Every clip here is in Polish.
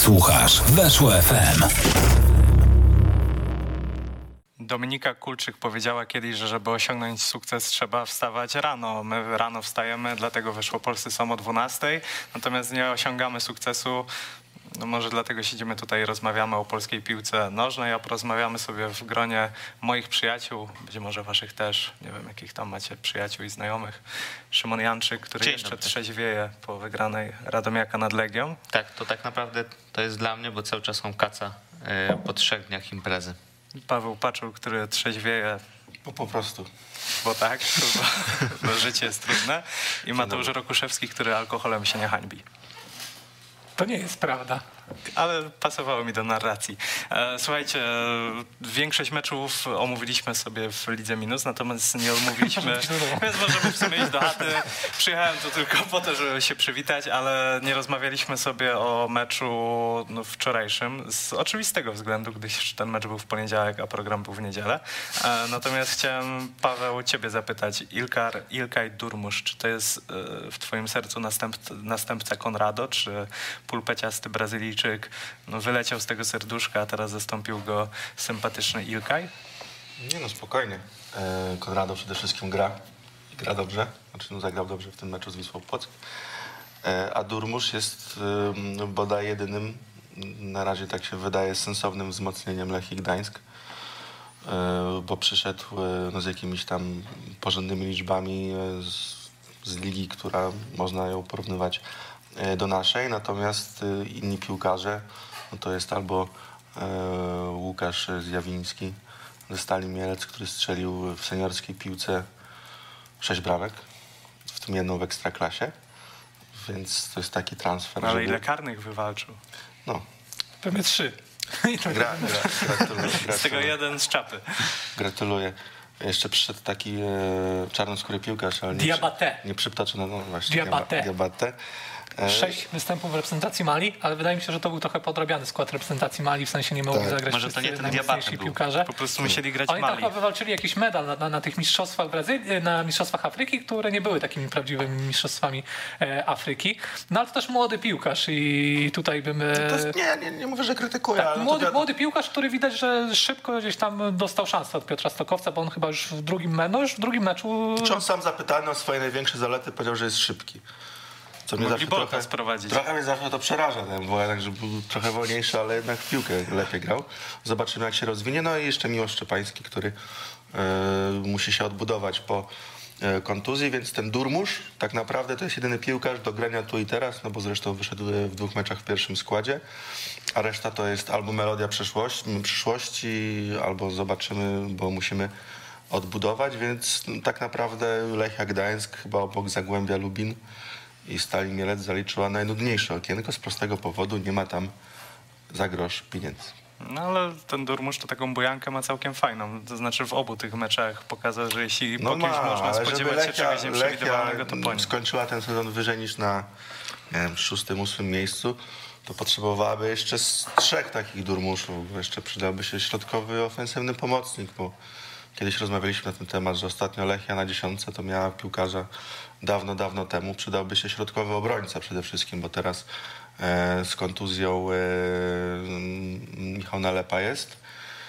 Słuchasz Weszło FM. Dominika Kulczyk powiedziała kiedyś, że żeby osiągnąć sukces trzeba wstawać rano. My rano wstajemy, dlatego Weszło Polscy są o 12:00, natomiast nie osiągamy sukcesu. No może dlatego siedzimy tutaj i rozmawiamy o polskiej piłce nożnej, a porozmawiamy sobie w gronie moich przyjaciół, być może waszych też, nie wiem jakich tam macie przyjaciół i znajomych. Szymon Janczyk, który jeszcze trzeźwieje po wygranej Radomiaka nad Legią. Tak, to tak naprawdę to jest dla mnie, bo cały czas mam kaca po 3 dniach imprezy. Paweł Paczul, który trzeźwieje. Po prostu. Bo tak, bo życie jest trudne. I Mateusz Rokuszewski, który alkoholem się nie hańbi. To nie jest prawda. Ale pasowało mi do narracji. Słuchajcie, większość meczów omówiliśmy sobie w Lidze Minus, natomiast nie omówiliśmy, więc możemy w sumie iść do chaty. Przyjechałem tu tylko po to, żeby się przywitać, ale nie rozmawialiśmy sobie o meczu wczorajszym z oczywistego względu, gdyż ten mecz był w poniedziałek, a program był w niedzielę. Natomiast chciałem, Paweł, ciebie zapytać. Ilkay Durmusz, czy to jest w twoim sercu następca Konrado, czy pulpeciasty Brazylijczyk wyleciał z tego serduszka, a teraz zastąpił go sympatyczny Ilkay? Nie no, spokojnie. Konrado przede wszystkim gra dobrze, zagrał dobrze w tym meczu z Wisłą Płock. A Durmusz jest bodaj jedynym, na razie tak się wydaje, sensownym wzmocnieniem Lechii Gdańsk, bo przyszedł z jakimiś tam porządnymi liczbami z ligi, która można ją porównywać do naszej, natomiast inni piłkarze, no to jest albo Łukasz Zjawiński ze Stali Mielec, który strzelił w seniorskiej piłce 6 bramek, w tym jedną w Ekstraklasie, więc to jest taki transfer. Ale ile karnych wywalczył? No. Pewnie 3. Gratuluję. Z tego jeden z czapy. Gratuluję. Jeszcze przyszedł taki czarnoskóry piłkarz, ale nie przytoczony, no właśnie. Diabate. 6 występów w reprezentacji Mali, ale wydaje mi się, że to był trochę podrabiany skład reprezentacji Mali, w sensie nie mogli zagrać może to nie ten Diabate piłkarze. Po prostu musieli grać Oni Mali. tam wywalczyli jakiś medal na tych mistrzostwach na mistrzostwach Afryki, które nie były takimi prawdziwymi mistrzostwami Afryki. No ale to też młody piłkarz i tutaj bym... Nie mówię, że krytykuję. Tak, ale młody piłkarz, który widać, że szybko gdzieś tam dostał szansę od Piotra Stokowca, bo on chyba już w drugim meczu... Czy on sam zapytany o swoje największe zalety powiedział, że jest szybki. Co mnie zawsze trochę mnie zawsze to przeraża, bo ja także był trochę wolniejszy, ale jednak w piłkę lepiej grał. Zobaczymy, jak się rozwinie. No i jeszcze Miłosz Szczepański, który musi się odbudować po kontuzji, więc ten Durmusz tak naprawdę to jest jedyny piłkarz do grania tu i teraz, no bo zresztą wyszedł w 2 meczach w pierwszym składzie, a reszta to jest albo melodia przyszłości, albo zobaczymy, bo musimy odbudować, więc tak naprawdę Lechia Gdańsk chyba obok Zagłębia Lubin i Stali Mielec zaliczyła najnudniejsze okienko z prostego powodu, nie ma tam za grosz pieniędzy. No ale ten Durmusz to taką bujankę ma całkiem fajną. To znaczy w obu tych meczach pokazał, że jeśli po kimś można spodziewać się czegoś nieprzewidywalnego, to po nim. Skończyła ten sezon wyżej niż na 6-8 miejscu, to potrzebowałaby jeszcze 3 takich Durmuszów. Jeszcze przydałby się środkowy, ofensywny pomocnik, bo kiedyś rozmawialiśmy na ten temat, że ostatnio Lechia na 10 to miała piłkarza dawno temu. Przydałby się środkowy obrońca przede wszystkim, bo teraz z kontuzją Michał Nalepa jest.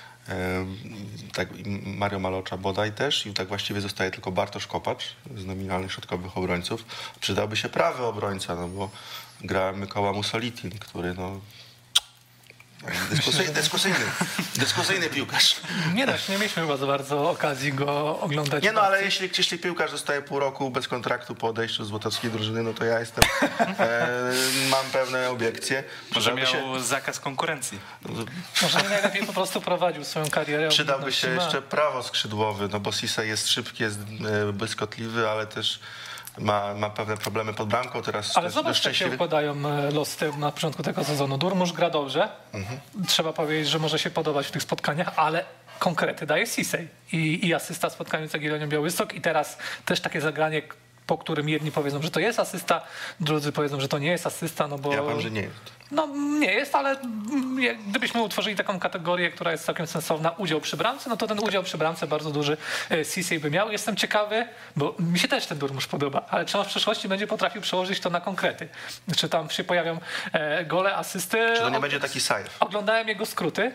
Tak, Mario Malocza bodaj też i tak właściwie zostaje tylko Bartosz Kopacz z nominalnych środkowych obrońców. Przydałby się prawy obrońca, no bo gra Mykoła Mussolitin, który dyskusyjny piłkarz. Nie mieliśmy chyba za bardzo okazji go oglądać. Nie no, ale jeśli piłkarz zostaje pół roku bez kontraktu po odejściu z złotowskiej drużyny, no to ja mam pewne obiekcje. Może miał zakaz konkurencji. Może nie najlepiej po prostu prowadził swoją karierę. Przydałby się jeszcze prawo skrzydłowy, no bo Cisse jest szybki, jest błyskotliwy, ale też ma pewne problemy pod bramką teraz. Ale zobacz, jak się układają losy na początku tego sezonu. Durmusz gra dobrze. Trzeba powiedzieć, że może się podobać w tych spotkaniach, ale konkrety daje Cisse. I asysta w spotkaniu z Jagiellonią Białystok i teraz też takie zagranie, po którym jedni powiedzą, że to jest asysta, drudzy powiedzą, że to nie jest asysta, no bo... Ja powiem, że nie jest. No nie jest, ale gdybyśmy utworzyli taką kategorię, która jest całkiem sensowna, udział przy bramce, no to ten udział przy bramce bardzo duży Cissé by miał. Jestem ciekawy, bo mi się też ten Durmusz podoba, ale czy on w przyszłości będzie potrafił przełożyć to na konkrety? Czy tam się pojawią gole, asysty? Czy to nie będzie taki sajf? Oglądałem jego skróty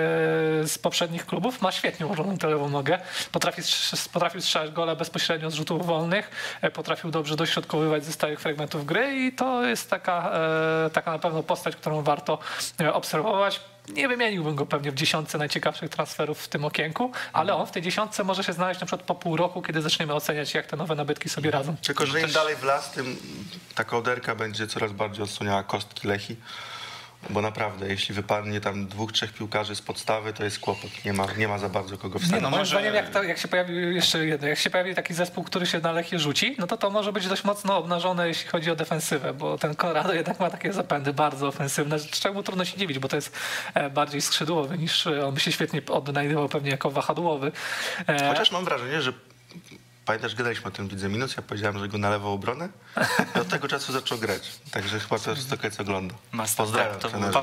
z poprzednich klubów. Ma świetnie ułożoną tę lewą nogę. Potrafił strzelać gole bezpośrednio z rzutów wolnych. Potrafił dobrze dośrodkowywać ze stałych fragmentów gry i to jest taka na pewno postać, którą warto obserwować. Nie wymieniłbym go pewnie w 10 najciekawszych transferów w tym okienku, ale on w tej 10 może się znaleźć na przykład po pół roku, kiedy zaczniemy oceniać, jak te nowe nabytki sobie radzą. Tylko, że im dalej w las, tym ta kołderka będzie coraz bardziej odsłaniała kostki Lechii. Bo naprawdę, jeśli wypadnie tam 2-3 piłkarzy z podstawy, to jest kłopot. Nie ma za bardzo kogo wstawić. No moim zdaniem, jak się pojawi jeszcze jedno, jak się pojawi taki zespół, który się na Lechię rzuci, no to może być dość mocno obnażone, jeśli chodzi o defensywę, bo ten Konrado jednak ma takie zapędy bardzo ofensywne, czemu trudno się dziwić, bo to jest bardziej skrzydłowy niż on by się świetnie odnajdywał pewnie jako wahadłowy. Chociaż mam wrażenie, że pamiętasz, gadaliśmy o tym Lidze Minus, ja powiedziałem, że go na lewą obronę i od tego czasu zaczął grać. Także chyba to jest to, co ogląda. Pozdrawiam.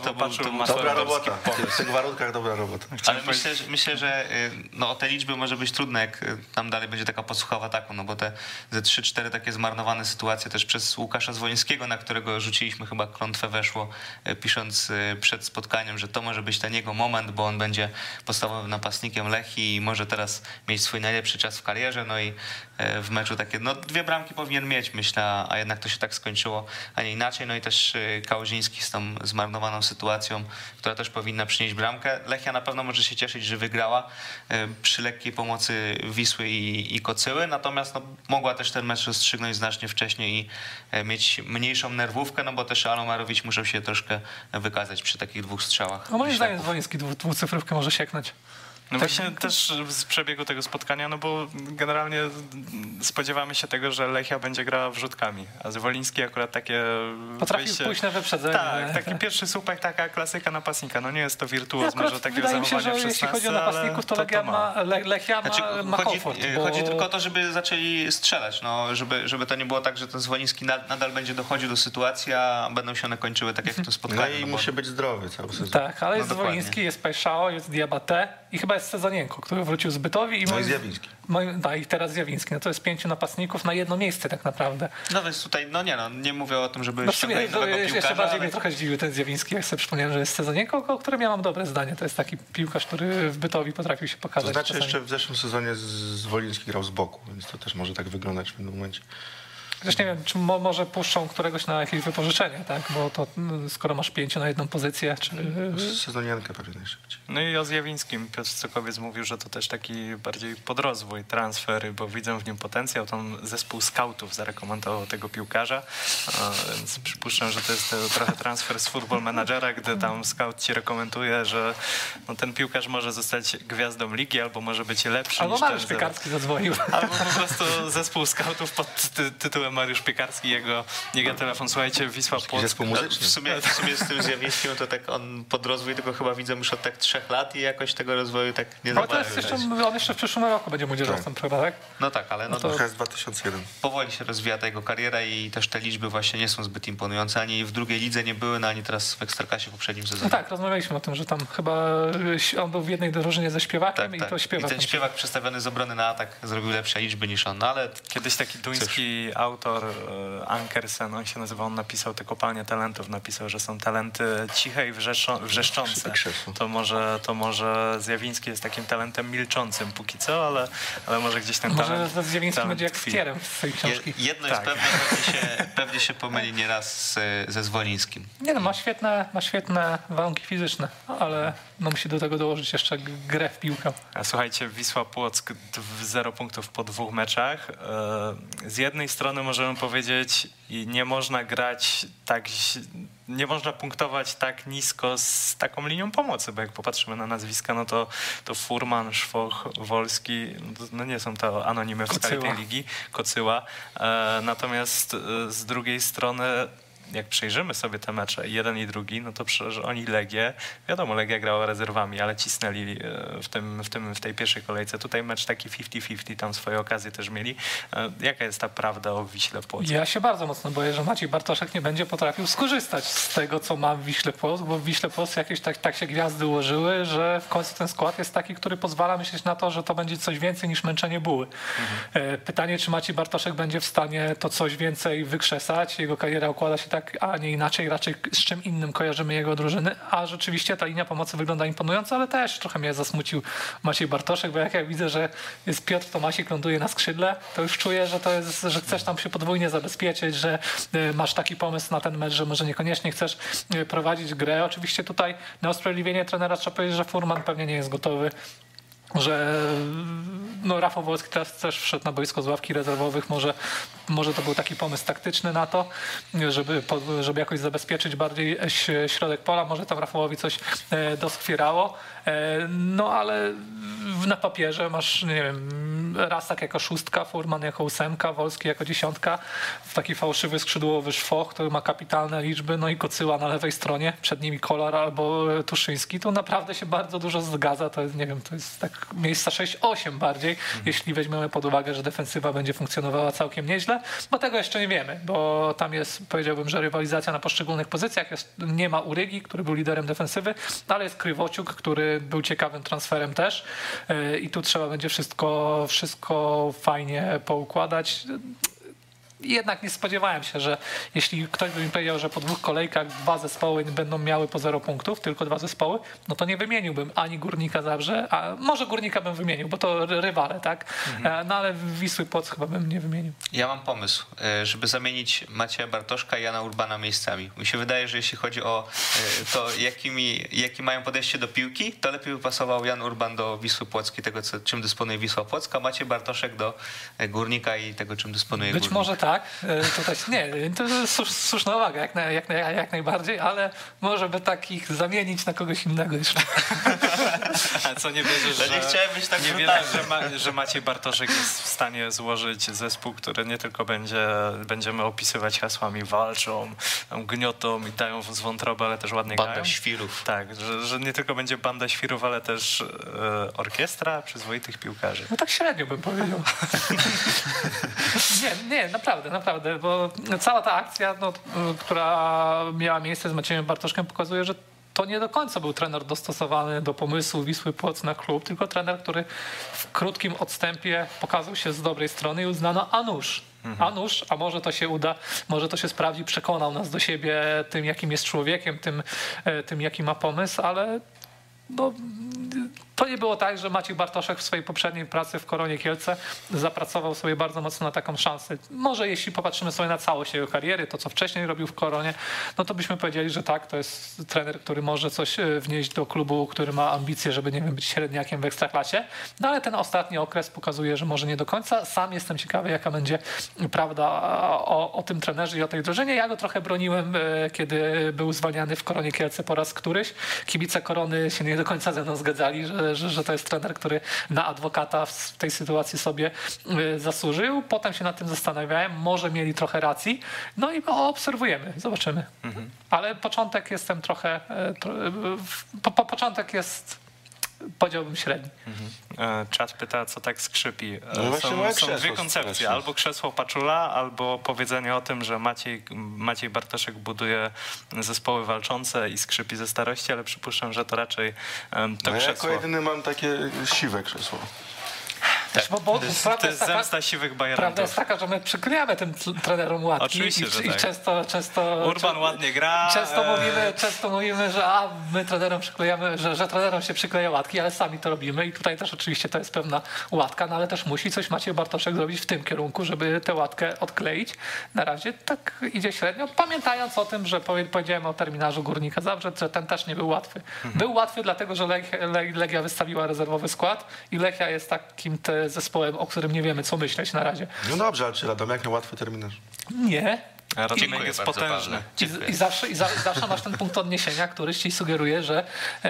Dobra robota. W tych warunkach dobra robota. Ale myślę, że no, o te liczby może być trudne, jak tam dalej będzie taka posłucha w ataku, no bo te ze 3-4 takie zmarnowane sytuacje też przez Łukasza Zwolińskiego, na którego rzuciliśmy chyba klątwę weszło, pisząc przed spotkaniem, że to może być ten jego moment, bo on będzie podstawowym napastnikiem Lechii i może teraz mieć swój najlepszy czas w karierze, no i w meczu takie, no 2 bramki powinien mieć, myślę, a jednak to się tak skończyło, a nie inaczej. No i też Kałużyński z tą zmarnowaną sytuacją, która też powinna przynieść bramkę. Lechia na pewno może się cieszyć, że wygrała przy lekkiej pomocy Wisły i Kocyły, natomiast no, mogła też ten mecz rozstrzygnąć znacznie wcześniej i mieć mniejszą nerwówkę, no bo też Alomarowicz muszą się troszkę wykazać przy takich 2 strzałach. No moim zdaniem Zwoliński dwucyfrówkę może sieknąć. No właśnie też z przebiegu tego spotkania, no bo generalnie spodziewamy się tego, że Lechia będzie grała wrzutkami, a Zwoliński akurat takie potrafił pójść na wyprzedzenie. Tak, taki pierwszy słupek, taka klasyka napastnika. No nie jest to wirtuoz, może takiego zachowania się, że w 16, jeśli chodzi o napastników, to Lechia ma komfort. Chodzi tylko o to, żeby zaczęli strzelać, no, żeby to nie było tak, że ten Zwoliński nadal będzie dochodził do sytuacji, a będą się one kończyły tak jak w tym spotkaniu. No i musi być zdrowy cały sezon. Tak, ale jest Zwoliński, jest Pajszao, jest Diabate i chyba jest Sezonienko, który wrócił z Bytowi. No i Zjawiński. I teraz Zjawiński. No to jest 5 napastników na jedno miejsce tak naprawdę. No więc tutaj, nie mówię o tym, żeby ściągnąć nowego piłkarza. Jeszcze bardziej mnie trochę zdziwił ten Zjawiński, jak sobie przypomniałem, że jest Sezonienko, o którym ja mam dobre zdanie. To jest taki piłkarz, który w Bytowi potrafił się pokazać. To znaczy jeszcze w zeszłym sezonie Zwoliński grał z boku, więc to też może tak wyglądać w pewnym momencie. Chociaż nie wiem, czy może puszczą któregoś na jakieś wypożyczenie, tak? Bo to skoro masz 5 na jedną pozycję, czy... Sezoniankę pewnie najszybciej. No i o Zjawińskim Piotr Sokowiec mówił, że to też taki bardziej podrozwój, transfery, bo widzą w nim potencjał. Tam zespół scoutów zarekomendował tego piłkarza, więc przypuszczam, że to jest trochę transfer z Football Managera, gdy tam scout ci rekomenduje, że no, ten piłkarz może zostać gwiazdą ligi, albo może być lepszy albo niż Mariusz Piekarski zadzwonił. Albo po prostu zespół scoutów pod tytułem Mariusz Piekarski, jego telefon. Słuchajcie, Wisła Płock. Zespół muzyczny. W sumie z tym Zjawińskim to tak on podrozwój tylko chyba widzę już od tak 3 lat i jakoś tego rozwoju tak nie zobaczył. On jeszcze w przyszłym roku będzie młodzieżowcem, prawda? Tak? No tak, ale no to jest 2001. Powoli się rozwija ta jego kariera i też te liczby właśnie nie są zbyt imponujące. Ani w drugiej lidze nie były, ani teraz w Ekstraklasie w poprzednim sezonie. No tak, rozmawialiśmy o tym, że tam chyba on był w jednej drużynie ze śpiewakiem tak. I to śpiewak. I ten śpiewak przestawiony z obrony na atak zrobił lepsze liczby niż on, no ale... Kiedyś taki duński autor Ankersen, on się nazywał, on napisał te kopalnie talentów, napisał, że są talenty ciche i wrzeszczące. To może Zjawiński jest takim talentem milczącym póki co, ale może gdzieś ten talent... Może Zjawiński będzie jak Stierem w swojej książki. Jedno jest pewne, pewnie się pomyli nieraz ze Zwolińskim. Nie no, ma świetne warunki fizyczne, ale no musi do tego dołożyć jeszcze grę w piłkę. A słuchajcie, Wisła Płock 0 punktów po 2 meczach. Z jednej strony możemy powiedzieć, nie można grać tak, nie można punktować tak nisko z taką linią pomocy, bo jak popatrzymy na nazwiska, no to Furman, Szwoch, Wolski, no nie są to anonimy w skali tej ligi, Kocyła. Natomiast z drugiej strony jak przejrzymy sobie te mecze, jeden i drugi, no to przecież oni Legię, wiadomo, Legia grała rezerwami, ale cisnęli w tej pierwszej kolejce. Tutaj mecz taki 50-50, tam swoje okazje też mieli. Jaka jest ta prawda o Wiśle Płock? Ja się bardzo mocno boję, że Maciej Bartoszek nie będzie potrafił skorzystać z tego, co ma w Wiśle Płock, bo w Wiśle Płock jakieś tak się gwiazdy ułożyły, że w końcu ten skład jest taki, który pozwala myśleć na to, że to będzie coś więcej niż męczenie buły. Pytanie, czy Maciej Bartoszek będzie w stanie to coś więcej wykrzesać. Jego kariera układa się tak, a nie inaczej. Raczej z czym innym kojarzymy jego drużyny, a rzeczywiście ta linia pomocy wygląda imponująco, ale też trochę mnie zasmucił Maciej Bartoszek, bo jak ja widzę, że jest Piotr Tomasik, ląduje na skrzydle, to już czuję, że chcesz tam się podwójnie zabezpieczyć, że masz taki pomysł na ten mecz, że może niekoniecznie chcesz prowadzić grę. Oczywiście tutaj na usprawiedliwienie trenera trzeba powiedzieć, że Furman pewnie nie jest gotowy, że Rafał Wolski teraz też wszedł na boisko z ławki rezerwowych. Może to był taki pomysł taktyczny na to, żeby jakoś zabezpieczyć bardziej środek pola. Może tam Rafałowi coś doskwierało. No ale na papierze masz, nie wiem, Rasak jako 6, Furman jako 8, Wolski jako 10, taki fałszywy skrzydłowy Szwoch, który ma kapitalne liczby, no i Kocyła na lewej stronie, przed nimi Kolar albo Tuszyński. Tu naprawdę się bardzo dużo zgadza. To jest, nie wiem, to jest tak miejsca 6-8 bardziej, jeśli weźmiemy pod uwagę, że defensywa będzie funkcjonowała całkiem nieźle, bo tego jeszcze nie wiemy, bo tam jest, powiedziałbym, że rywalizacja na poszczególnych pozycjach. Nie ma Urygi, który był liderem defensywy, ale jest Krywociuk, który był ciekawym transferem też i tu trzeba będzie wszystko fajnie poukładać. Jednak nie spodziewałem się, że jeśli ktoś by mi powiedział, że po 2 kolejkach 2 zespoły będą miały po 0 punktów, tylko 2 zespoły, no to nie wymieniłbym ani Górnika Zabrze, a może Górnika bym wymienił, bo to rywale, tak? No ale Wisły Płock chyba bym nie wymienił. Ja mam pomysł, żeby zamienić Macieja Bartoszka i Jana Urbana miejscami. Mi się wydaje, że jeśli chodzi o to, jakie mają podejście do piłki, to lepiej by pasował Jan Urban do Wisły Płock i tego, czym dysponuje Wisła Płock, a Maciej Bartoszek do Górnika i tego, czym dysponuje Górnik. Być może tak. Tutaj, nie, to jest słuszna uwaga, jak najbardziej, ale może by takich zamienić na kogoś innego jeszcze. A co, nie wierzysz, że... Nie chciałem być tak nie wierzysz, że Maciej Bartoszek jest w stanie złożyć zespół, który nie tylko będziemy opisywać hasłami walczą, gniotą i dają z wątroby, ale też ładnie grają? Banda świrów. Tak, że nie tylko będzie banda świrów, ale też orkiestra przyzwoitych piłkarzy. No tak średnio bym powiedział. Nie, naprawdę, bo cała ta akcja, która miała miejsce z Maciejem Bartoszkiem, pokazuje, że to nie do końca był trener dostosowany do pomysłu Wisły Płock na klub, tylko trener, który w krótkim odstępie pokazał się z dobrej strony i uznano a może to się uda, może to się sprawdzi, przekonał nas do siebie tym, jakim jest człowiekiem, tym jaki ma pomysł, ale to nie było tak, że Maciej Bartoszek w swojej poprzedniej pracy w Koronie Kielce zapracował sobie bardzo mocno na taką szansę. Może jeśli popatrzymy sobie na całość jego kariery, to co wcześniej robił w Koronie, no to byśmy powiedzieli, że tak, to jest trener, który może coś wnieść do klubu, który ma ambicje, żeby, nie wiem, być średniakiem w Ekstraklasie. No ale ten ostatni okres pokazuje, że może nie do końca. Sam jestem ciekawy, jaka będzie prawda o tym trenerze i o tej drużynie. Ja go trochę broniłem, kiedy był zwalniany w Koronie Kielce po raz któryś. Kibice Korony się nie do końca ze mną zgadzali, że to jest trener, który na adwokata w tej sytuacji sobie zasłużył. Potem się nad tym zastanawiałem, może mieli trochę racji. No i obserwujemy, zobaczymy. Ale początek jestem trochę... Początek jest, powiedziałbym, średni. Czat pyta, co tak skrzypi. No są 2 koncepcje. Albo krzesło Paczula, albo powiedzenie o tym, że Maciej Bartoszek buduje zespoły walczące i skrzypi ze starości, ale przypuszczam, że to raczej to krzesło. Ja jako jedyny mam takie siwe krzesło. Tak. Bo to jest zemsta siwych bajerantów. Prawda jest taka, że my przyklejamy tym trenerom łatki. Oczywiście, że tak. Często Urban ładnie gra. Często mówimy, że my trenerom przyklejamy, że trenerom się przykleja łatki, ale sami to robimy i tutaj też oczywiście to jest pewna łatka, no ale też musi coś Maciej Bartoszek zrobić w tym kierunku, żeby tę łatkę odkleić. Na razie tak idzie średnio, pamiętając o tym, że powiedziałem o terminarzu Górnika Zabrze, że ten też nie był łatwy. Był łatwy dlatego, że Legia wystawiła rezerwowy skład i Lechia jest takim zespołem, o którym nie wiemy, co myśleć na razie. No dobrze, ale czy Radomiak miał łatwy terminarz? Nie, Radomiak jest potężny. I zawsze masz ten punkt odniesienia, który ci sugeruje, że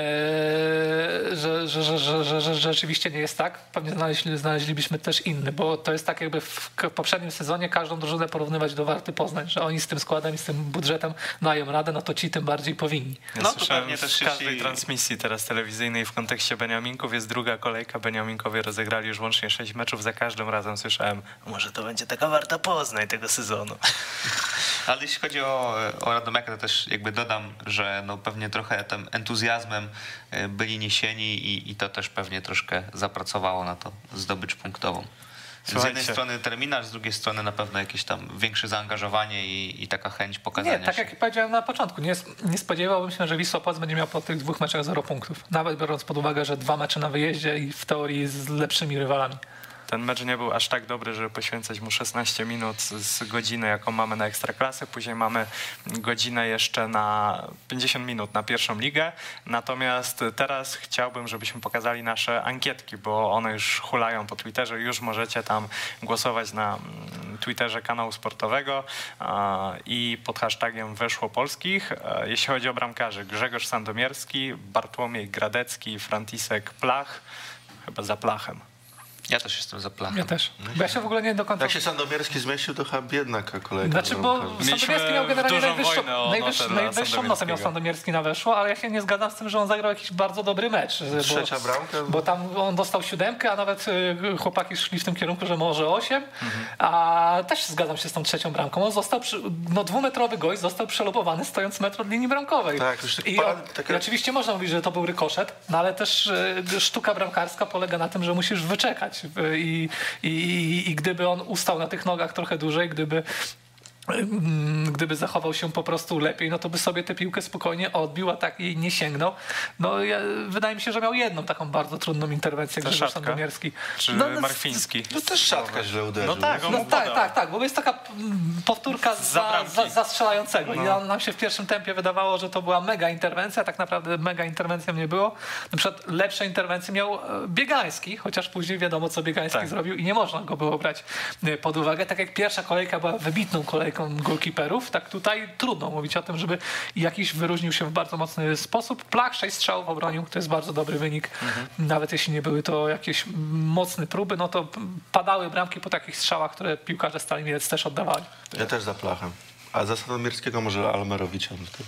rzeczywiście nie jest tak. Pewnie znaleźlibyśmy też inny, bo to jest tak jakby w poprzednim sezonie każdą drużynę porównywać do Warty Poznań, że oni z tym składem i z tym budżetem dają radę, no to ci tym bardziej powinni. Ja słyszałem też w każdej transmisji teraz telewizyjnej w kontekście Beniaminków jest druga kolejka. Beniaminkowie rozegrali już łącznie 6 meczów. Za każdym razem słyszałem, może to będzie taka Warta Poznań tego sezonu. Ale jeśli chodzi o Radomiaka, to też jakby dodam, że no pewnie trochę tym entuzjazmem byli niesieni i to też pewnie troszkę zapracowało na to zdobycz punktową. Z jednej strony terminarz, z drugiej strony na pewno jakieś tam większe zaangażowanie i taka chęć pokazania Nie, tak jak powiedziałem na początku, nie spodziewałbym się, że Wisła Płock będzie miał po tych 2 meczach 0 punktów. Nawet biorąc pod uwagę, że 2 mecze na wyjeździe i w teorii z lepszymi rywalami. Ten mecz nie był aż tak dobry, żeby poświęcać mu 16 minut z godziny, jaką mamy na Ekstraklasę. Później mamy godzinę jeszcze na 50 minut na pierwszą ligę. Natomiast teraz chciałbym, żebyśmy pokazali nasze ankietki, bo one już hulają po Twitterze. Już możecie tam głosować na Twitterze kanału sportowego i pod hashtagiem Weszło Polskich. Jeśli chodzi o bramkarzy, Grzegorz Sandomierski, Bartłomiej Gradecki, Franciszek Plach, chyba za Plachem. Ja też jestem za Plachem. Ja też. Bo ja się w ogóle nie do końca... Jak się Sandomierski zmieścił, to chyba biedna kolejka. Znaczy, bo Sandomierski miał generalnie najwyższą notę miał Sandomierski na Weszło, ale ja się nie zgadzam z tym, że on zagrał jakiś bardzo dobry mecz. Trzecia bramka? Bo tam on dostał 7, a nawet chłopaki szli w tym kierunku, że może 8, a też zgadzam się z tą trzecią bramką. On został, 2-metrowy gość został przelobowany stojąc metr od linii bramkowej. Tak, już I oczywiście można mówić, że to był rykoszet, no ale też sztuka bramkarska polega na tym, że musisz wyczekać. I gdyby on ustał na tych nogach trochę dłużej, gdyby zachował się po prostu lepiej, no to by sobie tę piłkę spokojnie odbił, a tak jej nie sięgnął. Wydaje mi się, że miał jedną taką bardzo trudną interwencję Grzegorz Sandomierski. Czy Marfiński? No też Szatka źle uderzył. Tak, bo jest taka powtórka za strzelającego. I nam się w pierwszym tempie wydawało, że to była mega interwencja, tak naprawdę mega interwencją nie było. Na przykład lepsze interwencje miał Biegański, chociaż później wiadomo, co Biegański zrobił i nie można go było brać pod uwagę. Tak jak pierwsza kolejka była wybitną kolejką golkiperów, tak tutaj trudno mówić o tym, żeby jakiś wyróżnił się w bardzo mocny sposób. Plach 6 strzałów obronił, to jest bardzo dobry wynik. Nawet jeśli nie były to jakieś mocne próby, no to padały bramki po takich strzałach, które piłkarze Stali Mielec też oddawali. Ja też za Plachem. A za Sandomierskiego może Almerowicza.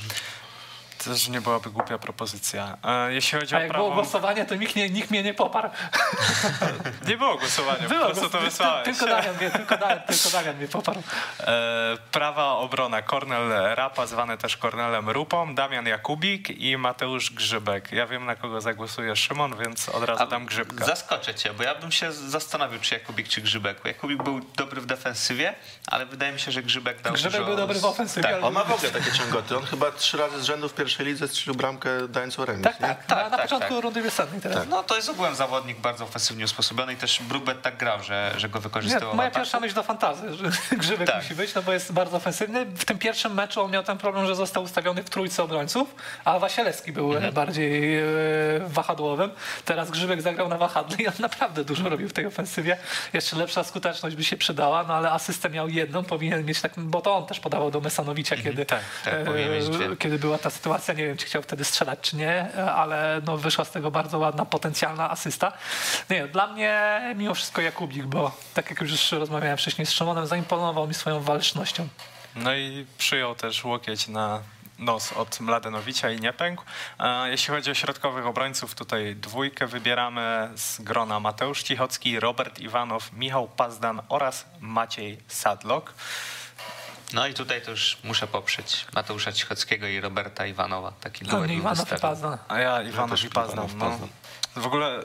Też nie byłaby głupia propozycja. Jeśli chodzi o jak było głosowanie, to nikt mnie nie poparł. Nie było głosowania, po prostu to wysłałeś. Tylko Damian mnie poparł. Prawa obrona Kornel Rapa, zwany też Kornelem Rupą, Damian Jakubik i Mateusz Grzybek. Ja wiem, na kogo zagłosuje Szymon, więc od razu dam Grzybka. Zaskoczę cię, bo ja bym się zastanowił, czy Jakubik, czy Grzybek. Jakubik był dobry w defensywie, ale wydaje mi się, że Grzybek dał Grzybek był dobry w ofensywie. Tak. On ma w ogóle takie ciągoty. On chyba 3 razy z rzędu w pierwszej lidze strzelił bramkę dając remis. Na początku rundy wiosennej teraz. Tak. No to jest ogółem zawodnik bardzo ofensywnie usposobiony i też Brookbet tak grał, że go wykorzystywał. Moja pierwsza myśl do fantazy, że Grzybek musi być, no bo jest bardzo ofensywny. W tym pierwszym meczu on miał ten problem, że został ustawiony w trójce obrońców, a Wasielewski był bardziej wahadłowym. Teraz Grzybek zagrał na wahadle i on naprawdę dużo robił w tej ofensywie. Jeszcze lepsza skuteczność by się przydała, no ale asystę miał jedną, powinien mieć tak, bo to on też podawał do Mesanowicza, kiedy była ta sytuacja. Nie wiem, czy chciał wtedy strzelać, czy nie, ale no wyszła z tego bardzo ładna, potencjalna asysta. Nie, dla mnie mimo wszystko Jakubik, bo tak jak już rozmawiałem wcześniej z Szymonem, zaimponował mi swoją walecznością. No i przyjął też łokieć na nos od Mladenowicza i nie pękł. Jeśli chodzi o środkowych obrońców, tutaj 2 wybieramy z grona Mateusz Cichocki, Robert Iwanow, Michał Pazdan oraz Maciej Sadlok. No i tutaj to już muszę poprzeć Mateusza Cichockiego i Roberta Iwanowa. Taki nie Iwanow i Pazdan. A ja Iwanow i Pazdan. No. W ogóle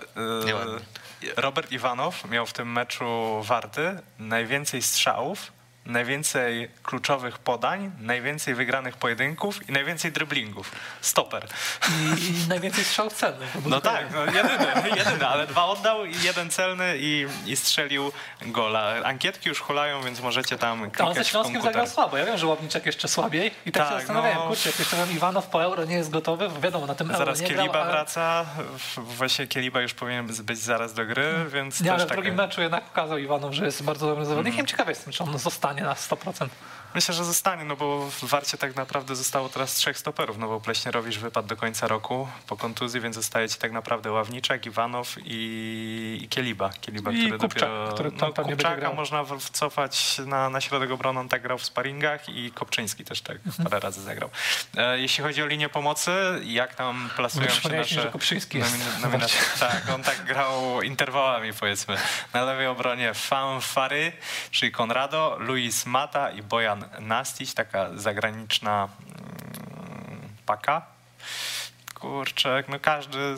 Robert Iwanow miał w tym meczu Warty najwięcej strzałów, najwięcej kluczowych podań, najwięcej wygranych pojedynków i najwięcej driblingów. Stoper. I najwięcej strzałów celnych. No tak, jedyny, ale 2 oddał i 1 celny i strzelił gola. Ankietki już hulają, więc możecie tam klikać. On ze Śląskiem zagrał słabo. Ja wiem, że Łowniczek jeszcze słabiej i tak się zastanawiałem, kurczę, jak jeszcze ten Iwanow po Euro nie jest gotowy, wiadomo, na tym Euro zaraz nie Kieliba grał, ale... wraca, właśnie Kieliba już powinien być zaraz do gry, więc nie, też ale w drugim meczu jednak pokazał Iwanow, że jest bardzo dobrym zawodnikiem. Ciekawy jestem, czy on zostanie na 100%. Myślę, że zostanie, no bo w Warcie tak naprawdę zostało teraz 3 stoperów, no bo Pleśnierowicz wypadł do końca roku po kontuzji, więc zostaje ci tak naprawdę Ławniczak, Iwanow i Kieliba. Kieliba, I który Kupczak, dopiero... który tam pewnie będzie Kupczaka grał. można wcofać na środek obrony, on tak grał w sparingach i Kopczyński też tak parę razy zagrał. Jeśli chodzi o linię pomocy, jak tam plasują się nasze... że Kopczyński jest tak, on tak grał interwałami, powiedzmy. Na lewej obronie Fanfary, czyli Konrado, Luis Mata i Bojan Nastić, taka zagraniczna paka. Kurczę, no każdy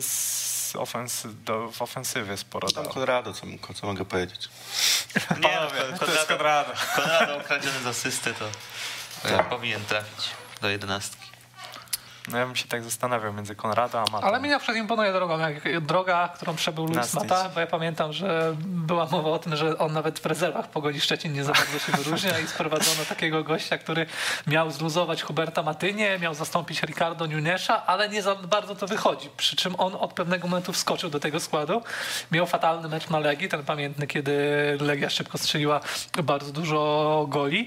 w ofensywie sporo Tam dał. Konrado, co mogę powiedzieć. Nie, To jest Konrado. Konrado ukradziony z asysty, to powinien trafić do 11. No ja bym się tak zastanawiał między Konrado a Matą. Ale mi na przykład imponuje droga, którą przebył Luis Nastić. Mata, bo ja pamiętam, że była mowa o tym, że on nawet w rezerwach Pogoni Szczecin nie za bardzo się wyróżnia i sprowadzono takiego gościa, który miał zluzować Huberta Matynię, miał zastąpić Ricardo Nunesza, ale nie za bardzo to wychodzi. Przy czym on od pewnego momentu wskoczył do tego składu. Miał fatalny mecz na Legii, ten pamiętny, kiedy Legia szybko strzeliła bardzo dużo goli,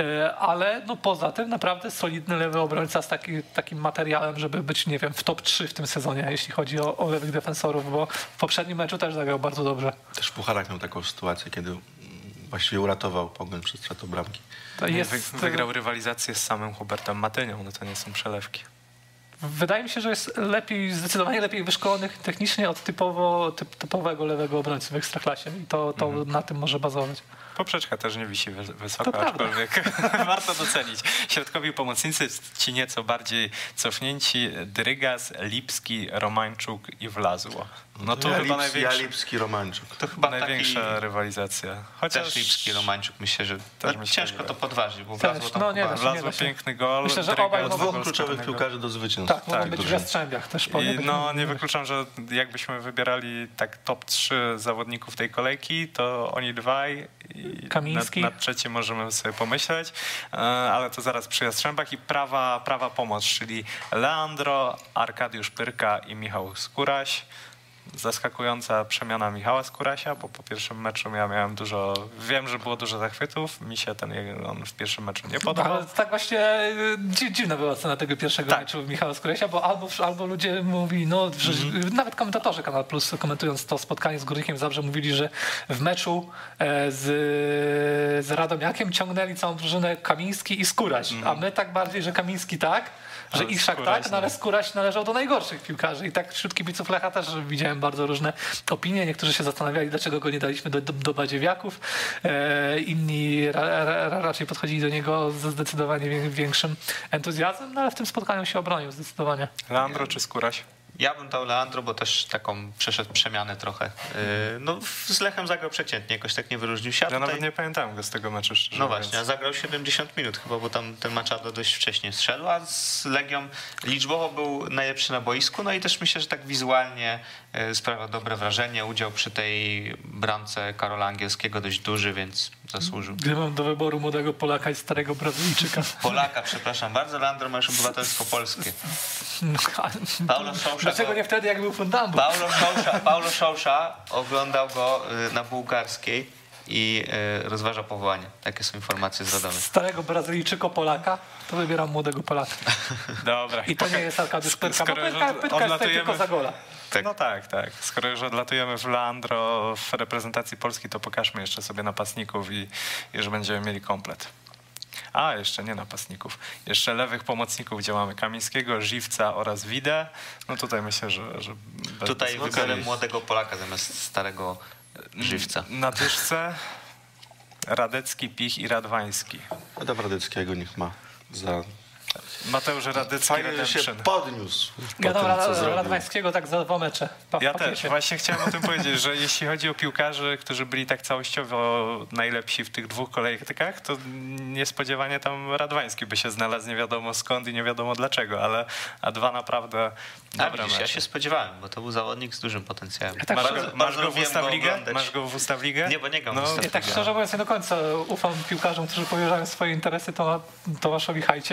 ale no poza tym naprawdę solidny lewy obrońca z takim materiałem, żeby być, nie wiem, w top 3 w tym sezonie, jeśli chodzi o lewych defensorów, bo w poprzednim meczu też zagrał bardzo dobrze. Też Puchalak miał taką sytuację, kiedy właściwie uratował Pogoń przed stratą bramki. To Wygrał rywalizację z samym Hubertem Matynią, no to nie są przelewki. Wydaje mi się, że jest zdecydowanie lepiej wyszkolonych technicznie od typowego lewego obrońcy w Ekstraklasie i to na tym może bazować. Poprzeczka też nie wisi wysoko, aczkolwiek warto docenić. Środkowi pomocnicy ci nieco bardziej cofnięci: Drygas, Lipski, Romańczuk i Wlazło. No to chyba Lipski, Romańczuk. To chyba największa rywalizacja. Chociaż też Lipski, Romańczuk, myślę, że ciężko to podważyć, bo Wlazło tam nie da się, Wlazło piękny gol. Myślę, że obaj dwóch kluczowych piłkarzy do zwycięstwa. Tak, mogą być w Jastrzębiach też. Nie wykluczam, że jakbyśmy wybierali tak top 3 zawodników tej kolejki, to oni dwaj i Kamiński. Nad trzecim możemy sobie pomyśleć, ale to zaraz przy Jastrzębach. I prawa pomoc, czyli Leandro, Arkadiusz Pyrka i Michał Skóraś. Zaskakująca przemiana Michała Skórasia, bo po pierwszym meczu wiem, że było dużo zachwytów, mi się on w pierwszym meczu nie podobał. Ale tak właśnie dziwna była ocena tego pierwszego meczu Michała Skórasia, bo albo ludzie mówili, że nawet komentatorzy Kanal Plus, komentując to spotkanie z Górnikiem Zabrze, mówili, że w meczu z Radomiakiem ciągnęli całą drużynę Kamiński i Skóraś, a my tak bardziej, że Kamiński tak, że Iszak tak, no ale Skóraś należał do najgorszych piłkarzy i tak wśród kibiców Lecha też widziałem bardzo różne opinie. Niektórzy się zastanawiali, dlaczego go nie daliśmy do badziewiaków. Inni raczej podchodzili do niego ze zdecydowanie większym entuzjazmem, no ale w tym spotkaniu się obronił zdecydowanie. Leandro czy Skóraś? Ja bym dał Leandro, bo też taką przeszedł przemianę trochę. Z Lechem zagrał przeciętnie, jakoś tak nie wyróżnił się. Ja nawet nie pamiętałem go z tego meczu. No właśnie, a zagrał 70 minut chyba, bo tam ten Machado dość wcześnie zszedł, a z Legią liczbowo był najlepszy na boisku, no i też myślę, że tak wizualnie sprawia dobre wrażenie. Udział przy tej bramce Karola Angielskiego dość duży, więc zasłużył. Gdy mam do wyboru młodego Polaka i starego Brazylijczyka. Polaka, przepraszam bardzo, Leandro ma już obywatelstwo polskie. Paulo Szosza. Dlaczego nie wtedy, jak był Fundambo? Paulo Szosza oglądał go na bułgarskiej i rozważa powołanie. Takie są informacje z Radomia. Starego Brazylijczyka Polaka, to wybieram młodego Polaka. Dobra. I to nie jest Arkadiusz Pyrka, bo Pyrka jest tylko za gola. Tak. No tak. Skoro już odlatujemy w Leandro w reprezentacji Polski, to pokażmy jeszcze sobie napastników i już będziemy mieli komplet. A, jeszcze nie napastników. Jeszcze lewych pomocników, gdzie mamy Kamińskiego, Żywca oraz Widę. No tutaj myślę, że tutaj wybiorę młodego Polaka zamiast starego Żywca. Na dyszce Radecki, Pich i Radwański. Adam Radeckiego niech ma za... Mateusz Radecki, fajnie, że się podniósł. Ja dam Radwańskiego tak za 2 mecze. Ja też. Właśnie chciałem o tym powiedzieć, że jeśli chodzi o piłkarzy, którzy byli tak całościowo najlepsi w tych 2 kolejkach, to niespodziewanie tam Radwański by się znalazł nie wiadomo skąd i nie wiadomo dlaczego, a 2 naprawdę dobre mecze. Ja się spodziewałem, bo to był zawodnik z dużym potencjałem. Ja tak masz go w Ustawligę? Masz go w Ustawligę? Nie, bo nie gram w Ustawligę. Ja tak szczerze mówiąc nie do końca ufam piłkarzom, którzy powierzają swoje interesy Tomaszowi Hajcie, ale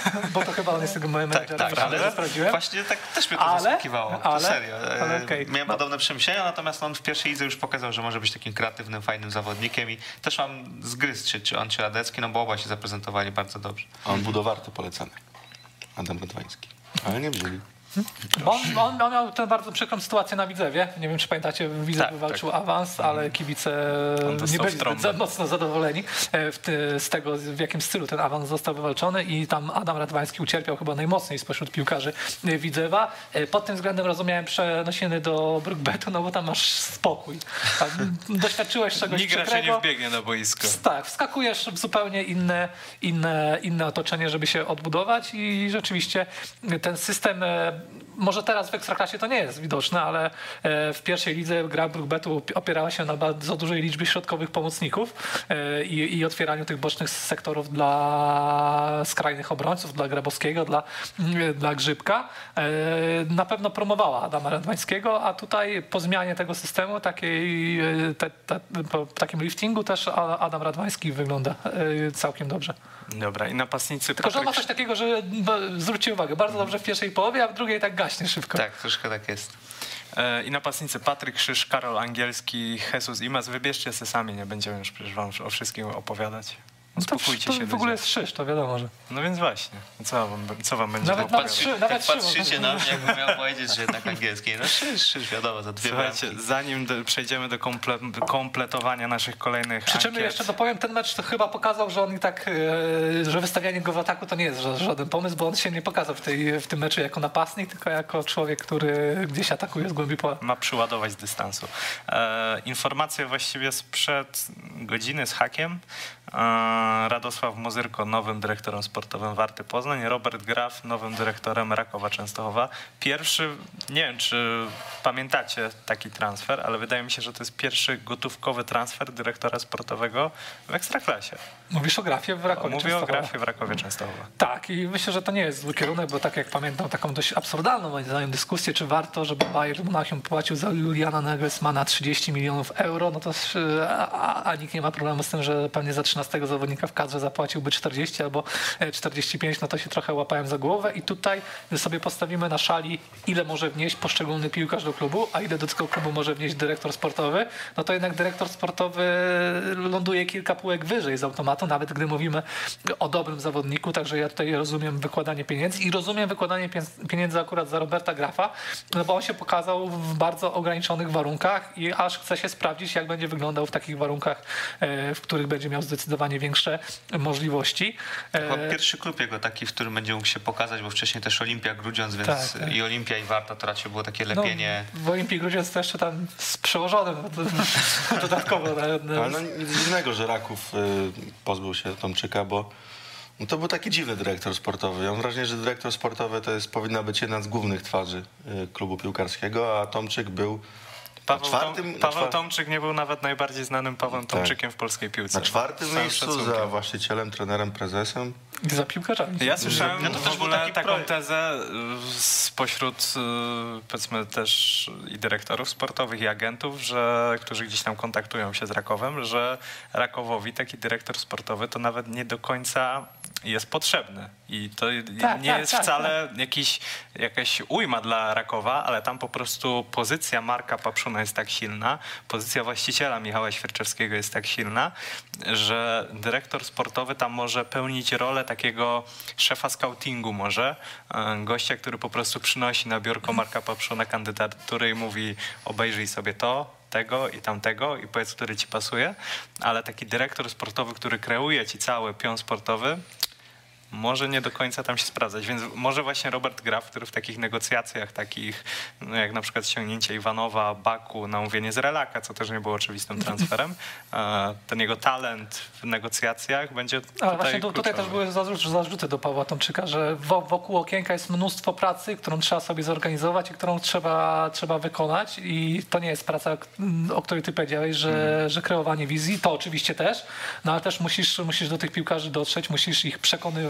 bo to chyba on jest tego menedżera. Tak, ale właśnie tak też mnie to zaskakiwało. To serio. Miałem podobne przemyślenia, natomiast on w pierwszej lidze już pokazał, że może być takim kreatywnym, fajnym zawodnikiem i też mam zgryz, czy on, czy Radecki, no bo oba się zaprezentowali bardzo dobrze. A on budowarty polecany. Adam Radwański. Ale nie wzięli. Bo on miał tę bardzo przykrą sytuację na Widzewie. Nie wiem, czy pamiętacie, Widzew wywalczył awans, ale kibice nie byli zbyt mocno zadowoleni z tego, w jakim stylu ten awans został wywalczony i tam Adam Radwański ucierpiał chyba najmocniej spośród piłkarzy Widzewa. Pod tym względem rozumiałem przenosiny do Brookbetu, no bo tam masz spokój. Tam doświadczyłeś czegoś przykrego. Nikt raczej nie wbiegnie na boisko. Tak, wskakujesz w zupełnie inne otoczenie, żeby się odbudować i rzeczywiście ten system, może teraz w Ekstraklasie to nie jest widoczne, ale w pierwszej lidze gra Brookbetu opierała się na bardzo dużej liczbie środkowych pomocników i otwieraniu tych bocznych sektorów dla skrajnych obrońców, dla Grabowskiego, dla Grzybka. Na pewno promowała Adama Radwańskiego, a tutaj po zmianie tego systemu, po takim liftingu też Adam Radwański wygląda całkiem dobrze. Dobra, i napastnicy... Tylko, że on ma coś takiego, że zwróćcie uwagę, bardzo dobrze w pierwszej połowie, a w drugiej tak gaśnie szybko. Tak, troszkę tak jest. I napastnicy Patryk Krzyż, Karol Angielski, Jesus Imaz. Wybierzcie se sami, nie będziemy już przecież wam o wszystkim opowiadać. Uspokójcie się. To w ogóle jest Krzyż, to wiadomo, że... No więc właśnie, co wam będzie nawet patrzycie na mnie, jakbym miał powiedzieć, że jednak angielski. No Krzyż, wiadomo, za dwie Słuchajcie, bramki. zanim przejdziemy do kompletowania naszych kolejnych Przy czym jeszcze dopowiem, ten mecz to chyba pokazał, że on i tak, że wystawianie go w ataku to nie jest żaden pomysł, bo on się nie pokazał w tym meczu jako napastnik, tylko jako człowiek, który gdzieś atakuje z głębi pola. Ma przyładować z dystansu. Informacje właściwie sprzed godziny z hakiem. Radosław Mozyrko nowym dyrektorem sportowym Warty Poznań, Robert Graf nowym dyrektorem Rakowa Częstochowa. Pierwszy, nie wiem czy pamiętacie taki transfer, ale wydaje mi się, że to jest pierwszy gotówkowy transfer dyrektora sportowego w Ekstraklasie. Mówisz o Grafie w Rakowie Częstochowa? Mówię o Grafie w Rakowie Częstochowa. Tak, i myślę, że to nie jest zły kierunek, bo tak jak pamiętam taką dość absurdalną moim zdaniem dyskusję, czy warto, żeby Bayern Monachium płacił za Juliana Nagelsmana 30 milionów euro, no to a nikt nie ma problemu z tym, że pewnie za 13 zawodnika w kadrze zapłaciłby 40 albo 45, no to się trochę łapałem za głowę i tutaj, gdy sobie postawimy na szali, ile może wnieść poszczególny piłkarz do klubu, a ile do tego klubu może wnieść dyrektor sportowy, no to jednak dyrektor sportowy ląduje kilka półek wyżej z automatu, nawet gdy mówimy o dobrym zawodniku, także ja tutaj rozumiem wykładanie pieniędzy i rozumiem wykładanie pieniędzy akurat za Roberta Grafa, no bo on się pokazał w bardzo ograniczonych warunkach i aż chce się sprawdzić, jak będzie wyglądał w takich warunkach, w których będzie miał zdecydowanie większe możliwości. Chyba pierwszy klub jego taki, w którym będzie mógł się pokazać, bo wcześniej też Olimpia Grudziądz, więc tak. I Olimpia i Warta to raczej było takie lepienie. No, w Olimpii Grudziądz to jeszcze tam z przełożonym dodatkowo. Ale no nic dziwnego, że Raków pozbył się Tomczyka, bo no to był taki dziwny dyrektor sportowy. Ja mam wrażenie, że dyrektor sportowy to powinna być jedna z głównych twarzy klubu piłkarskiego, a Tomczyk był Paweł Tomczyk nie był nawet najbardziej znanym Pawłem Tomczykiem w polskiej piłce. Na czwartym miejscu za właścicielem, trenerem, prezesem. I za piłkarzami. Ja słyszałem w ogóle taką tezę spośród powiedzmy też i dyrektorów sportowych i agentów, którzy gdzieś tam kontaktują się z Rakowem, że Rakowowi taki dyrektor sportowy to nawet nie do końca jest potrzebny. I to nie jest wcale jakaś ujma dla Rakowa, ale tam po prostu pozycja Marka Papszuna jest tak silna, pozycja właściciela Michała Świerczewskiego jest tak silna, że dyrektor sportowy tam może pełnić rolę takiego szefa scoutingu może, gościa, który po prostu przynosi na biurko Marka Papszuna kandydatury i mówi obejrzyj sobie tego i tamtego i powiedz, który ci pasuje, ale taki dyrektor sportowy, który kreuje ci cały pion sportowy, może nie do końca tam się sprawdzać, więc może właśnie Robert Graf, który w takich negocjacjach, takich no jak na przykład ściągnięcie Iwanowa, Baku na umówienie z Relaka, co też nie było oczywistym transferem, ten jego talent w negocjacjach będzie tutaj właśnie tutaj też były zarzuty do Pawła Tomczyka, że wokół okienka jest mnóstwo pracy, którą trzeba sobie zorganizować i którą trzeba wykonać i to nie jest praca, o której ty powiedziałeś, że kreowanie wizji, to oczywiście też, no ale też musisz do tych piłkarzy dotrzeć, musisz ich przekonywać,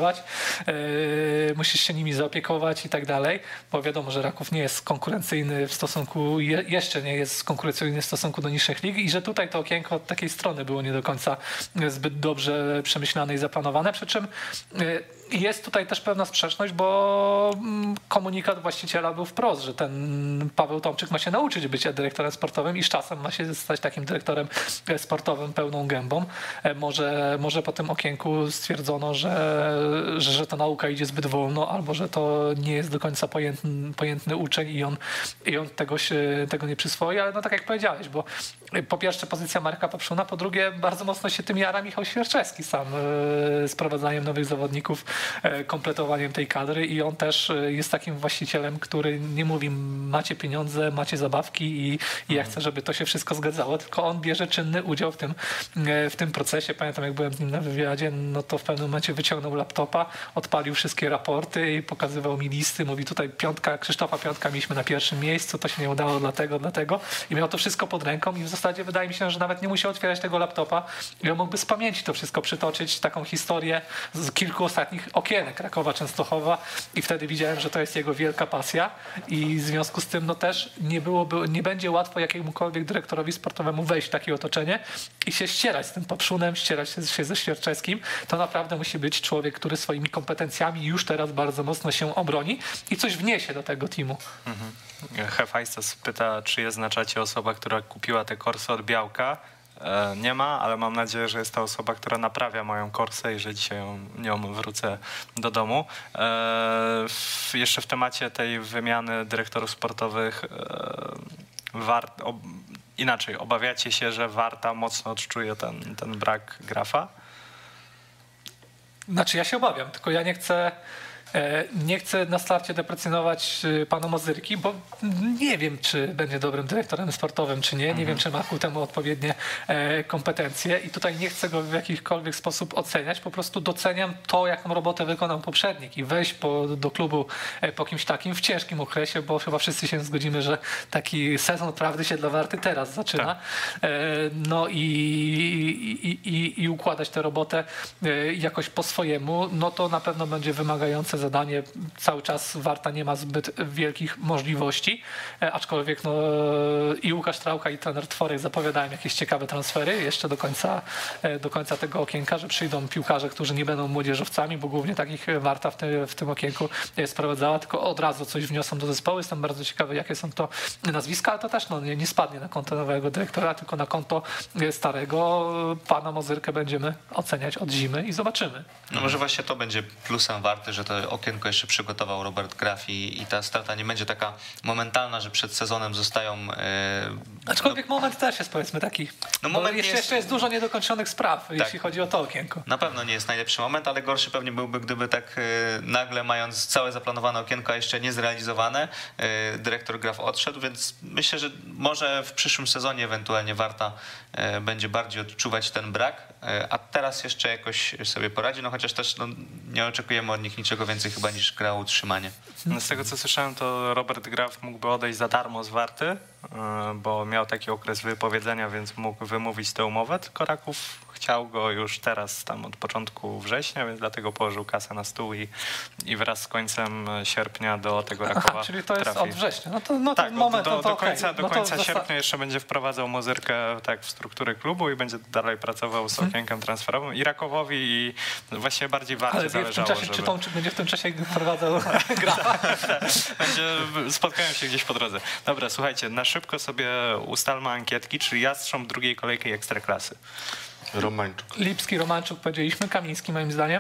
zbudować, musisz się nimi zaopiekować i tak dalej, bo wiadomo, że Raków nie jest konkurencyjny w stosunku, jeszcze nie jest konkurencyjny w stosunku do niższych lig i że tutaj to okienko od takiej strony było nie do końca zbyt dobrze przemyślane i zaplanowane, przy czym jest tutaj też pewna sprzeczność, bo komunikat właściciela był wprost, że ten Paweł Tomczyk ma się nauczyć być dyrektorem sportowym i z czasem ma się stać takim dyrektorem sportowym pełną gębą. Może po tym okienku stwierdzono, że ta nauka idzie zbyt wolno, albo że to nie jest do końca pojętny uczeń i on tego nie przyswoi, ale no tak jak powiedziałeś, bo po pierwsze pozycja Marka Papszuna, po drugie bardzo mocno się tym jara Michał Świerczewski sam sprowadzaniem nowych zawodników, kompletowaniem tej kadry i on też jest takim właścicielem, który nie mówi macie pieniądze, macie zabawki i ja chcę, żeby to się wszystko zgadzało, tylko on bierze czynny udział w tym procesie. Pamiętam, jak byłem z nim na wywiadzie, no to w pewnym momencie wyciągnął laptopa, odpalił wszystkie raporty i pokazywał mi listy, mówi tutaj Krzysztofa Piątka mieliśmy na pierwszym miejscu, to się nie udało dlatego i miał to wszystko pod ręką i w zasadzie wydaje mi się, że nawet nie musiał otwierać tego laptopa i on mógłby z pamięci to wszystko przytoczyć, taką historię z kilku ostatnich okienek Krakowa, Częstochowa i wtedy widziałem, że to jest jego wielka pasja i w związku z tym no też nie będzie łatwo jakiemukolwiek dyrektorowi sportowemu wejść w takie otoczenie i się ścierać z tym Papszunem, ścierać się ze Świerczewskim. To naprawdę musi być człowiek, który swoimi kompetencjami już teraz bardzo mocno się obroni i coś wniesie do tego teamu. Hefajstas pyta, czy jest na czacie osoba, która kupiła tę korsę od Białka. Nie ma, ale mam nadzieję, że jest to osoba, która naprawia moją korsę i że dzisiaj nią wrócę do domu. Jeszcze w temacie tej wymiany dyrektorów sportowych inaczej, obawiacie się, że Warta mocno odczuje ten brak Grafa? Znaczy ja się obawiam, tylko ja nie chcę na starcie deprecjonować pana Mozyrki, bo nie wiem, czy będzie dobrym dyrektorem sportowym, czy nie. Nie wiem, czy ma ku temu odpowiednie kompetencje i tutaj nie chcę go w jakikolwiek sposób oceniać. Po prostu doceniam to, jaką robotę wykonał poprzednik i wejść do klubu po kimś takim w ciężkim okresie, bo chyba wszyscy się zgodzimy, że taki sezon prawdy się dla Warty teraz zaczyna. Tak. No i układać tę robotę jakoś po swojemu, no to na pewno będzie wymagające zadanie. Cały czas Warta nie ma zbyt wielkich możliwości, aczkolwiek no, i Łukasz Trałka i trener Tworek zapowiadają jakieś ciekawe transfery jeszcze do końca tego okienka, że przyjdą piłkarze, którzy nie będą młodzieżowcami, bo głównie takich Warta w tym okienku sprowadzała, tylko od razu coś wniosą do zespołu. Jestem bardzo ciekawy, jakie są to nazwiska, ale to też no, nie spadnie na konto nowego dyrektora, tylko na konto starego. Pana Mozyrkę będziemy oceniać od zimy i zobaczymy. No może właśnie to będzie plusem Warty, że to okienko jeszcze przygotował Robert Graf i ta strata nie będzie taka momentalna, że przed sezonem zostają... Aczkolwiek moment też jest powiedzmy taki. No moment jeszcze jest dużo niedokończonych spraw, tak, jeśli chodzi o to okienko. Na pewno nie jest najlepszy moment, ale gorszy pewnie byłby, gdyby tak nagle mając całe zaplanowane okienko, a jeszcze niezrealizowane, dyrektor Graf odszedł, więc myślę, że może w przyszłym sezonie ewentualnie Warta będzie bardziej odczuwać ten brak, a teraz jeszcze jakoś sobie poradzi, no chociaż też no, nie oczekujemy od nich niczego więcej chyba niż gra o utrzymanie. Z tego co słyszałem, to Robert Graf mógłby odejść za darmo z Warty, bo miał taki okres wypowiedzenia, więc mógł wymówić tę umowę, tylko Raków chciał go już teraz tam od początku września, więc dlatego położył kasę na stół i wraz z końcem sierpnia do tego Rakowa czyli to jest trafi. Od września. No tak, moment, do końca sierpnia jeszcze będzie wprowadzał Mozyrkę tak w strukturę klubu i będzie dalej pracował z okienkiem transferowym i Rakowowi i właściwie bardziej Warcie zależało. Ale czy Tomczyk będzie w tym czasie wprowadzał Grafa? Spotkają się gdzieś po drodze. Dobra, słuchajcie, na szybko sobie ustalmy ankietki, czy Jastrząb drugiej kolejki Ekstraklasy. Romańczuk. Lipski, Romańczuk powiedzieliśmy, Kamiński moim zdaniem.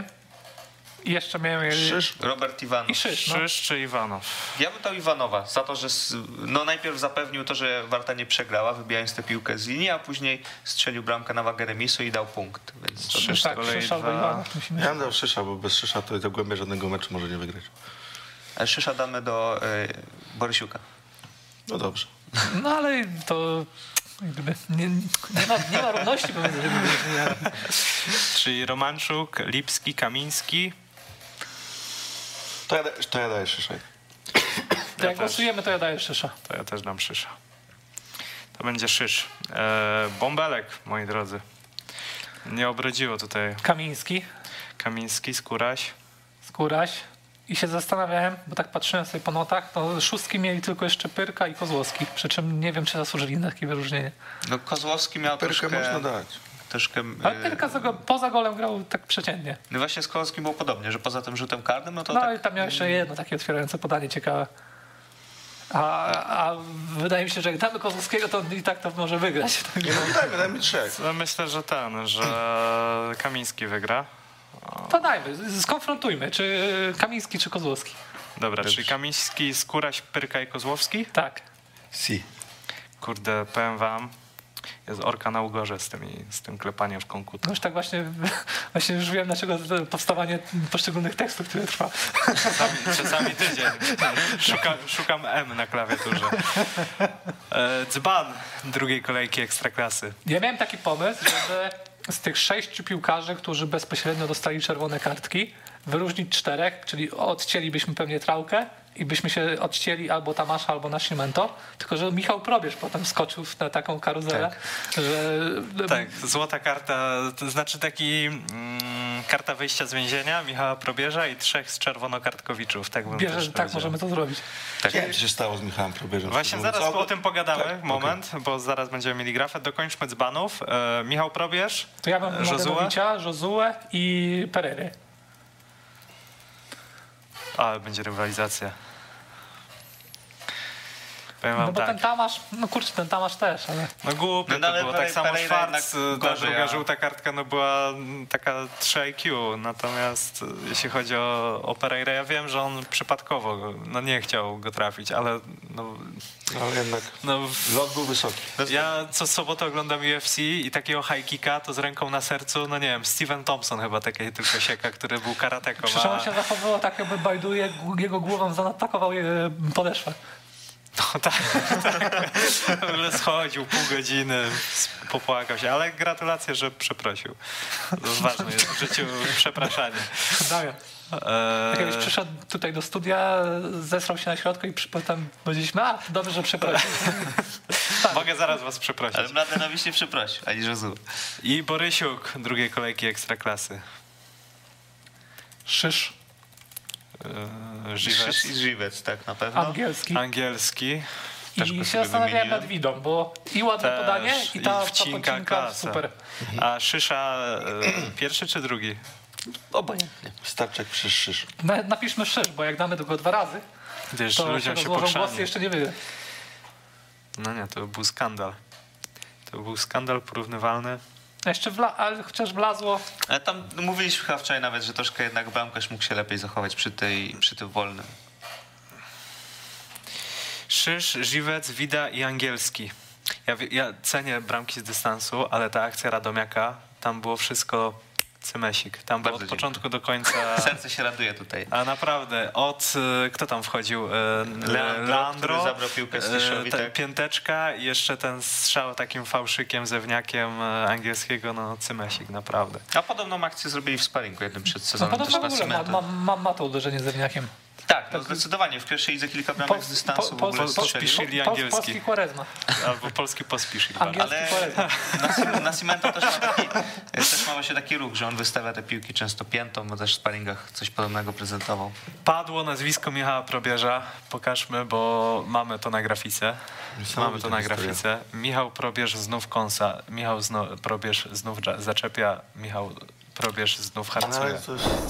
I jeszcze miałem... Szysz, Robert Iwanow. I Szysz, no. Szysz czy Iwanow? Ja bym dał Iwanowa za to, że no najpierw zapewnił to, że Warta nie przegrała, wybijając tę piłkę z linii, a później strzelił bramkę na wagę remisu i dał punkt. Więc to Szysz, tak, Szysz albo Iwanow. Ja bym dał Szysza, bo bez Szysza to za głębie żadnego meczu może nie wygrać. A Szysza damy do Borysiuka. No dobrze. No ale to... Nie ma równości pomiędzy tymi drużynami. Czyli Romanczuk, Lipski, Kamiński. To ja daję Szysza. Jak głosujemy, to ja daję Szysza. To ja też dam Szysza. To będzie Szysz. Bąbelek, moi drodzy. Nie obrodziło tutaj. Kamiński. Kamiński, Skóraś. Skóraś. I się zastanawiałem, bo tak patrzyłem sobie po notach, to szóstki mieli tylko jeszcze Pyrka i Kozłowski. Przy czym nie wiem, czy zasłużyli na takie wyróżnienie. No Kozłowski miał Pyrkę troszkę... można dać. Troszkę, Ale Pyrka poza golem grał tak przeciętnie. no właśnie z Kozłowskim było podobnie, że poza tym rzutem karnym, no to No tak... i tam miał jeszcze jedno takie otwierające podanie ciekawe. A wydaje mi się, że jak damy Kozłowskiego, to i tak to może wygrać. Nie, no dajmy 3. No myślę, że że Kamiński wygra. To dajmy, skonfrontujmy, czy Kamiński, czy Kozłowski. Dobra, czyli Kamiński, Skóraś, Pyrka i Kozłowski? Tak. Si. Kurde, powiem wam, jest orka na ugorze z tym klepaniem w konkut. No już tak właśnie już wiem, dlaczego powstawanie poszczególnych tekstów, które trwa. Czasami tydzień. Szukam M na klawiaturze. Dzban drugiej kolejki Ekstraklasy. Ja miałem taki pomysł, żeby z tych 6 piłkarzy, którzy bezpośrednio dostali czerwone kartki, wyróżnić 4, czyli odcięlibyśmy pewnie Trałkę i byśmy się odcięli albo Tamasza, albo Nascimento, tylko że Michał Probierz potem skoczył na taką karuzelę, że... Tak, złota karta, to znaczy karta wyjścia z więzienia Michała Probierza i 3 z czerwonokartkowiczów. Tak bym też tak powiedział. możemy to zrobić. Tak, co się stało z Michałem Probierzem? Właśnie zaraz o tym pogadamy, Tak, moment, bo zaraz będziemy mieli grafę. Dokończmy dzbanów. Michał Probierz, To ja mam Josue? Mladenowicza, Josue i Perery. Ale będzie rywalizacja. Powiem No wam bo tak. ten Tamasz, no kurczę, ten Tamasz też, ale... No głupie No, to ale było. Tak samo Pereira Schwarz, jednak ta gorzej, druga żółta kartka była taka 3 IQ. Natomiast jeśli chodzi o Pereira, ja wiem, że on przypadkowo nie chciał go trafić, ale Ale jednak lot był wysoki. ja co sobotę oglądam UFC i takiego high kicka to z ręką na sercu, nie wiem, Steven Thompson chyba takiej tylko sieka, który był karateką. Przecież on się zachowywał tak, jakby Bajduje jego głową zaatakował podeszwę. No tak. W ogóle schodził pół godziny, popłakał się, ale gratulacje, że przeprosił. To ważne jest w życiu przepraszanie. Damian. Jak jakbyś przyszedł tutaj do studia, zesrał się na środku i potem powiedzieliśmy, dobrze, że przeprosił. Mogę zaraz was przeprosić. Ale Mladenowicz nie przeprosił, ani Josue. I Borysiuk drugiej kolejki Ekstraklasy. Szysz. Żywec. I Żywec, tak na pewno. Angielski. Też I go się sobie zastanawiałem wymieniłem. nad Widą, bo i ładne Też, podanie, i ta wcinka pocinka klasa. super. A Szysza pierwszy czy drugi? Obojętnie. Starczek przez Szysz. Napiszmy Szysz, bo jak damy go 2 razy, Wiesz, to ludziom się rozłożą pokrzani. głosy jeszcze nie wyjdzie. No nie, to był skandal. To był skandal porównywalny. Jeszcze ale chociaż wlazło. Ale tam mówiliśmy chyba wczoraj nawet, że troszkę jednak bramkarz mógł się lepiej zachować przy tym wolnym. Szysz, Żywec, Wida i Angielski. Ja cenię bramki z dystansu, ale ta akcja Radomiaka, tam było wszystko cymesik. Tam było od Bardzo początku do końca... Serce się raduje tutaj. A naprawdę, kto tam wchodził? Leandro, który zabrał piłkę Sliszowi, tak? Pięteczka i jeszcze ten strzał takim fałszykiem, zewniakiem Angielskiego, no cymesik, naprawdę. A podobną akcję zrobili w sparingu jednym przed No sezonem. podobno też w ogóle Nascimento. ma to uderzenie zewniakiem. Tak, no zdecydowanie. W pierwszej lidze kilka bramek z dystansu w ogóle strzelił. Pospiszili angielski. Polski Quaresma. Albo polski pospiszili. Angielski Ale Quaresma. Nascimento też ma właśnie taki ruch, że on wystawia te piłki często piętą, bo też w sparingach coś podobnego prezentował. Padło nazwisko Michała Probierza. Pokażmy, bo mamy to na grafice. Mamy to na grafice. Michał Probierz znów kąsa. Michał Probierz znów zaczepia. Michał Probierz znów harcuje.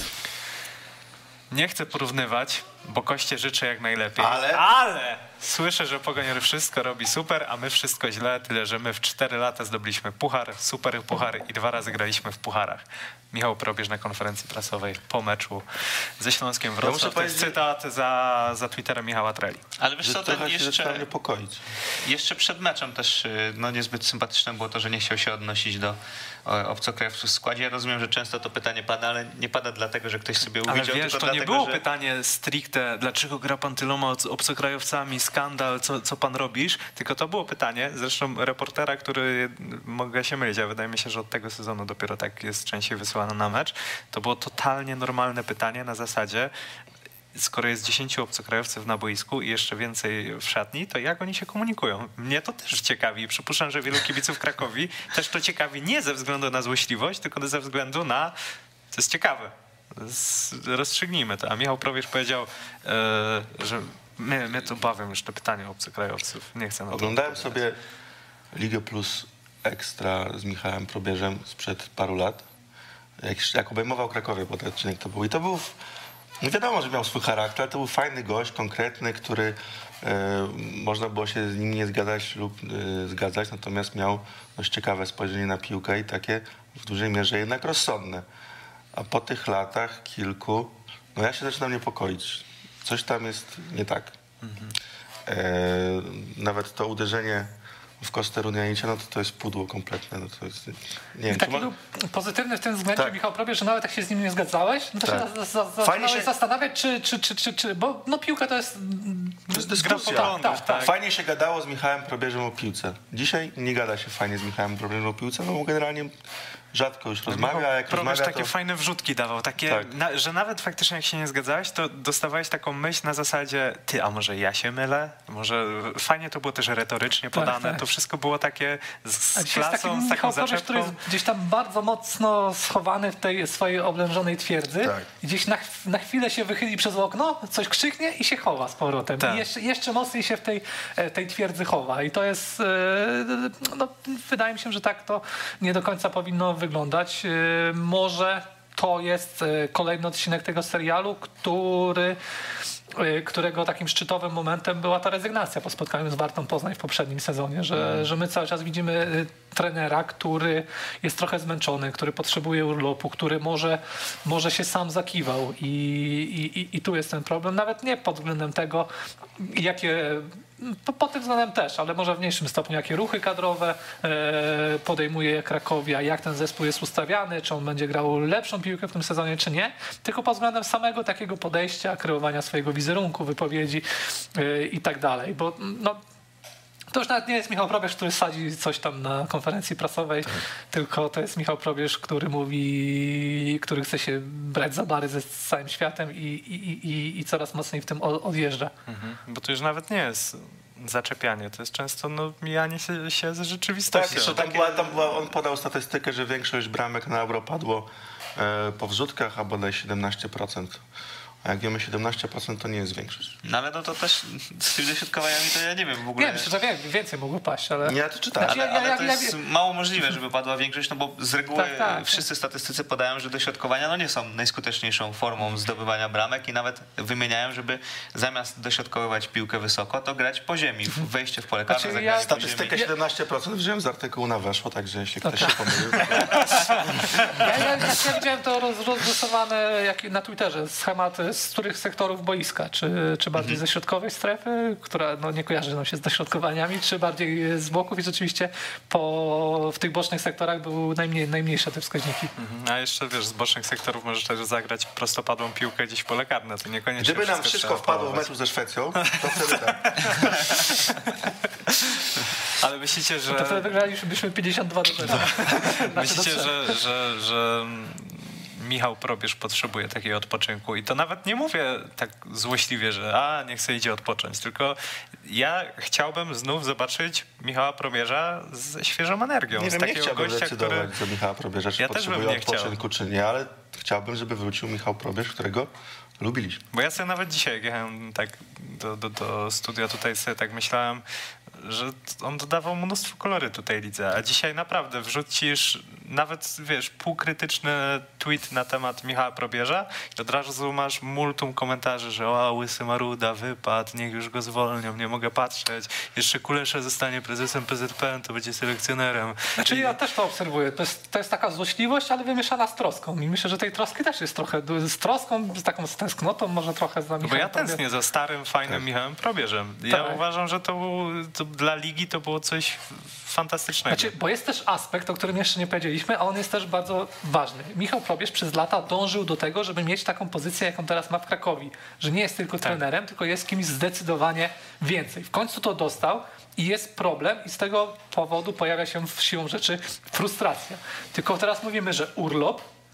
Nie chcę porównywać, bo Koście życzę jak najlepiej. Ale słyszę, że Pogoń wszystko robi super, a my wszystko źle, tyle że my w 4 lata zdobyliśmy puchar, super puchar i 2 razy graliśmy w pucharach. Michał Probierz na konferencji prasowej po meczu ze Śląskiem Wrocław. To jest cytat za Twitterem Michała Treli. Ale wiesz co, ten jeszcze niepokoić. Jeszcze przed meczem też niezbyt sympatyczne było to, że nie chciał się odnosić do obcokrajowców w składzie. Ja rozumiem, że często to pytanie pada, ale nie pada dlatego, że ktoś sobie uwidział. Ale wiesz, tylko to nie dlatego, było że... pytanie stricte, dlaczego gra pan tyloma obcokrajowcami, skandal, co pan robisz, tylko to było pytanie, zresztą reportera, który, mogę się mylić, a wydaje mi się, że od tego sezonu dopiero tak jest częściej wysyłany na mecz, to było totalnie normalne pytanie na zasadzie, skoro jest 10 obcokrajowców na boisku i jeszcze więcej w szatni, to jak oni się komunikują? Mnie to też ciekawi. Przypuszczam, że wielu kibiców Krakowi też to ciekawi nie ze względu na złośliwość, tylko ze względu na, co jest ciekawe, rozstrzygnijmy to. A Michał Probierz powiedział, że mnie to bawią już te pytania obcokrajowców. Nie chcę. Oglądałem sobie Ligę Plus Ekstra z Michałem Probierzem sprzed paru lat. Jak obejmował Krakowie, bo ten odcinek to był. I to był, wiadomo, że miał swój charakter, ale to był fajny gość, konkretny, który można było się z nim nie zgadzać lub zgadzać, natomiast miał dość ciekawe spojrzenie na piłkę i takie w dużej mierze jednak rozsądne. A po tych latach kilku, no ja się zaczynam niepokoić. Coś tam jest nie tak. Nawet to uderzenie w Kostę Runianicia, no to jest pudło kompletne. No to jest, nie wiem, taki był pozytywny w tym względzie, tak. Michał Probierz, że nawet jak się z nim nie zgadzałeś, no to tak. się zaczynałeś zastanawiać, czy bo no piłka to jest dyskusja. Tak. Fajnie się gadało z Michałem Probierzem o piłce. Dzisiaj nie gada się fajnie z Michałem Probierzem o piłce, no bo generalnie rzadko już rozmawia, a jak Probierz rozmawia, takie to... fajne wrzutki dawał, takie, tak. że nawet faktycznie jak się nie zgadzałeś, to dostawałeś taką myśl na zasadzie, ty, a może ja się mylę? Może fajnie to było też retorycznie podane, tak. To wszystko było takie z klasą, z taką Michał zaczepką. Probierz, który jest gdzieś tam bardzo mocno schowany w tej swojej oblężonej twierdzy. Tak. Gdzieś na chwilę się wychyli przez okno, coś krzyknie i się chowa z powrotem. Tak. I jeszcze mocniej się w tej twierdzy chowa. I to jest, no, wydaje mi się, że tak to nie do końca powinno wyglądać. Może to jest kolejny odcinek tego serialu, którego takim szczytowym momentem była ta rezygnacja po spotkaniu z Wartą Poznań w poprzednim sezonie, że my cały czas widzimy trenera, który jest trochę zmęczony, który potrzebuje urlopu, który może się sam zakiwał i tu jest ten problem, nawet nie pod względem tego, jakie, pod tym względem też, ale może w mniejszym stopniu, jakie ruchy kadrowe podejmuje Krakowia, jak ten zespół jest ustawiany, czy on będzie grał lepszą piłkę w tym sezonie, czy nie, tylko pod względem samego takiego podejścia, kreowania swojego wizerunku, wypowiedzi i tak dalej, bo no, to już nawet nie jest Michał Probierz, który sadzi coś tam na konferencji prasowej, tylko to jest Michał Probierz, który chce się brać za bary ze całym światem i coraz mocniej w tym odjeżdża. Bo to już nawet nie jest zaczepianie, to jest często mijanie się ze rzeczywistością. Tak, tam była, on podał statystykę, że większość bramek na Euro padło po wrzutkach, a bodaj 17%. A jak wiemy, 17% to nie jest większość. No ale no to też z tymi dośrodkowaniami to ja nie wiem w ogóle. Nie, myślę, że więcej mogło paść, ale... Nie, to czytałem. Ale to jest mało możliwe, żeby padła większość, no bo z reguły wszyscy statystycy podają, że dośrodkowania nie są najskuteczniejszą formą zdobywania bramek i nawet wymieniają, żeby zamiast dośrodkowywać piłkę wysoko, to grać po ziemi, wejście w pole karne, statystykę 17% wziąłem z artykułu na Weszło, także jeśli ktoś się pomylił. Ja widziałem to rozrysowane na Twitterze, schemat z których sektorów boiska, czy bardziej ze środkowej strefy, która nie kojarzy nam się z dośrodkowaniami, czy bardziej z boków i rzeczywiście w tych bocznych sektorach były najmniejsze te wskaźniki. A jeszcze wiesz, z bocznych sektorów możesz też zagrać prostopadłą piłkę gdzieś w pole karne, to niekoniecznie. Gdyby nam wszystko wpadło w meczu ze Szwecją, to wtedy tak. Ale myślicie, że... To wtedy wygralibyśmy 52-0. Myślicie, że Michał Probierz potrzebuje takiego odpoczynku i to nawet nie mówię tak złośliwie, że niech sobie idzie odpocząć, tylko ja chciałbym znów zobaczyć Michała Probierza ze świeżą energią. Nie z wiem, takiego nie chciałbym gościa, decydować za Michała Probierza, czy potrzebuje odpoczynku, czy nie, ale chciałbym, żeby wrócił Michał Probierz, którego lubiliśmy. Bo ja sobie nawet dzisiaj, jak jechałem tak do studia, tutaj sobie tak myślałem, że on dodawał mnóstwo kolorytu tej lidze, a dzisiaj naprawdę wrzucisz nawet, wiesz, półkrytyczny tweet na temat Michała Probierza i od razu masz multum komentarzy, że łysy maruda, wypad, niech już go zwolnią, nie mogę patrzeć, jeszcze Kulesze zostanie prezesem PZPN, to będzie selekcjonerem. Znaczy ja też to obserwuję, to jest taka złośliwość, ale wymieszana z troską i myślę, że tej troski też jest trochę, z troską, z taką tęsknotą, może trochę za Michałem. Bo ja tęsknię za starym, fajnym Michałem Probierzem. Ja uważam, że to dla ligi to było coś fantastycznego. Znaczy, bo jest też aspekt, o którym jeszcze nie powiedzieliśmy, a on jest też bardzo ważny. Michał Probierz przez lata dążył do tego, żeby mieć taką pozycję, jaką teraz ma w Krakowi. Że nie jest tylko trenerem, tylko jest kimś zdecydowanie więcej. W końcu to dostał i jest problem i z tego powodu pojawia się siłą rzeczy frustracja. Tylko teraz mówimy, że urlop,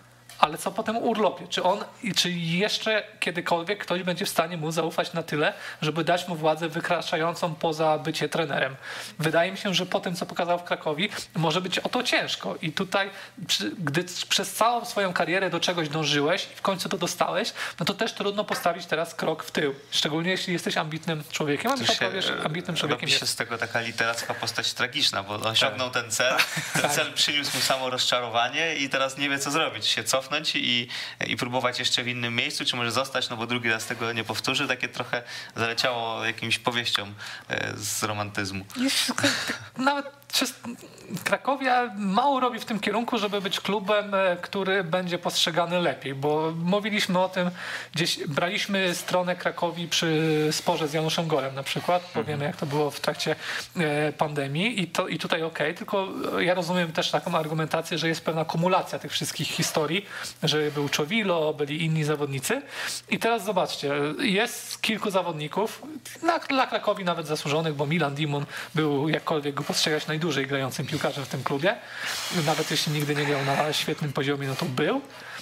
ale co po tym urlopie? Czy jeszcze kiedykolwiek ktoś będzie w stanie mu zaufać na tyle, żeby dać mu władzę wykraczającą poza bycie trenerem? Wydaje mi się, że po tym, co pokazał w Krakowie, może być o to ciężko. I tutaj, gdy przez całą swoją karierę do czegoś dążyłeś i w końcu to dostałeś, no to też trudno postawić teraz krok w tył. Szczególnie jeśli jesteś ambitnym człowiekiem. A Michał powiesz, ambitnym człowiekiem robi się z tego taka literacka postać tragiczna, bo on osiągnął ten cel. Ten cel przyniósł mu samo rozczarowanie i teraz nie wie, co zrobić. Się cofnąć i próbować jeszcze w innym miejscu, czy może zostać, no bo drugi raz tego nie powtórzy. Takie trochę zaleciało jakimś powieściom z romantyzmu. Nawet Krakowia mało robi w tym kierunku, żeby być klubem, który będzie postrzegany lepiej, bo mówiliśmy o tym, gdzieś braliśmy stronę Krakowi przy sporze z Januszem Gorem na przykład, powiemy jak to było w trakcie pandemii i tutaj okej, tylko ja rozumiem też taką argumentację, że jest pewna kumulacja tych wszystkich historii, że był Czowilo, byli inni zawodnicy i teraz zobaczcie, jest kilku zawodników, dla Krakowi nawet zasłużonych, bo Milan Dimon był jakkolwiek go postrzegać najdłużej grającym piłkarzem w tym klubie. Nawet jeśli nigdy nie grał na świetnym poziomie, no to był.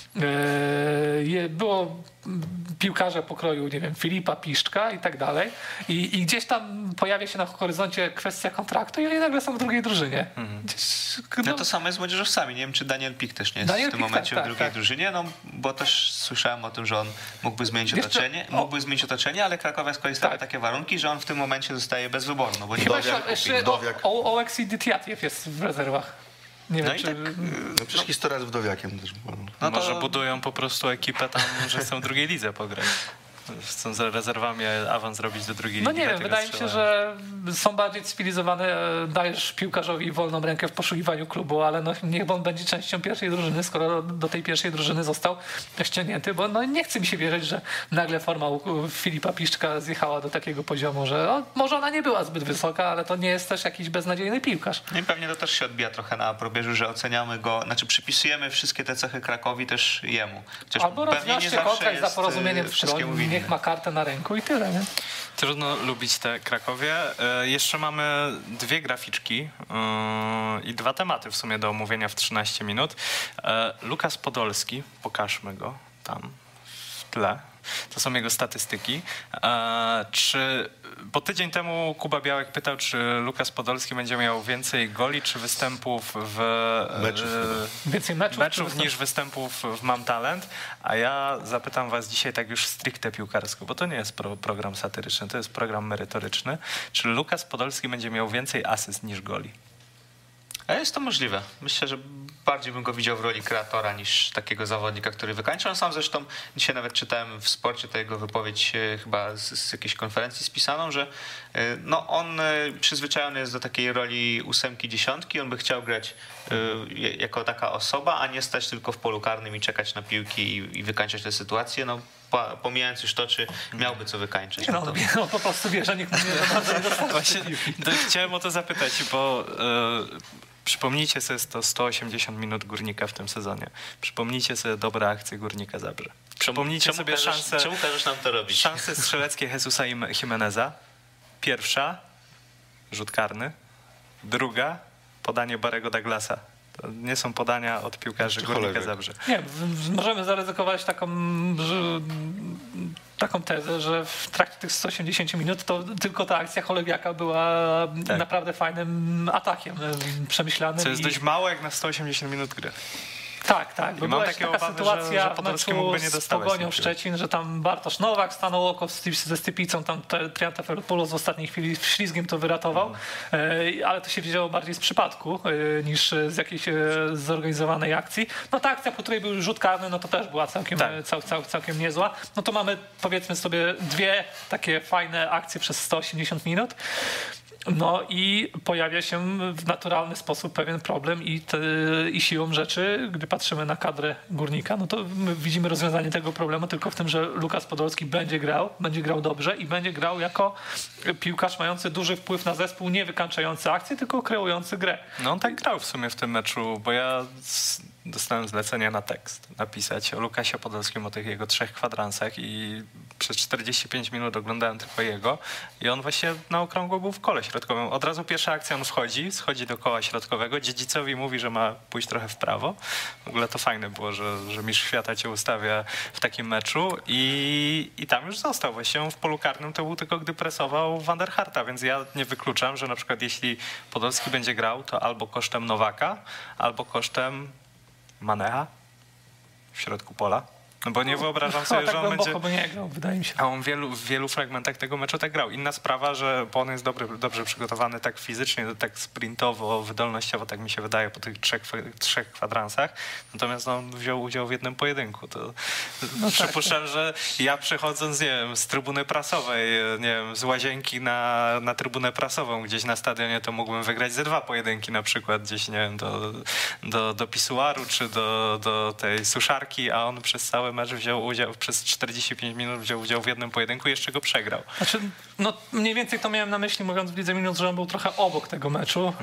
Było piłkarze pokroju, nie wiem, Filipa, Piszczka i tak dalej. I gdzieś tam pojawia się na horyzoncie kwestia kontraktu i oni nagle są w drugiej drużynie. No to samo jest z młodzieżowcami. Nie wiem, czy Daniel Pik też nie jest w tym momencie w drugiej drużynie, no bo też słyszałem o tym, że on mógłby zmienić otoczenie, ale Krakowia z kolei stawia takie warunki, że on w tym momencie zostaje bez wyboru. No bo nie jeszcze Oleksij Dytiatiew jest w rezerwach. Nie wiem, czy... No przecież historia z Wdowiakiem też była. No może budują po prostu ekipę tam, że chcą w drugiej lidze pograć. Chcą z rezerwami awans zrobić do drugiej ligi. No nie wiem, wydaje mi się, że są bardziej cywilizowane, dajesz piłkarzowi wolną rękę w poszukiwaniu klubu, ale no niech on będzie częścią pierwszej drużyny, skoro do tej pierwszej drużyny został ściągnięty, bo no nie chce mi się wierzyć, że nagle forma u Filipa Piszczka zjechała do takiego poziomu, że może ona nie była zbyt wysoka, ale to nie jest też jakiś beznadziejny piłkarz. No i pewnie to też się odbija trochę na probierzu, że oceniamy go, znaczy przypisujemy wszystkie te cechy Krakowi też jemu. Chociaż albo rozwiążcie kontrakt za porozumieniem w stronie, niech ma kartę na ręku i tyle, nie? Trudno lubić te Krakowie. Jeszcze mamy dwie graficzki i dwa tematy w sumie do omówienia w 13 minut. Lukas Podolski, pokażmy go tam w tle. To są jego statystyki. Bo tydzień temu Kuba Białek pytał, czy Lukas Podolski będzie miał więcej goli, czy występów więcej meczów niż występów w Mam Talent. A ja zapytam was dzisiaj tak już stricte piłkarsko, bo to nie jest program satyryczny, to jest program merytoryczny. Czy Lukas Podolski będzie miał więcej asyst niż goli? A jest to możliwe. Myślę, że bardziej bym go widział w roli kreatora niż takiego zawodnika, który wykańcza. On sam zresztą, dzisiaj nawet czytałem w Sporcie tę jego wypowiedź chyba z jakiejś konferencji spisaną, że no on przyzwyczajony jest do takiej roli 8-10. On by chciał grać jako taka osoba, a nie stać tylko w polu karnym i czekać na piłki i wykańczać tę sytuację. No, pomijając już to, czy miałby co wykańczyć. No po prostu wie, że nikt nie Właśnie chciałem o to zapytać, bo przypomnijcie sobie 180 minut Górnika w tym sezonie. Przypomnijcie sobie dobre akcje Górnika Zabrze. Przypomnijcie sobie szanse. Czemu każesz nam to robić? Szanse strzeleckie Jesusa Jimeneza. Pierwsza, rzut karny. Druga, podanie Barego Douglasa. To nie są podania od piłkarzy Górnika Zabrze. Nie, możemy zaryzykować taką tezę, że w trakcie tych 180 minut to tylko ta akcja Cholewiaka była naprawdę fajnym atakiem, przemyślanym. Co jest dość mało jak na 180 minut gry. Tak. Bo była taka obawy, sytuacja że w meczu z Pogonią Szczecin, że tam Bartosz Nowak stanął oko ze Stypicą, tam Triantaferopoulos w ostatniej chwili ślizgiem to wyratował, ale to się wiedziało bardziej z przypadku niż z jakiejś zorganizowanej akcji. No ta akcja, po której był rzut karny, no to też była całkiem niezła. No to mamy, powiedzmy sobie, dwie takie fajne akcje przez 180 minut. No i pojawia się w naturalny sposób pewien problem i siłą rzeczy, gdy patrzymy na kadrę Górnika, no to my widzimy rozwiązanie tego problemu tylko w tym, że Lukas Podolski będzie grał dobrze i będzie grał jako piłkarz mający duży wpływ na zespół, nie wykańczający akcje, tylko kreujący grę. No on tak grał w sumie w tym meczu, bo ja dostałem zlecenia na tekst napisać o Lukasie Podolskim, o tych jego 3 kwadransach i przez 45 minut oglądałem tylko jego i on właśnie na okrągło był w kole środkowym. Od razu pierwsza akcja, on schodzi do koła środkowego, Dziedzicowi mówi, że ma pójść trochę w prawo. W ogóle to fajne było, że mistrz świata cię ustawia w takim meczu i tam już został. Właśnie on w polu karnym to był tylko, gdy presował Van der Harta, więc ja nie wykluczam, że na przykład jeśli Podolski będzie grał, to albo kosztem Nowaka, albo kosztem Manea w środku pola. No bo nie wyobrażam sobie, tak że on będzie... by nie grał, wydaje mi się. A on w wielu fragmentach tego meczu tak grał. Inna sprawa, że bo on jest dobrze przygotowany tak fizycznie, tak sprintowo, wydolnościowo, tak mi się wydaje, po tych trzech kwadransach. Natomiast on wziął udział w jednym pojedynku. To przypuszczam, że ja przechodząc, nie wiem, z trybuny prasowej, nie wiem, z łazienki na trybunę prasową gdzieś na stadionie, to mógłbym wygrać ze 2 pojedynki na przykład gdzieś, nie wiem, do pisuaru czy do tej suszarki, a on przez cały mecz wziął udział, przez 45 minut wziął udział w jednym pojedynku i jeszcze go przegrał. Znaczy, no mniej więcej to miałem na myśli, mówiąc w Lidze Minut, że on był trochę obok tego meczu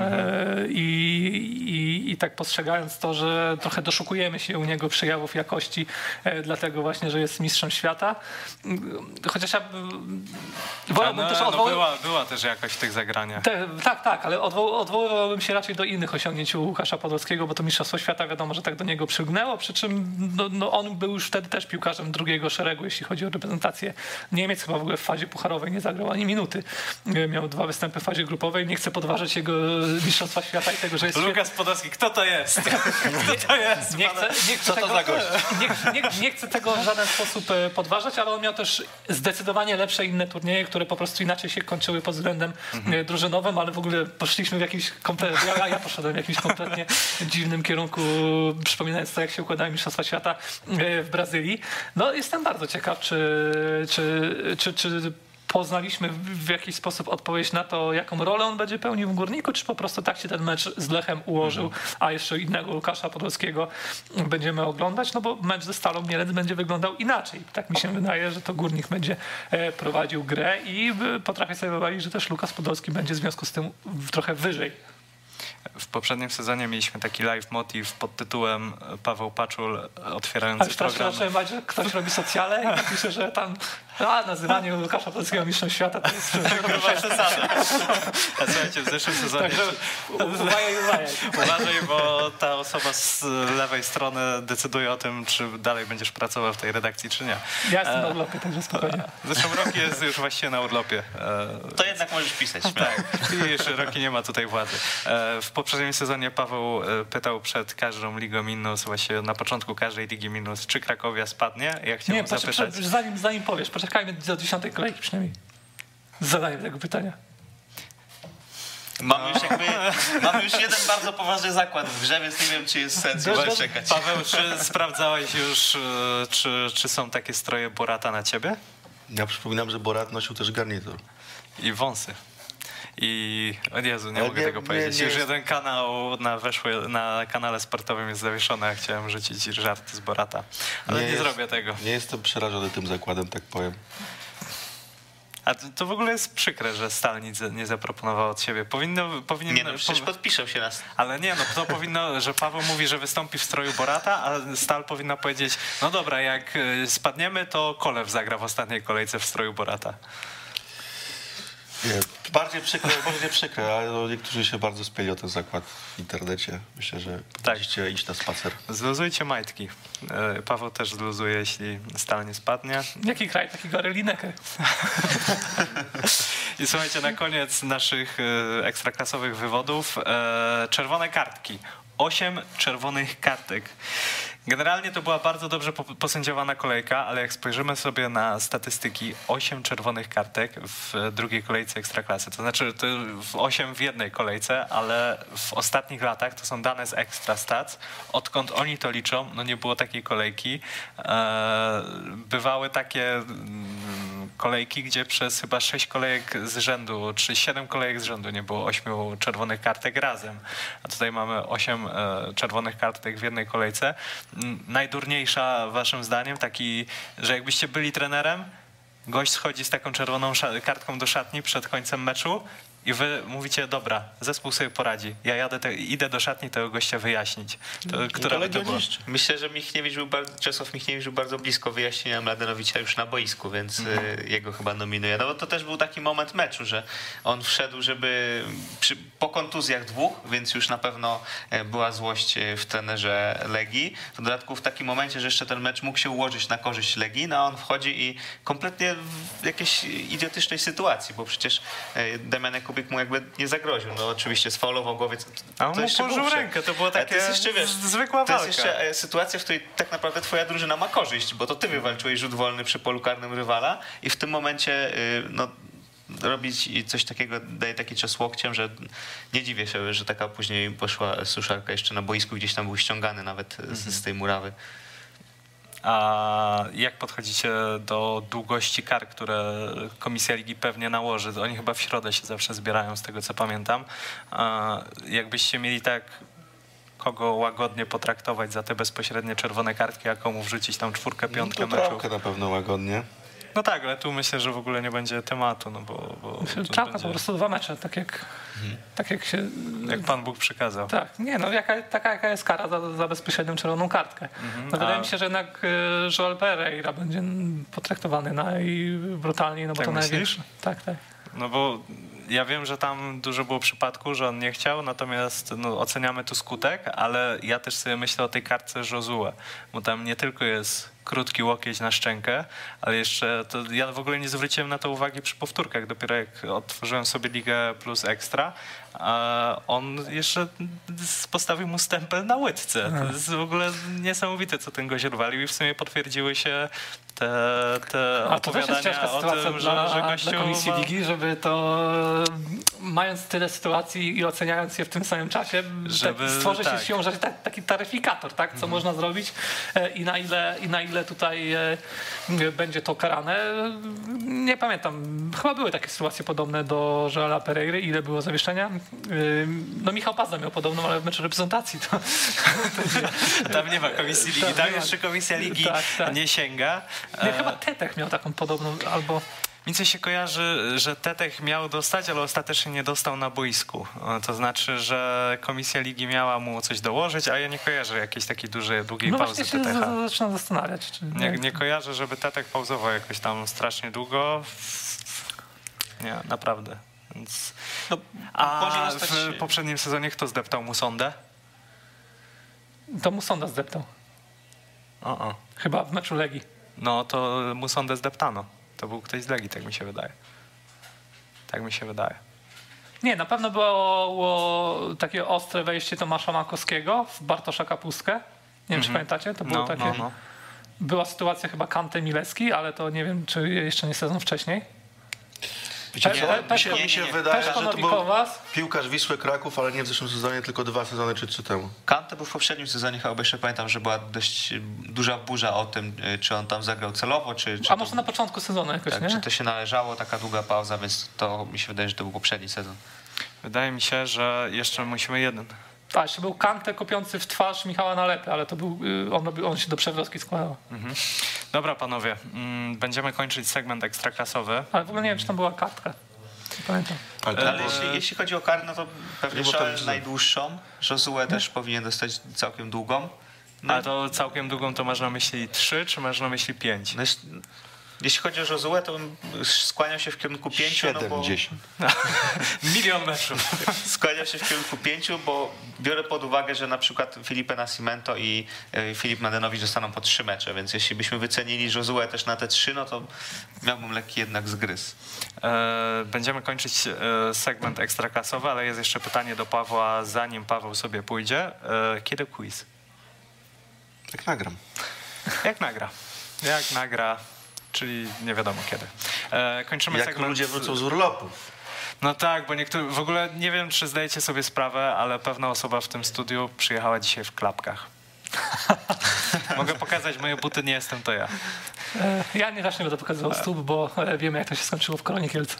i tak postrzegając to, że trochę doszukujemy się u niego przejawów jakości, dlatego właśnie, że jest mistrzem świata. Chociaż ja wolałbym też była też jakość w tych zagraniach. Tak, ale odwoływałbym się raczej do innych osiągnięć Łukasza Podolskiego, bo to mistrzostwo świata wiadomo, że tak do niego przygnęło, przy czym no on był już wtedy też piłkarzem drugiego szeregu, jeśli chodzi o reprezentację Niemiec. Chyba w ogóle w fazie pucharowej nie zagrał ani minuty. Miał 2 występy w fazie grupowej. Nie chcę podważać jego mistrzostwa świata i tego, że jest Lukas Podolski, kto to jest? Kto to jest? Nie chcę tego w żaden sposób podważać, ale on miał też zdecydowanie lepsze inne turnieje, które po prostu inaczej się kończyły pod względem drużynowym, ale w ogóle poszliśmy w jakiś ja poszedłem w jakimś kompletnie dziwnym kierunku, przypominając to, jak się układają mistrzostwa świata w Brazylii. No jestem bardzo ciekaw, czy poznaliśmy w jakiś sposób odpowiedź na to, jaką rolę on będzie pełnił w Górniku, czy po prostu tak się ten mecz z Lechem ułożył, a jeszcze innego Łukasza Podolskiego będziemy oglądać, no bo mecz ze Stalą Mielec będzie wyglądał inaczej. Tak mi się wydaje, że to Górnik będzie prowadził grę i potrafię sobie wyobrazić, że też Lukas Podolski będzie w związku z tym trochę wyżej. W poprzednim sezonie mieliśmy taki live motiv pod tytułem Paweł Paczul otwierający program. Że ktoś robi socjale i pisze, że tam nazywanie Łukasza Podolskiego mistrzem świata to jest chyba przesada. Słuchajcie, w zeszłym sezonie... Uważaj, bo ta osoba z lewej strony decyduje o tym, czy dalej będziesz pracował w tej redakcji, czy nie. Ja jestem na urlopie, także spokojnie. Zresztą Roki jest już właściwie na urlopie. To jednak możesz pisać. Tak, i jeszcze Roki nie ma tutaj władzy. W poprzednim sezonie Paweł pytał przed każdą Ligą Minus, właśnie na początku każdej Ligi Minus, czy Krakowia spadnie? Ja chciałem zapytać... Zanim powiesz, poczekajmy do 10. kolejki przynajmniej. Z zadaniem tego pytania. Mamy już jeden bardzo poważny zakład w grze, więc nie wiem, czy jest sens jeszcze czekać. Paweł, czy sprawdzałeś już, czy są takie stroje Borata na ciebie? Ja przypominam, że Borat nosił też garnitur. I wąsy. I o Jezu, nie mogę tego powiedzieć. Już jeden kanał na kanale sportowym jest zawieszony, a chciałem rzucić żart z Borata. Ale nie zrobię tego. Nie jestem przerażony tym zakładem, tak powiem. A to w ogóle jest przykre, że Stal nic nie zaproponował od siebie. Powinno nie, no przecież podpiszą się nas. Ale nie, no to powinno, że Paweł mówi, że wystąpi w stroju Borata, a Stal powinna powiedzieć, no dobra, jak spadniemy, to Kolew zagra w ostatniej kolejce w stroju Borata. Nie, bardziej przykre, ale niektórzy się bardzo spieli o ten zakład w internecie. Myślę, że powinniście iść na spacer. Zluzujcie majtki. Paweł też zluzuje, jeśli Stal nie spadnie. Jaki kraj? Takiego Lineker. I słuchajcie, na koniec naszych ekstraklasowych wywodów. Czerwone kartki. 8 czerwonych kartek. Generalnie to była bardzo dobrze posędziowana kolejka, ale jak spojrzymy sobie na statystyki, 8 czerwonych kartek w drugiej kolejce Ekstraklasy. To znaczy to 8 w jednej kolejce, ale w ostatnich latach, to są dane z Ekstrastats, odkąd oni to liczą, no nie było takiej kolejki. Bywały takie kolejki, gdzie przez chyba 6 kolejek z rzędu, czy 7 kolejek z rzędu nie było 8 czerwonych kartek razem. A tutaj mamy 8 czerwonych kartek w jednej kolejce. Najdurniejsza waszym zdaniem, taki, że jakbyście byli trenerem, gość schodzi z taką czerwoną kartką do szatni przed końcem meczu i wy mówicie, dobra, zespół sobie poradzi. Ja idę do szatni tego gościa wyjaśnić. Która by to była? Myślę, że Czesław Michniewicz był bardzo blisko wyjaśnienia Mladenowicza już na boisku, więc jego chyba nominuję. No bo to też był taki moment meczu, że on wszedł, żeby po kontuzjach 2, więc już na pewno była złość w trenerze Legii. W dodatku w takim momencie, że jeszcze ten mecz mógł się ułożyć na korzyść Legii, no a on wchodzi i kompletnie w jakiejś idiotycznej sytuacji, bo przecież Damian Jakubik mu jakby nie zagroził. No oczywiście sfaulował go, więc a on mu położył rękę, to było takie zwykła walka. To jest jeszcze sytuacja, w której tak naprawdę twoja drużyna ma korzyść, bo to ty wywalczyłeś rzut wolny przy polu karnym rywala i w tym momencie no, robić coś takiego, daje taki cios łokciem, że nie dziwię się, że taka później poszła suszarka jeszcze na boisku, gdzieś tam był ściągany nawet z tej murawy. A jak podchodzicie do długości kar, które Komisja Ligi pewnie nałoży? Oni chyba w środę się zawsze zbierają, z tego co pamiętam. A jakbyście mieli tak kogo łagodnie potraktować za te bezpośrednie czerwone kartki, a komu wrzucić tam 4, 5 meczów? Trochę na pewno łagodnie. No tak, ale tu myślę, że w ogóle nie będzie tematu, no bo Czapka będzie... po prostu 2 mecze, tak jak się... Jak Pan Bóg przykazał. Tak, nie, no taka jaka jest kara za bezpośrednią czerwoną kartkę. No wydaje mi się, że jednak Joel Pereira będzie potraktowany najbrutalniej, no bo tak to myślisz? największe. Tak. No bo ja wiem, że tam dużo było przypadków, że on nie chciał, natomiast no, oceniamy tu skutek, ale ja też sobie myślę o tej kartce Josue, bo tam nie tylko jest krótki łokieć na szczękę, ale jeszcze to ja w ogóle nie zwróciłem na to uwagi przy powtórkach. Dopiero jak otworzyłem sobie Ligę Plus Ekstra, a on jeszcze postawił mu stempel na łydce. To jest w ogóle niesamowite, co ten gość odwalił i w sumie potwierdziły się te opowiadania o tym, że gościu dla Komisji Ligi, żeby to mając tyle sytuacji i oceniając je w tym samym czasie, stworzyć siłą rzeczy taki taryfikator, tak? Co można zrobić i na ile tutaj będzie to karane. Nie pamiętam. Chyba były takie sytuacje podobne do Joela Pereiry. Ile było zawieszenia? No Michał Pazda miał podobną, ale w meczu reprezentacji. Tam nie ma Komisji Ligi. Tam jeszcze Komisja Ligi nie sięga. Nie, chyba Tetech miał taką podobną albo... Mi coś się kojarzy, że Tetech miał dostać, ale ostatecznie nie dostał na boisku. To znaczy, że Komisja Ligi miała mu coś dołożyć, a ja nie kojarzę jakiejś takiej długiej pauzy Tetecha. No właśnie się zaczynam zastanawiać. Czy nie kojarzę, żeby Tetech pauzował jakoś tam strasznie długo. Nie, naprawdę. Więc... No, a w poprzednim sezonie kto zdeptał Musondę? To Musonda zdeptał. Chyba w meczu Legii. No to Musondę zdeptano. To był ktoś z Legii, tak mi się wydaje. Tak mi się wydaje. Nie, na pewno było takie ostre wejście Tomasza Makowskiego w Bartosza Kapustkę. Nie wiem, czy pamiętacie? To było takie... No. Była sytuacja chyba Kante-Milewski, ale to nie wiem, czy jeszcze nie sezon wcześniej. Mi się wydaje, że to był piłkarz Wisły Kraków, ale nie w zeszłym sezonie, tylko 2 sezony czy 3 temu. Kante był w poprzednim sezonie, chyba jeszcze pamiętam, że była dość duża burza o tym, czy on tam zagrał celowo, czy a może na początku sezonu jakoś, tak, nie? Czy to się należało, taka długa pauza, więc to mi się wydaje, że to był poprzedni sezon. Wydaje mi się, że jeszcze musimy jeden. Tak, jeszcze był Kante kopiący w twarz Michała Nalepy, ale to był, on się do Przewrotki składał. Dobra, panowie, będziemy kończyć segment ekstraklasowy. Ale w ogóle nie wiem, czy tam była kartka. Nie pamiętam. Ale jeśli chodzi o karę, no to pewnie Joel najdłuższą. Josue też powinien dostać całkiem długą. No. A to całkiem długą to masz na myśli 3, czy masz na myśli 5? No, jeśli chodzi o Josue, to bym skłaniał się w kierunku 5. 7, no bo... 10. Milion meczów. Skłaniał się w kierunku 5, bo biorę pod uwagę, że na przykład Felipe Nascimento i Filip Mladenowicz dostaną po 3 mecze, więc jeśli byśmy wycenili Josue też na te 3, no to miałbym lekki jednak zgryz. Będziemy kończyć segment ekstraklasowy, ale jest jeszcze pytanie do Pawła, zanim Paweł sobie pójdzie. Kiedy quiz? Jak nagram. Jak nagra, czyli nie wiadomo kiedy. Kończymy jak segment... ludzie wrócą z urlopów. No tak, bo niektórzy, w ogóle nie wiem, czy zdajecie sobie sprawę, ale pewna osoba w tym studiu przyjechała dzisiaj w klapkach. Mogę pokazać moje buty, nie jestem to ja. Ja nie będę pokazywał stóp, bo wiemy, jak to się skończyło w Koronie Kielce.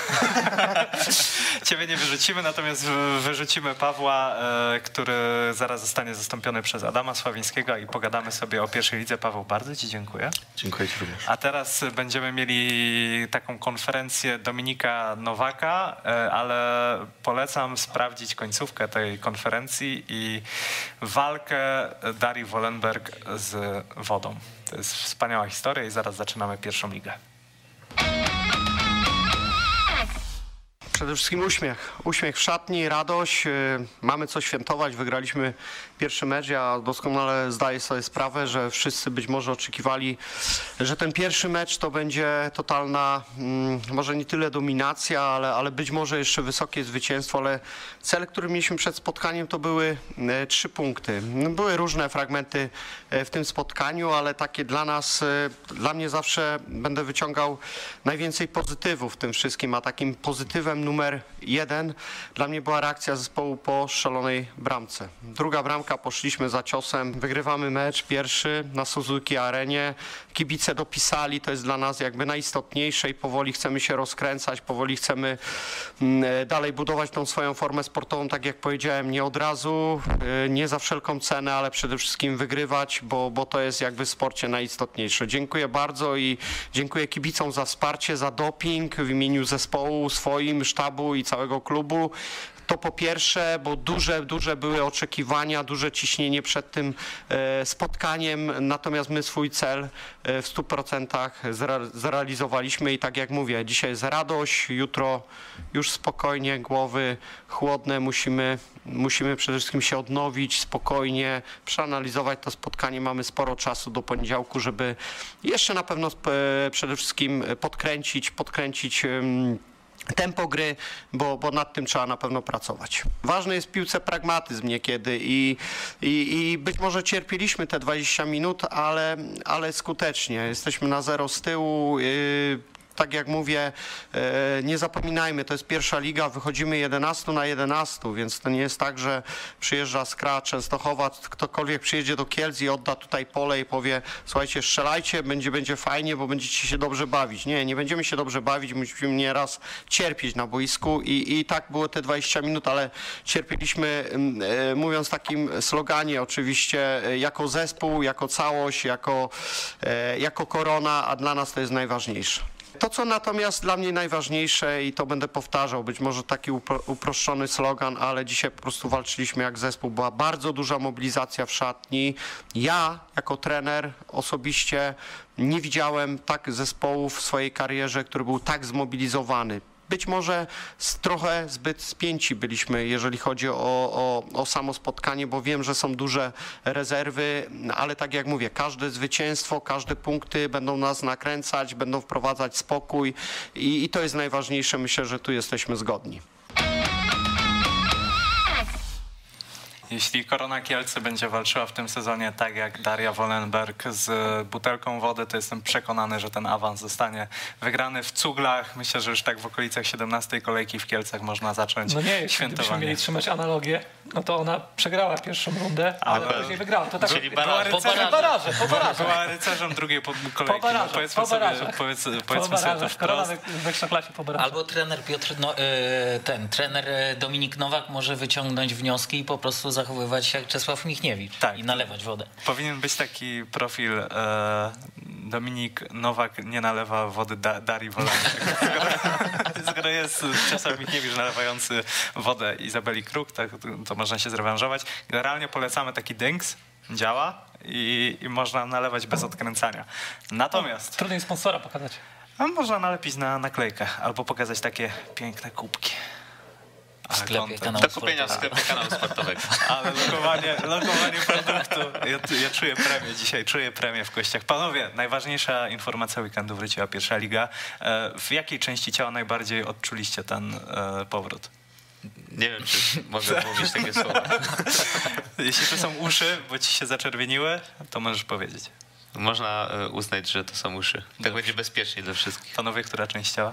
Ciebie nie wyrzucimy, natomiast wyrzucimy Pawła, który zaraz zostanie zastąpiony przez Adama Sławińskiego i pogadamy sobie o pierwszej lidze. Paweł, bardzo ci dziękuję. Dziękuję ci również. A teraz będziemy mieli taką konferencję Dominika Nowaka, ale polecam sprawdzić końcówkę tej konferencji i walkę Darii Wollenberg z wodą. To jest wspaniała historia i zaraz zaczynamy pierwszą ligę. Przede wszystkim uśmiech w szatni, radość, mamy co świętować, wygraliśmy pierwszy mecz, ja doskonale zdaję sobie sprawę, że wszyscy być może oczekiwali, że ten pierwszy mecz to będzie totalna, może nie tyle dominacja, ale być może jeszcze wysokie zwycięstwo, ale cel, który mieliśmy przed spotkaniem to były 3 punkty. Były różne fragmenty w tym spotkaniu, ale takie dla mnie zawsze będę wyciągał najwięcej pozytywów w tym wszystkim, a takim pozytywem numer 1 dla mnie była reakcja zespołu po strzelonej bramce. Druga bramka, poszliśmy za ciosem, wygrywamy mecz pierwszy na Suzuki Arenie, kibice dopisali, to jest dla nas jakby najistotniejsze i powoli chcemy się rozkręcać, powoli chcemy dalej budować tą swoją formę sportową, tak jak powiedziałem, nie od razu, nie za wszelką cenę, ale przede wszystkim wygrywać, bo to jest jakby w sporcie najistotniejsze. Dziękuję bardzo i dziękuję kibicom za wsparcie, za doping w imieniu zespołu, swoim, sztabu i całego klubu. To po pierwsze, bo duże były oczekiwania, duże ciśnienie przed tym spotkaniem, natomiast my swój cel w 100% zrealizowaliśmy i tak jak mówię, dzisiaj jest radość, jutro już spokojnie, głowy chłodne, musimy przede wszystkim się odnowić, spokojnie przeanalizować to spotkanie. Mamy sporo czasu do poniedziałku, żeby jeszcze na pewno przede wszystkim podkręcić tempo gry, bo nad tym trzeba na pewno pracować. Ważny jest w piłce pragmatyzm niekiedy i być może cierpieliśmy te 20 minut, ale skutecznie. Jesteśmy na 0 z tyłu. Tak jak mówię, nie zapominajmy, to jest pierwsza liga, wychodzimy 11 na 11, więc to nie jest tak, że przyjeżdża Skra, Częstochowa, ktokolwiek przyjedzie do Kielc i odda tutaj pole i powie, słuchajcie, strzelajcie, będzie fajnie, bo będziecie się dobrze bawić. Nie będziemy się dobrze bawić, musimy nieraz cierpieć na boisku i tak było te 20 minut, ale cierpieliśmy, mówiąc takim sloganie oczywiście, jako zespół, jako całość, jako Korona, a dla nas to jest najważniejsze. To, co natomiast dla mnie najważniejsze i to będę powtarzał, być może taki uproszczony slogan, ale dzisiaj po prostu walczyliśmy jak zespół. Była bardzo duża mobilizacja w szatni. Ja jako trener osobiście nie widziałem tak zespołu w swojej karierze, który był tak zmobilizowany. Być może trochę zbyt spięci byliśmy, jeżeli chodzi o samo spotkanie, bo wiem, że są duże rezerwy, ale tak jak mówię, każde zwycięstwo, każde punkty będą nas nakręcać, będą wprowadzać spokój i to jest najważniejsze. Myślę, że tu jesteśmy zgodni. Jeśli Korona Kielce będzie walczyła w tym sezonie tak jak Daria Wollenberg z butelką wody, to jestem przekonany, że ten awans zostanie wygrany w cuglach. Myślę, że już tak w okolicach 17 kolejki w Kielcach można zacząć No nie, gdybyśmy świętowanie. mieli trzymać analogię, no to ona przegrała pierwszą rundę, ale później wygrała. To tak, Czyli po baraże. Była rycerzem drugiej kolejki. Po barażach. Powiedzmy sobie to wprost. W Ekstraklasie po barażach. Albo trener Piotr, trener Dominik Nowak może wyciągnąć wnioski i po prostu zachowywać się jak Czesław Michniewicz i nalewać wodę. Powinien być taki profil Dominik Nowak nie nalewa wody Darii Wollenberg. Skoro jest Czesław Michniewicz nalewający wodę Izabeli Kruk, tak, to można się zrewanżować. Generalnie polecamy taki dynks, działa i można nalewać bez odkręcania. Natomiast Trudniej sponsora pokazać. a można nalepić na naklejkę albo pokazać takie piękne kubki. W sklepie kanału Do kupienia w sklepie kanału sportowego. Ale lokowanie produktu. Ja czuję premię dzisiaj, czuję premię w kościach. Panowie, najważniejsza informacja weekendu wróciła pierwsza liga. W jakiej części ciała najbardziej odczuliście ten powrót? Nie wiem, czy mogę mówić takie słowa. Jeśli to są uszy, bo ci się zaczerwieniły, to możesz powiedzieć. Można uznać, że to są uszy. Tak będzie bezpiecznie dla wszystkich. Panowie, która część ciała?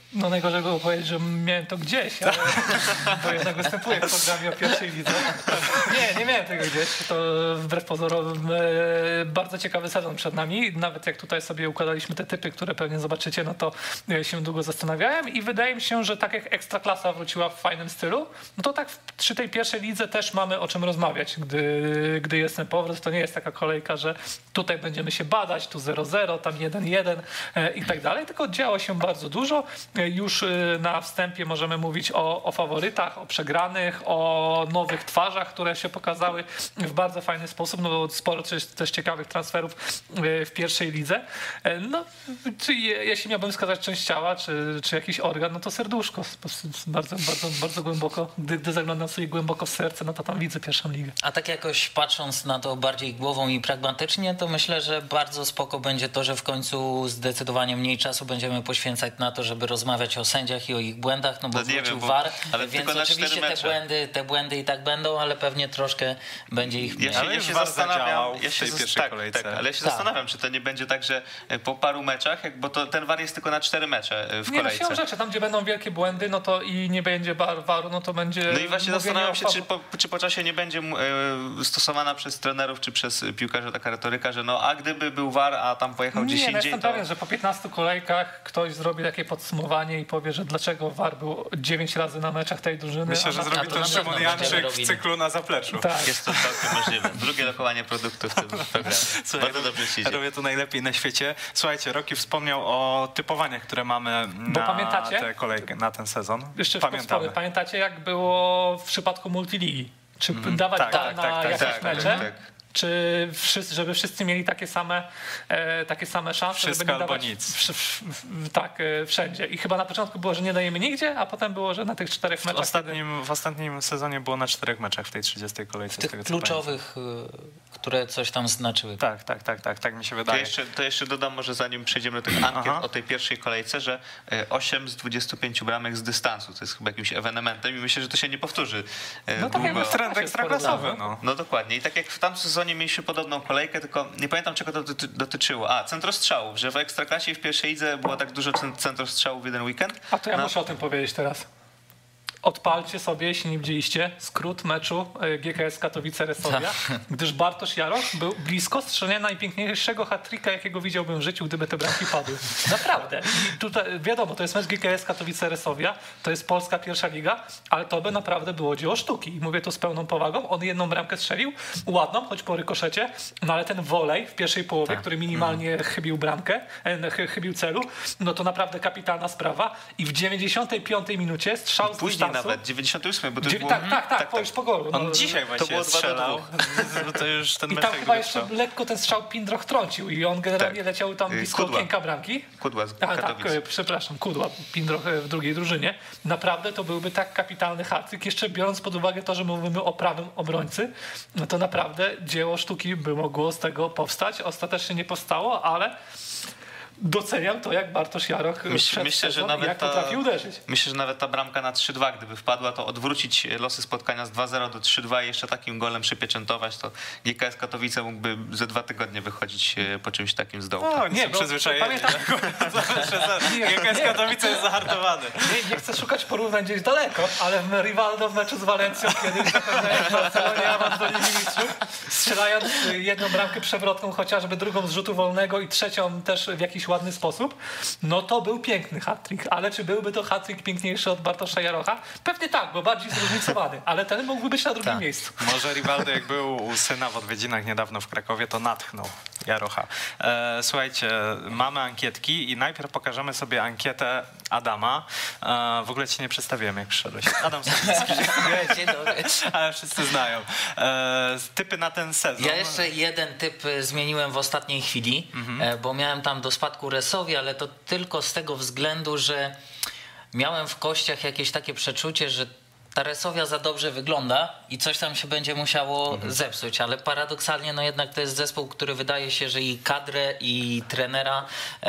No najgorzej było powiedzieć, że miałem to gdzieś, ale bo jednak występuję w programie o pierwszej lidze. Nie miałem tego gdzieś. To wbrew pozorom bardzo ciekawy sezon przed nami. Nawet jak tutaj sobie układaliśmy te typy, które pewnie zobaczycie, no to się długo zastanawiałem i wydaje mi się, że tak jak Ekstraklasa wróciła w fajnym stylu, no to tak przy tej pierwszej lidze też mamy o czym rozmawiać, gdy jest ten powrót. To nie jest taka kolejka, że tutaj będziemy się badać, tu 0-0, tam 1-1 i tak dalej, tylko działo się bardzo dużo. Już na wstępie możemy mówić o faworytach, o przegranych, o nowych twarzach, które się pokazały w bardzo fajny sposób. No, sporo też ciekawych transferów w pierwszej lidze. No, jeśli miałbym wskazać część ciała, czy jakiś organ, no to serduszko. Bardzo głęboko. Gdy zaglądam sobie głęboko w serce, no to tam widzę pierwszą ligę. A tak jakoś patrząc na to bardziej głową i pragmatycznie, to myślę, że bardzo spoko będzie to, że w końcu zdecydowanie mniej czasu będziemy poświęcać na to, żeby rozmawiać o sędziach i o ich błędach, no bo wrócił VAR, ale więc oczywiście te błędy i tak będą, ale pewnie troszkę będzie ich mniej. Ja się zastanawiam, czy to nie będzie tak, że po paru meczach, bo to ten VAR jest tylko na 4 mecze w kolejce. Nie, no rzeczy, tam gdzie będą wielkie błędy, no to i nie będzie VAR-u, no to będzie... No i właśnie zastanawiam się, czy po czasie nie będzie stosowana przez trenerów, czy przez piłkarzy taka retoryka, że no a gdyby był VAR, a tam pojechał gdzieś indziej, jestem pewien, że po 15 kolejkach ktoś zrobi takie podsumowanie i powie, że dlaczego VAR był 9 razy na meczach tej drużyny. Myślę, że zrobi to Szymon Janczyk w cyklu Na zapleczu. Tak. Jest to całkiem możliwe. Drugie lokowanie produktu w tym programie. Bardzo dobrze się idzie. Robię to najlepiej na świecie. Słuchajcie, Rocky wspomniał o typowaniach, które mamy na tę kolejkę, na ten sezon. Jeszcze pamiętacie, jak było w przypadku multiligi? Czy dawać na jakieś mecze? Tak. Czy żeby wszyscy mieli takie same szanse, wszystko żeby nie albo dawać nic. Wszędzie. I chyba na początku było, że nie dajemy nigdzie, a potem było, że na tych 4 meczach. W ostatnim sezonie było na 4 meczach w tej 30 kolejce. W tych kluczowych, które coś tam znaczyły. Tak mi się wydaje. To jeszcze dodam, może zanim przejdziemy do tych ankiet o tej pierwszej kolejce, że 8 z 25 bramek z dystansu, to jest chyba jakimś ewenementem i myślę, że to się nie powtórzy. No tak jakby trend ekstraklasowy. No dokładnie. I tak jak w tamtym sezonie mieliśmy podobną kolejkę, tylko nie pamiętam, czego to dotyczyło. Centrostrzałów, że w Ekstraklasie w pierwszej lidze było tak dużo centrostrzałów w jeden weekend. A to ja muszę o tym powiedzieć teraz. Odpalcie sobie, jeśli nie widzieliście, skrót meczu GKS Katowice-Resowia, gdyż Bartosz Jaroch był blisko strzelenia najpiękniejszego hat-tricka, jakiego widziałbym w życiu, gdyby te bramki padły. Naprawdę. I tutaj wiadomo, to jest mecz GKS Katowice-Resowia, to jest polska pierwsza liga, ale to by naprawdę było dzieło sztuki. I mówię to z pełną powagą. On jedną bramkę strzelił, ładną, choć po rykoszecie, no ale ten volej w pierwszej połowie, który minimalnie chybił celu, no to naprawdę kapitalna sprawa. I w 95 minucie strzał z dystansu. Nawet 98, bo to już było... Tak, już po golu. On dzisiaj właśnie strzelał. To już ten I tam chyba jeszcze lekko ten strzał Pindroch trącił i on generalnie leciał tam blisko okienka bramki. Kudła z Katowic. Kudła, Pindroch w drugiej drużynie. Naprawdę to byłby tak kapitalny hat-trick. Jeszcze biorąc pod uwagę to, że mówimy o prawym obrońcy, no to naprawdę dzieło sztuki by mogło z tego powstać. Ostatecznie nie powstało, ale... Doceniam to, jak Bartosz Jaroch potrafi uderzyć. Myślę, że nawet ta bramka na 3-2, gdyby wpadła, to odwrócić losy spotkania z 2-0 do 3-2 i jeszcze takim golem przypieczętować, to GKS Katowice mógłby ze 2 tygodnie wychodzić po czymś takim z dołu. Nie, przyzwyczajenie. GKS Katowice jest zahartowany. Nie chcę szukać porównań gdzieś daleko, ale Rivaldo w meczu z Walencją kiedyś zapewniając w Barcelonie awans do Ligi Mistrzów, strzelając jedną bramkę przewrotną, chociażby drugą z rzutu wolnego i trzecią też w jakiś ładny sposób, no to był piękny hat-trick, ale czy byłby to hat-trick piękniejszy od Bartosza Jarocha? Pewnie tak, bo bardziej zróżnicowany, ale ten mógłby być na drugim miejscu. Może Rivaldo, jak był u syna w odwiedzinach niedawno w Krakowie, to natchnął Jarocha. Słuchajcie, mamy ankietki i najpierw pokażemy sobie ankietę Adama. W ogóle ci nie przedstawiłem, jak przyszedłeś. Adam Sowiński. Dzień dobry. Ale wszyscy znają. Typy na ten sezon. Ja jeszcze jeden typ zmieniłem w ostatniej chwili, bo miałem tam do spadku Resowia, ale to tylko z tego względu, że miałem w kościach jakieś takie przeczucie, że ta Resowia za dobrze wygląda i coś tam się będzie musiało zepsuć, ale paradoksalnie no jednak to jest zespół, który wydaje się, że i kadrę, i trenera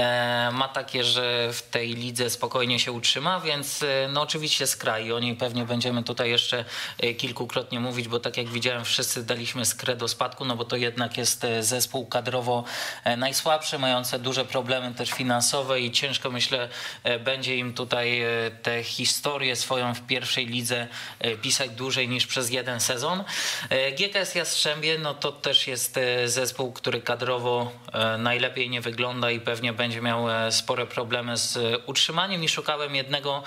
ma takie, że w tej lidze spokojnie się utrzyma, więc no oczywiście skraj. Oni pewnie będziemy tutaj jeszcze kilkukrotnie mówić, bo tak jak widziałem, wszyscy daliśmy skrę do spadku, no bo to jednak jest zespół kadrowo najsłabszy, mający duże problemy też finansowe i ciężko, myślę, będzie im tutaj tę historię swoją w pierwszej lidze pisać dłużej niż przez jeden sezon. GKS Jastrzębie, no to też jest zespół, który kadrowo najlepiej nie wygląda i pewnie będzie miał spore problemy z utrzymaniem i szukałem jednego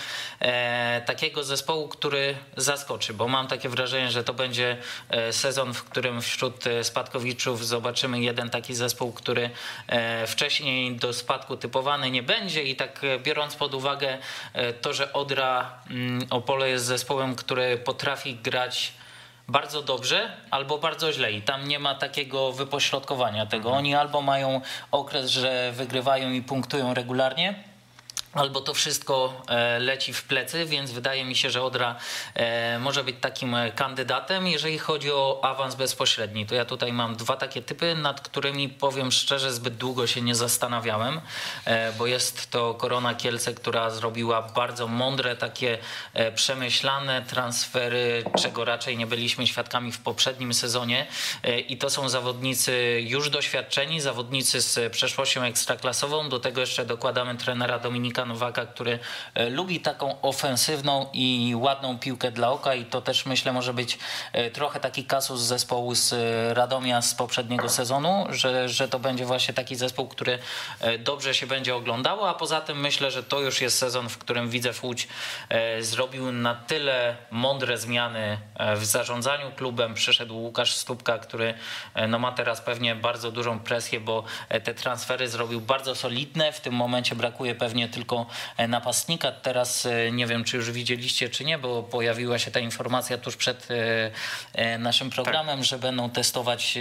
takiego zespołu, który zaskoczy, bo mam takie wrażenie, że to będzie sezon, w którym wśród spadkowiczów zobaczymy jeden taki zespół, który wcześniej do spadku typowany nie będzie i tak biorąc pod uwagę to, że Odra Opole jest zespołem, który potrafi grać bardzo dobrze albo bardzo źle i tam nie ma takiego wypośrodkowania tego. Oni albo mają okres, że wygrywają i punktują regularnie, albo to wszystko leci w plecy, więc wydaje mi się, że Odra może być takim kandydatem. Jeżeli chodzi o awans bezpośredni, to ja tutaj mam dwa takie typy, nad którymi powiem szczerze zbyt długo się nie zastanawiałem, bo jest to Korona Kielce, która zrobiła bardzo mądre, takie przemyślane transfery, czego raczej nie byliśmy świadkami w poprzednim sezonie i to są zawodnicy już doświadczeni, zawodnicy z przeszłością ekstraklasową, do tego jeszcze dokładamy trenera Dominika Nowaka, który lubi taką ofensywną i ładną piłkę dla oka i to też myślę może być trochę taki kasus zespołu z Radomia z poprzedniego sezonu, że to będzie właśnie taki zespół, który dobrze się będzie oglądało, a poza tym myślę, że to już jest sezon, w którym Widzew Łódź zrobił na tyle mądre zmiany w zarządzaniu klubem. Przyszedł Łukasz Stupka, który no, ma teraz pewnie bardzo dużą presję, bo te transfery zrobił bardzo solidne. W tym momencie brakuje pewnie tylko napastnika. Teraz nie wiem, czy już widzieliście, czy nie, bo pojawiła się ta informacja tuż przed naszym programem, że będą testować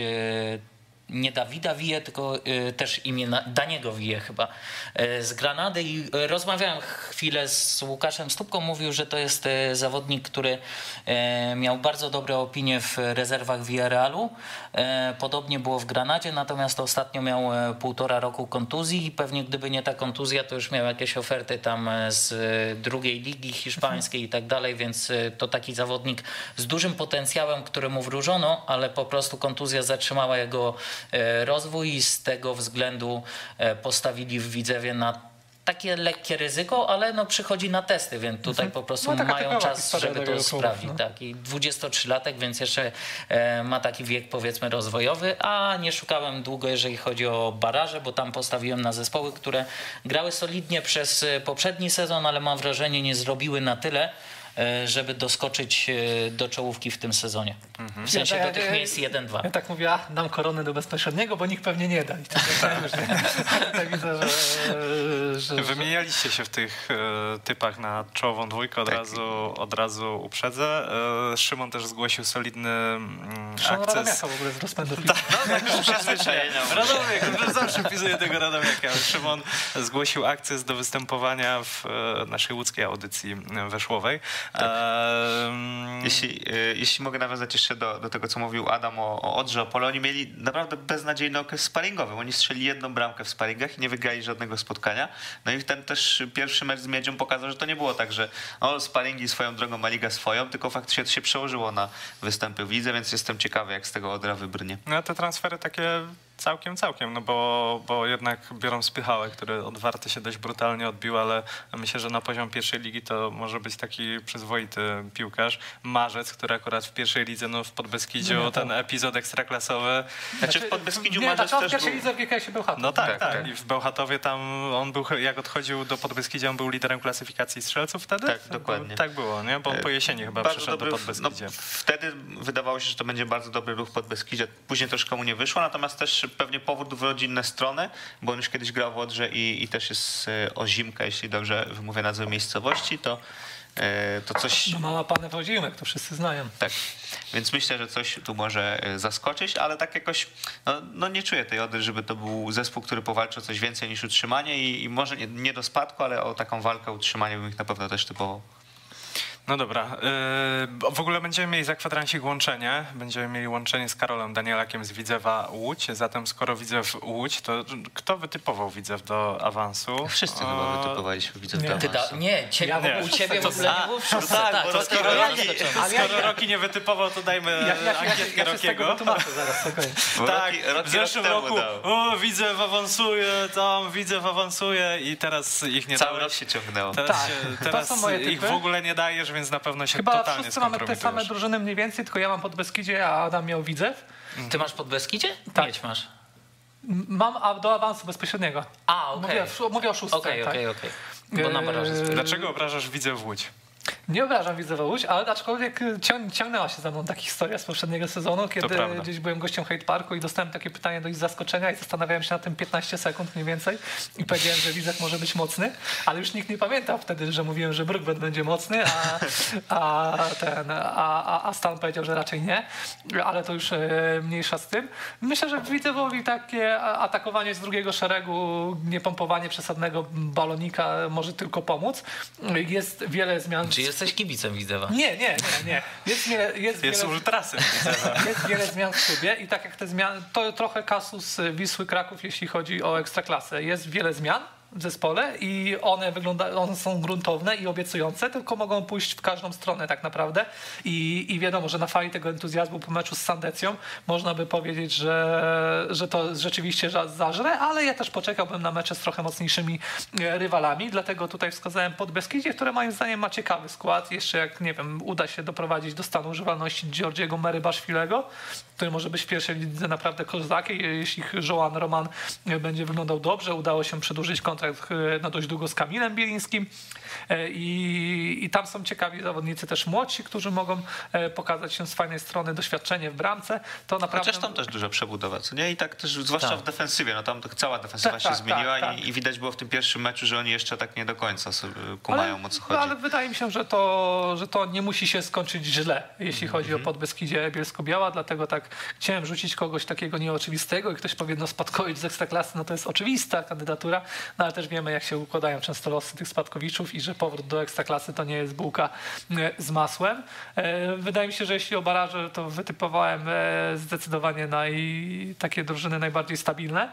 nie Dawida Wije, tylko też imię Daniego Wije chyba z Granady i rozmawiałem chwilę z Łukaszem Stupką, mówił, że to jest zawodnik, który miał bardzo dobre opinie w rezerwach Villarrealu. Podobnie było w Granadzie, natomiast ostatnio miał 1,5 roku kontuzji i pewnie gdyby nie ta kontuzja, to już miał jakieś oferty tam z drugiej ligi hiszpańskiej i tak dalej, więc to taki zawodnik z dużym potencjałem, któremu wróżono, ale po prostu kontuzja zatrzymała jego rozwój i z tego względu postawili w Widzewie na takie lekkie ryzyko, ale no przychodzi na testy, więc tutaj po prostu mają czas, żeby to sprawdzić. No. Tak. I 23-latek, więc jeszcze ma taki wiek powiedzmy rozwojowy, a nie szukałem długo, jeżeli chodzi o baraże, bo tam postawiłem na zespoły, które grały solidnie przez poprzedni sezon, ale mam wrażenie nie zrobiły na tyle, żeby doskoczyć do czołówki w tym sezonie. W sensie do tych miejsc 1-2. Ja tak mówię, dam koronę do bezpośredniego, bo nikt pewnie nie da. I tak widzę, że... Wymienialiście się w tych typach na czołową dwójkę, od razu uprzedzę. Szymon też zgłosił solidny Szymon akces. Radomiaka w ogóle z rozpędu. Radomiak, zawsze pisuję tego Radomiaka. Szymon zgłosił akces do występowania w naszej łódzkiej audycji weszłowej. Tak. Jeśli mogę nawiązać jeszcze do tego, co mówił Adam o Odrze Opole, oni mieli naprawdę beznadziejny okres sparingowy. Oni strzelili 1 bramkę w sparingach i nie wygrali żadnego spotkania. No i ten też pierwszy mecz z Miedzią pokazał, że to nie było tak, że sparingi swoją drogą, a liga swoją, tylko faktycznie to się przełożyło na występy w lidze, więc jestem ciekawy, jak z tego Odra wybrnie. No te transfery takie całkiem, no bo jednak biorą Spychałę, który od Warty się dość brutalnie odbił, ale myślę, że na poziom pierwszej ligi to może być taki przyzwoity piłkarz. Marzec, który akurat w pierwszej lidze, no w Podbeskidziu, ten epizod ekstraklasowy. Znaczy w Podbeskidziu Marzec też w pierwszej lidze w GKS-ie Bełchatów. No tak. I w Bełchatowie tam on był, jak odchodził do Podbeskidzia, on był liderem klasyfikacji strzelców wtedy? Tak, dokładnie. Tak było, nie? Bo on po jesieni chyba przyszedł do Podbeskidzia. No, wtedy wydawało się, że to będzie bardzo dobry ruch Podbeskidzia. Później troszkę mu nie wyszło, natomiast też pewnie powrót w rodzinne strony, bo on już kiedyś grał w Odrze i też jest Ozimka, jeśli dobrze wymówię nazwę miejscowości, to coś... No mała Panew Ozimek, to wszyscy znają. Tak, więc myślę, że coś tu może zaskoczyć, ale tak jakoś no nie czuję tej Odry, żeby to był zespół, który powalczy o coś więcej niż utrzymanie i może nie do spadku, ale o taką walkę o utrzymanie bym ich na pewno też typował. No dobra. W ogóle będziemy mieli za kwadransik łączenie. Będziemy mieli łączenie z Karolem Danielakiem z Widzewa Łódź. Zatem skoro Widzew Łódź, to kto wytypował Widzew do awansu? Wszyscy chyba wytypowaliśmy Widzew do awansu. U ciebie w ogóle nie było wszyscy. Skoro Roki nie wytypował, to dajmy ankietkę Rokiego. Tak, w zeszłym roku Widzew awansuje i teraz ich nie cały rok się ciągnęło. Teraz ich w ogóle nie dajesz, więc na pewno się chyba totalnie wszyscy mamy te same drużyny mniej więcej, tylko ja mam Podbeskidzie, a Adam miał Widzew. Ty masz Podbeskidzie? Tak. Mieć masz. Mam do awansu bezpośredniego. Okej. Mówię o szóstce. Okej. Bo na barażu jest. Dlaczego obrażasz Widzew Łódź? Nie obrażam Widzewa Łódź, ale aczkolwiek ciągnęła się za mną taka historia z poprzedniego sezonu, kiedy gdzieś byłem gościem Hate Parku i dostałem takie pytanie dość zaskoczenia i zastanawiałem się na tym 15 sekund mniej więcej i powiedziałem, że Widzew może być mocny, ale już nikt nie pamiętał wtedy, że mówiłem, że Brookbet będzie mocny, a Stan powiedział, że raczej nie, ale to już mniejsza z tym. Myślę, że Widzewowi takie atakowanie z drugiego szeregu, niepompowanie przesadnego balonika może tylko pomóc. Jest wiele zmian. Czy jesteś kibicem Widzewa? Nie. Jest ultrasem Widzewa. Jest wiele zmian w klubie i tak jak te zmiany, to trochę kasus Wisły Kraków, jeśli chodzi o Ekstraklasę. Jest wiele zmian w zespole i one są gruntowne i obiecujące, tylko mogą pójść w każdą stronę tak naprawdę i wiadomo, że na fali tego entuzjazmu po meczu z Sandecją można by powiedzieć, że to rzeczywiście zażre, ale ja też poczekałbym na mecze z trochę mocniejszymi rywalami, dlatego tutaj wskazałem Podbeskidzie, które moim zdaniem ma ciekawy skład, jeszcze jak nie wiem, uda się doprowadzić do stanu używalności Georgiego Merybaszwilego, który może być w pierwszej lidze naprawdę kozakiem, jeśli Joan Roman będzie wyglądał dobrze, udało się przedłużyć kontrakt na dość długo z Kamilem Bielińskim i tam są ciekawi zawodnicy też młodsi, którzy mogą pokazać się z fajnej strony, doświadczenie w bramce. To naprawdę... Chociaż tam też duża przebudowa, co nie? I tak też, zwłaszcza w defensywie, no tam cała defensywa się zmieniła i widać było w tym pierwszym meczu, że oni jeszcze tak nie do końca sobie kumają, o co chodzi. Ale wydaje mi się, że to nie musi się skończyć źle, jeśli chodzi o Podbeskidzie Bielsko-Biała, dlatego tak chciałem rzucić kogoś takiego nieoczywistego i ktoś powie, no Spadkowicz z Ekstraklasy, no to jest oczywista kandydatura, no ale też wiemy, jak się układają często losy tych Spadkowiczów i że powrót do Ekstraklasy to nie jest bułka z masłem. Wydaje mi się, że jeśli o baraże, to wytypowałem zdecydowanie takie drużyny najbardziej stabilne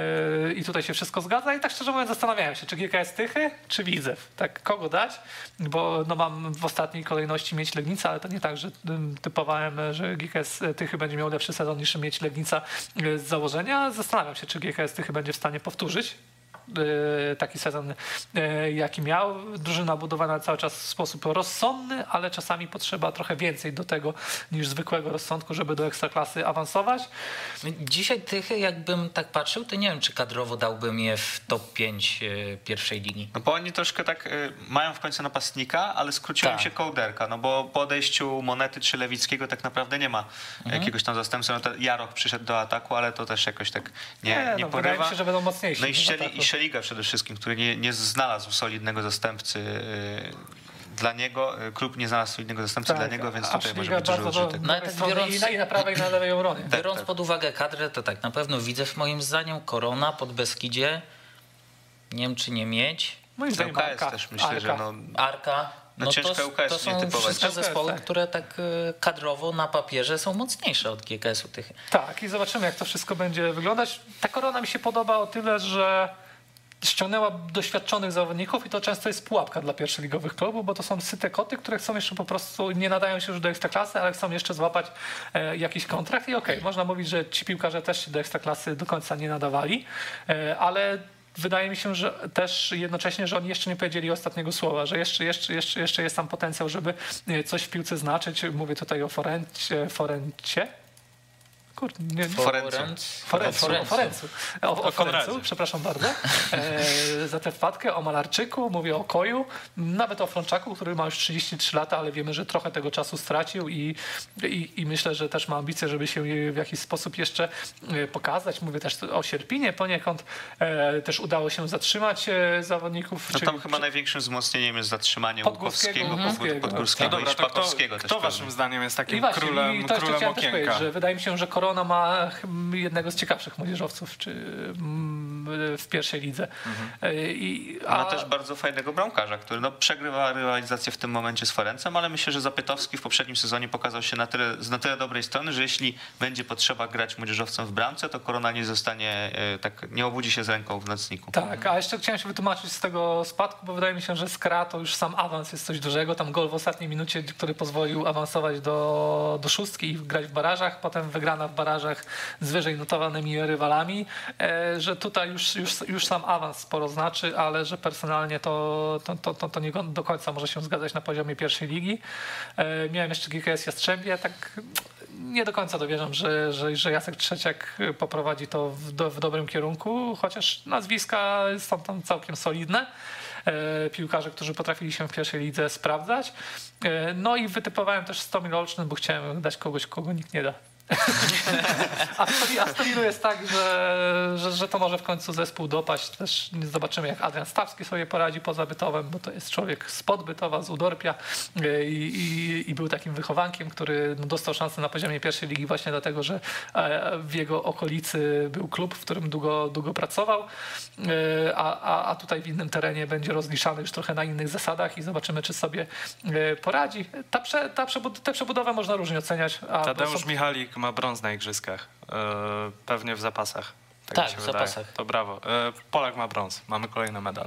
i tutaj się wszystko zgadza i tak szczerze mówiąc zastanawiałem się, czy GKS Tychy, czy Widzew. Tak, kogo dać? Bo no mam w ostatniej kolejności mieć Legnica, ale to nie tak, że typowałem, że GKS Tychy będzie miał lepszy sezon niż mieć Legnica z założenia. Zastanawiam się, czy GKS Tychy będzie w stanie powtórzyć taki sezon, jaki miał. Drużyna budowana cały czas w sposób rozsądny, ale czasami potrzeba trochę więcej do tego niż zwykłego rozsądku, żeby do Ekstraklasy awansować. Dzisiaj Tychy, jakbym tak patrzył, to nie wiem, czy kadrowo dałbym je w top 5 pierwszej ligi. No bo oni troszkę tak mają w końcu napastnika, ale skróciło im się kołderka, no bo po odejściu Monety czy Lewickiego tak naprawdę nie ma jakiegoś tam zastępstwa. No Jarok przyszedł do ataku, ale to też jakoś tak nie porywa. Wydaje mi się, że będą mocniejsi. No i Szeliga przede wszystkim, który nie znalazł solidnego zastępcy dla niego, klub nie znalazł solidnego zastępcy dla niego, więc tutaj może być dużo użytek. I na prawej i na lewej obronie. Biorąc pod uwagę kadrę, to tak, na pewno Widzew moim zdaniem, Korona, Podbeskidzie, nie wiem czy nie mieć. Moim zdaniem Arka też myślę, że Arka. No ciężko UKS to są wszystkie zespoły, które tak kadrowo na papierze są mocniejsze od GKS-u Tychy. Tak, i zobaczymy, jak to wszystko będzie wyglądać. Ta Korona mi się podoba o tyle, że ściągnęła doświadczonych zawodników i to często jest pułapka dla pierwszoligowych klubów, bo to są syte koty, które chcą jeszcze po prostu, nie nadają się już do Ekstraklasy, ale chcą jeszcze złapać jakiś kontrakt i okej, można mówić, że ci piłkarze też się do Ekstraklasy do końca nie nadawali, ale wydaje mi się, że też jednocześnie, że oni jeszcze nie powiedzieli ostatniego słowa, że jeszcze jest tam potencjał, żeby coś w piłce znaczyć. Mówię tutaj o Forencie. Forencu, przepraszam bardzo, za tę wpadkę, o Malarczyku, mówię o Koju, nawet o Frączaku, który ma już 33 lata, ale wiemy, że trochę tego czasu stracił i myślę, że też ma ambicje, żeby się w jakiś sposób jeszcze pokazać. Mówię też o Sierpinie poniekąd, też udało się zatrzymać zawodników. No tam chyba największym wzmocnieniem jest zatrzymanie Łukowskiego, Podgórskiego i Szpakowskiego. Kto waszym zdaniem jest takim królem okienka? Że wydaje mi się, że Korona ma jednego z ciekawszych młodzieżowców, czy w pierwszej lidze. Ma też bardzo fajnego bramkarza, który przegrywa rywalizację w tym momencie z Ferencem, ale myślę, że Zapytowski w poprzednim sezonie pokazał się na tyle dobrej strony, że jeśli będzie potrzeba grać młodzieżowcem w bramce, to Korona nie zostanie, nie obudzi się z ręką w nocniku. Tak, a jeszcze chciałem się wytłumaczyć z tego spadku, bo wydaje mi się, że Skra to już sam awans jest coś dużego. Tam gol w ostatniej minucie, który pozwolił awansować do szóstki i grać w barażach, potem wygrana w barażach z wyżej notowanymi rywalami, że tutaj już sam awans sporo znaczy, ale że personalnie to nie do końca może się zgadzać na poziomie pierwszej ligi. Miałem jeszcze GKS Jastrzębie, tak nie do końca dowierzam, że Jacek Trzeciak poprowadzi to w dobrym kierunku, chociaż nazwiska są tam całkiem solidne. Piłkarze, którzy potrafili się w pierwszej lidze sprawdzać. No i wytypowałem też Stomil Olsztyn, bo chciałem dać kogoś, kogo nikt nie da. A w Stomilu jest tak, że to może w końcu zespół dopaść. Też zobaczymy, jak Adrian Stawski sobie poradzi poza Bytowem, bo to jest człowiek spod Bytowa, z Udorpia i był takim wychowankiem, który dostał szansę na poziomie pierwszej ligi właśnie dlatego, że w jego okolicy był klub, w którym długo pracował, a tutaj w innym terenie będzie rozliczany już trochę na innych zasadach i zobaczymy, czy sobie poradzi. Tę przebudowę można różnie oceniać. Tadeusz Michalik ma brąz na igrzyskach. Pewnie w zapasach. Tak, w zapasach. To brawo. Polak ma brąz. Mamy kolejny medal.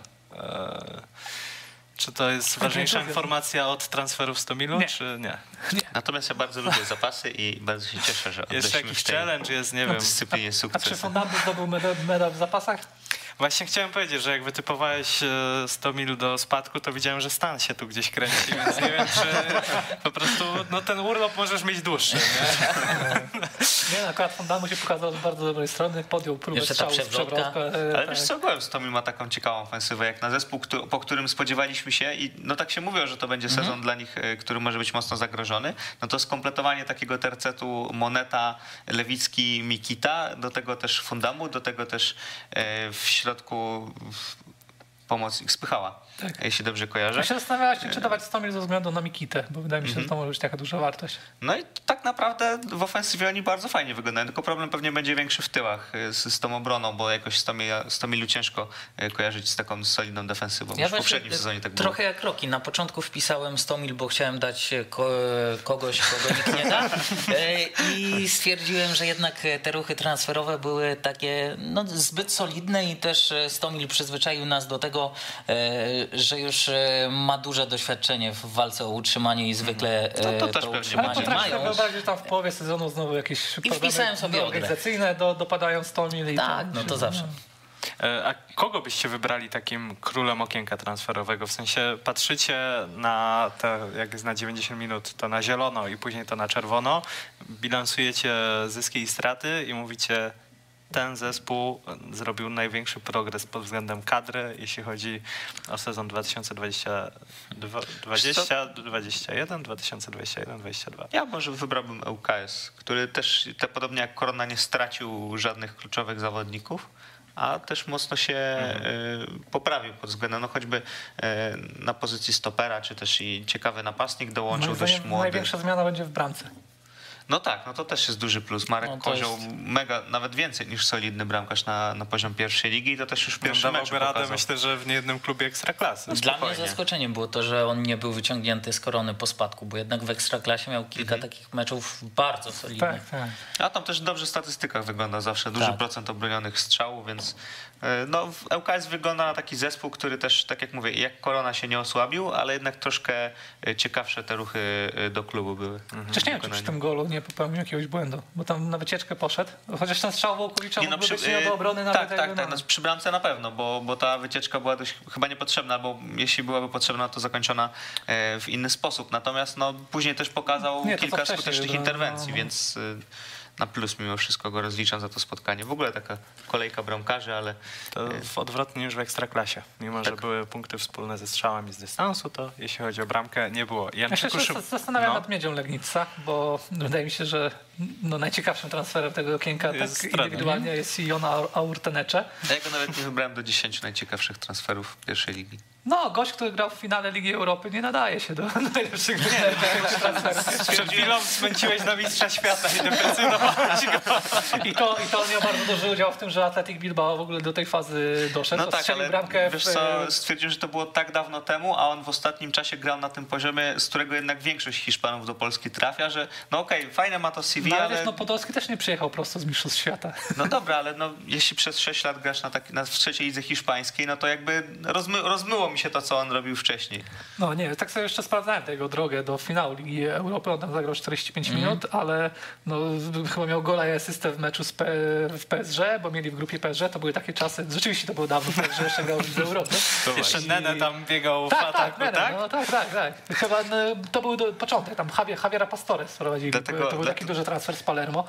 Czy to jest ważniejsza informacja od transferów Stomilu, czy nie? Natomiast ja bardzo lubię zapasy i bardzo się cieszę, że jeszcze jakiś challenge jest, nie wiem. Dyscyplinie sukces. A czy Fundament zdobył medal w zapasach? Właśnie chciałem powiedzieć, że jak wytypowałeś 100 mil do spadku, to widziałem, że stan się tu gdzieś kręci, więc nie wiem, czy po prostu ten urlop możesz mieć dłuższy. Nie, akurat Fondamu się pokazał z bardzo dobrej strony, podjął próbę strzału z przewrotka. Ale wiesz co, byłem 100 mil ma taką ciekawą ofensywę, jak na zespół, po którym spodziewaliśmy się i tak się mówiło, że to będzie sezon dla nich, który może być mocno zagrożony, no to skompletowanie takiego tercetu Moneta, Lewicki, Mikita, do tego też Fundamu, do tego też w środku pomoc ich Spychała, jeśli dobrze kojarzę. Ja się zastanawiałeś, czy dawać 100 mil ze względu na Mikitę, bo wydaje mi się, że to może być taka duża wartość. No i tak naprawdę w ofensywie oni bardzo fajnie wyglądają, tylko problem pewnie będzie większy w tyłach z tą obroną, bo jakoś 100 milu ciężko kojarzyć z taką solidną defensywą. Ja w poprzednim sezonie tak było. Trochę jak Roki. Na początku wpisałem 100 mil, bo chciałem dać kogoś, kogo nikt nie da. I stwierdziłem, że jednak te ruchy transferowe były takie zbyt solidne i też 100 mil przyzwyczaił nas do tego, że już ma duże doświadczenie w walce o utrzymanie i zwykle to utrzymanie mają. Ale potrafię tam w połowie sezonu znowu jakieś problemy organizacyjne dopadają 100 mil. Tak, to zawsze. A kogo byście wybrali takim królem okienka transferowego? W sensie patrzycie na jak jest na 90 minut, to na zielono i później to na czerwono, bilansujecie zyski i straty i mówicie, ten zespół zrobił największy progres pod względem kadry, jeśli chodzi o sezon 2021-2022. Ja może wybrałbym ŁKS, który też, podobnie jak Korona, nie stracił żadnych kluczowych zawodników, a też mocno się poprawił pod względem choćby na pozycji stopera, czy też i ciekawy napastnik dołączył, dość młody. Największa zmiana będzie w bramce. No tak, to też jest duży plus. Marek Kozioł mega, nawet więcej niż solidny bramkarz na poziom pierwszej ligi i to też już w pierwszym meczu radę, pokazał. myślę, że w niejednym klubie Ekstraklasy. Dla mnie zaskoczeniem było to, że on nie był wyciągnięty z Korony po spadku, bo jednak w Ekstraklasie miał kilka takich meczów bardzo solidnych. Tak. A tam też dobrze w statystykach wygląda zawsze, duży procent obronionych strzałów, więc ŁKS wygląda na taki zespół, który też, tak jak mówię, jak Korona się nie osłabił, ale jednak troszkę ciekawsze te ruchy do klubu były. Przecież nie wiem, czy przy tym golu nie popełnił jakiegoś błędu, bo tam na wycieczkę poszedł, chociaż ten strzał Wołkowicza mógłby być nie do obrony nawet. Tak, przy bramce na pewno, bo ta wycieczka była dość chyba niepotrzebna, albo jeśli byłaby potrzebna, to zakończona w inny sposób. Natomiast później też pokazał kilka skutecznych interwencji, więc na plus mimo wszystko go rozliczam za to spotkanie. W ogóle taka kolejka bramkarzy, ale... To odwrotnie niż w Ekstraklasie. Mimo, że były punkty wspólne ze strzałem i z dystansu, to jeśli chodzi o bramkę, nie było. Ja się zastanawiam nad Miedzią Legnica, bo wydaje mi się, że najciekawszym transferem tego okienka indywidualnie jest Iona Aurtenecze. Ja go nawet nie wybrałem do 10 najciekawszych transferów pierwszej ligi. No, gość, który grał w finale Ligi Europy, nie nadaje się do najlepszych transferów. Przed chwilą zmęciłeś na mistrza świata i deprecjonowałeś go. I to on miał bardzo duży udział w tym, że Athletic Bilbao w ogóle do tej fazy doszedł. No tak, ale bramkę wiesz co, stwierdził, że to było tak dawno temu, a on w ostatnim czasie grał na tym poziomie, z którego jednak większość Hiszpanów do Polski trafia, że no okej, fajne ma to CV, ale... Wiesz, no Podolski też nie przyjechał prosto z mistrzostw świata. No dobra, ale no, jeśli przez 6 lat grasz w trzeciej lidze hiszpańskiej, no to jakby rozmyło mi się to, co on robił wcześniej. No nie, tak sobie jeszcze sprawdzałem jego drogę do finału Ligi Europy. On tam zagrał 45 minut, ale no, chyba miał gola i asystę w meczu w PSG, bo mieli w grupie PSG. To były takie czasy, rzeczywiście to było dawno, PSG jeszcze grał w Lidze Europy. Jeszcze Nene tam biegał w ataku, tak? No, tak. Chyba to był początek, tam Javiera Pastore sprowadzili. To był taki duży transfer z Palermo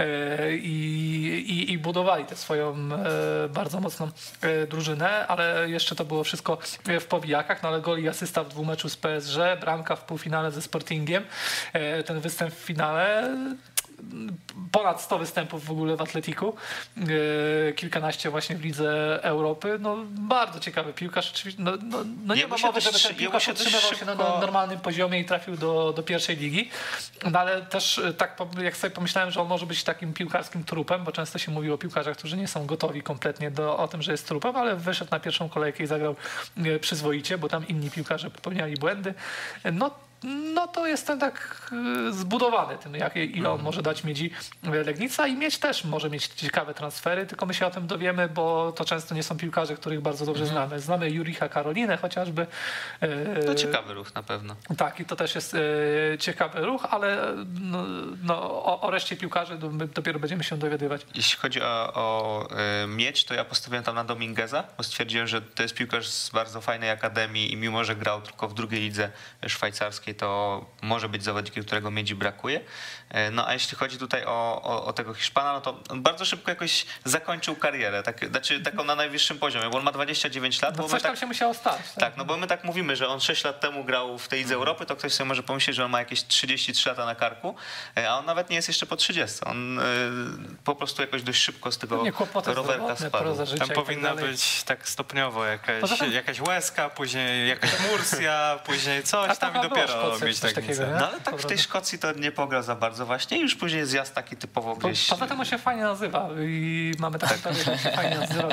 i budowali tę swoją bardzo mocną drużynę, ale jeszcze to było wszystko w powijakach, no ale gol i asysta w 2 meczu z PSG, bramka w półfinale ze Sportingiem, ten występ w finale, ponad 100 występów w ogóle w Atletiku, kilkanaście właśnie w Lidze Europy. No bardzo ciekawy piłkarz. Oczywiście, no nie ma mowy, żeby ten piłkarz utrzymywał się na normalnym poziomie i trafił do pierwszej ligi. No ale też tak jak sobie pomyślałem, że on może być takim piłkarskim trupem, bo często się mówi o piłkarzach, którzy nie są gotowi kompletnie o tym, że jest trupem, ale wyszedł na pierwszą kolejkę i zagrał przyzwoicie, bo tam inni piłkarze popełniali błędy. No to jestem tak zbudowany tym, ile on może dać Miedzi Legnica i Miedź też może mieć ciekawe transfery, tylko my się o tym dowiemy, bo to często nie są piłkarze, których bardzo dobrze znamy. Znamy Juricha Karolinę chociażby. To ciekawy ruch na pewno. Tak, i to też jest ciekawy ruch, ale o reszcie piłkarzy my dopiero będziemy się dowiadywać. Jeśli chodzi o Miedź, to ja postawiłem tam na Domingueza, bo stwierdziłem, że to jest piłkarz z bardzo fajnej akademii i mimo, że grał tylko w drugiej lidze szwajcarskiej, to może być zawodnikiem, którego Miedzi brakuje. No a jeśli chodzi tutaj o tego Hiszpana, no to on bardzo szybko jakoś zakończył karierę, taką na najwyższym poziomie, bo on ma 29 lat. No coś tam się musiało stać. Tak, no bo my tak mówimy, że on 6 lat temu grał w tej Lidze Europy, to ktoś sobie może pomyśleć, że on ma jakieś 33 lata na karku, a on nawet nie jest jeszcze po 30. On po prostu jakoś dość szybko z tego rowerka spadł. Tam powinna być tak stopniowo jakaś łezka, później jakaś Murcia, później coś tam i dopiero mieć takiego. No ale tak w tej Szkocji to nie pograł za bardzo właśnie i już później zjazd taki typowo gdzieś... Poza tym on się fajnie nazywa i mamy taką historię, że się fajnie nazywa.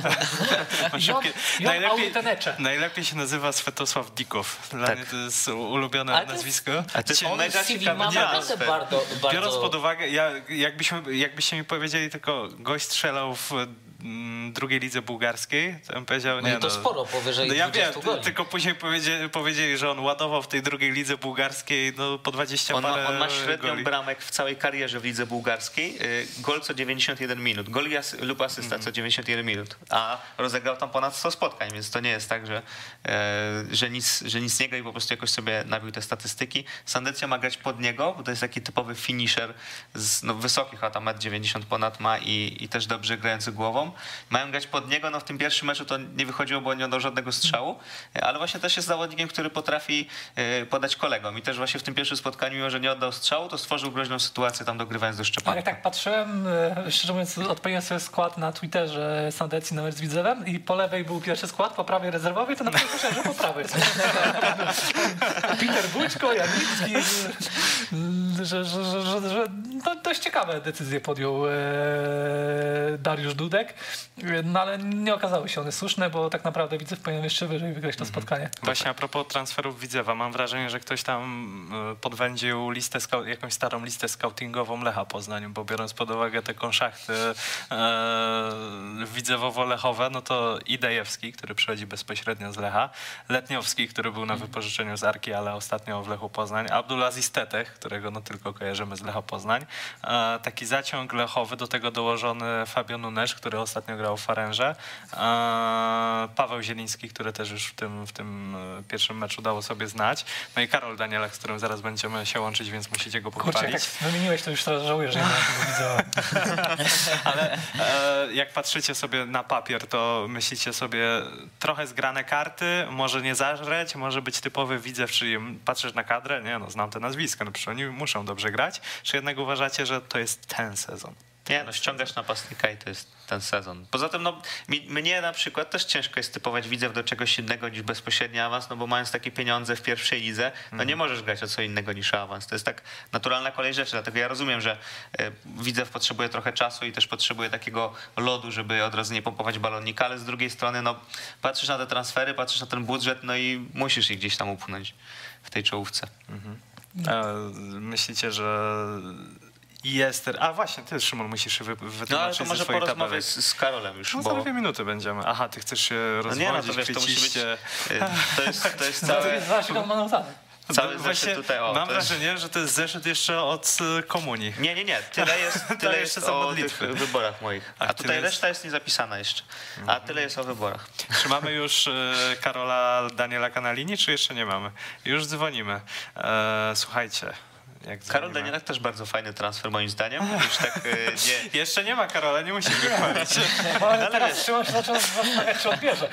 Najlepiej się nazywa Swiatosław Dikow. Dla mnie to jest ulubione nazwisko. A to jest mega ciekawy Biorąc pod uwagę, jakbyście mi powiedzieli tylko gość strzelał w drugiej lidze bułgarskiej, to bym powiedział, no i to sporo, powyżej 20 goli. Tylko później powiedzieli, że on ładował w tej drugiej lidze bułgarskiej po 20 parę On ma średnią goli. bramek w całej karierze w lidze bułgarskiej. Gol co 91 minut. Gol lub asysta co 91 minut. A rozegrał tam ponad 100 spotkań, więc to nie jest tak, że nic nie gra i po prostu jakoś sobie nabił te statystyki. Sandecja ma grać pod niego, bo to jest taki typowy finisher z wysokich, a tam 1,90 m ponad ma i też dobrze grający głową. Mają grać pod niego, w tym pierwszym meczu to nie wychodziło, bo nie oddał żadnego strzału, ale właśnie też jest zawodnikiem, który potrafi podać kolegom i też właśnie w tym pierwszym spotkaniu, mimo że nie oddał strzału, to stworzył groźną sytuację tam dogrywając do Szczepanka. Jak tak patrzyłem, szczerze mówiąc, odpaliłem sobie skład na Twitterze Sandecji na mecz z Widzewem i po lewej był pierwszy skład, po prawej rezerwowy, to na pewno myślałem, że po prawej. Peter Bućko, Janicki, że dość ciekawe decyzje podjął Dariusz Dudek, no ale nie okazały się one słuszne, bo tak naprawdę Widzew powinien jeszcze wyżej wygrać to spotkanie. Właśnie a propos transferów Widzewa, mam wrażenie, że ktoś tam podwędził jakąś starą listę scoutingową Lecha Poznań, bo biorąc pod uwagę te konszachty widzewowo-lechowe, no to Idejewski, który przychodzi bezpośrednio z Lecha, Letniowski, który był na wypożyczeniu z Arki, ale ostatnio w Lechu Poznań, Abdulaziz Tetech, którego tylko kojarzymy z Lecha Poznań, taki zaciąg lechowy, do tego dołożony Fabio Nunes, który ostatnio grał w Farenże, Paweł Zieliński, który też już w tym pierwszym meczu dało sobie znać, no i Karol Danielak, z którym zaraz będziemy się łączyć, więc musicie go pochwalić. Kurczę, jak wymieniłeś, to już teraz żałuję, że nie ma tego Widzewa. Ale jak patrzycie sobie na papier, to myślicie sobie trochę zgrane karty, może nie zażreć, może być typowy Widzew, czyli patrzysz na kadrę, znam te nazwiska, przecież oni muszą dobrze grać, czy jednak uważacie, że to jest ten sezon? Nie, no ściągasz napastnika i to jest ten sezon. Poza tym, no, mnie na przykład też ciężko jest typować Widzew do czegoś innego niż bezpośredni awans, no bo mając takie pieniądze w pierwszej lidze, no nie możesz grać o co innego niż awans. To jest tak naturalna kolej rzeczy, dlatego ja rozumiem, że Widzew potrzebuje trochę czasu i też potrzebuje takiego lodu, żeby od razu nie pompować balonika, ale z drugiej strony, no, patrzysz na te transfery, patrzysz na ten budżet, no i musisz ich gdzieś tam upchnąć w tej czołówce. Myślicie, że jest... A właśnie, ty, Szymon, musisz wytłumaczyć no ale to może porozmawiać z Karolem już. No za 2 minuty będziemy. Aha, ty chcesz się rozwodzić, no nie, no to wiesz, to musi być... To jest całe... Cały zeszyt tutaj, mam wrażenie, że to jest zeszyt jeszcze od komunii. Nie. Tyle jest o tych wyborach moich. A tutaj reszta jest niezapisana jeszcze. A tyle jest o wyborach. Czy mamy już Karola Danielaka na linii, czy jeszcze nie mamy? Już dzwonimy. Słuchajcie. Karol Danielak też bardzo fajny transfer moim zdaniem. Już tak, nie... Jeszcze nie ma Karola, nie musimy go chwalić. Ale teraz Szymon się zaczął zastanawiać, czy odbierze.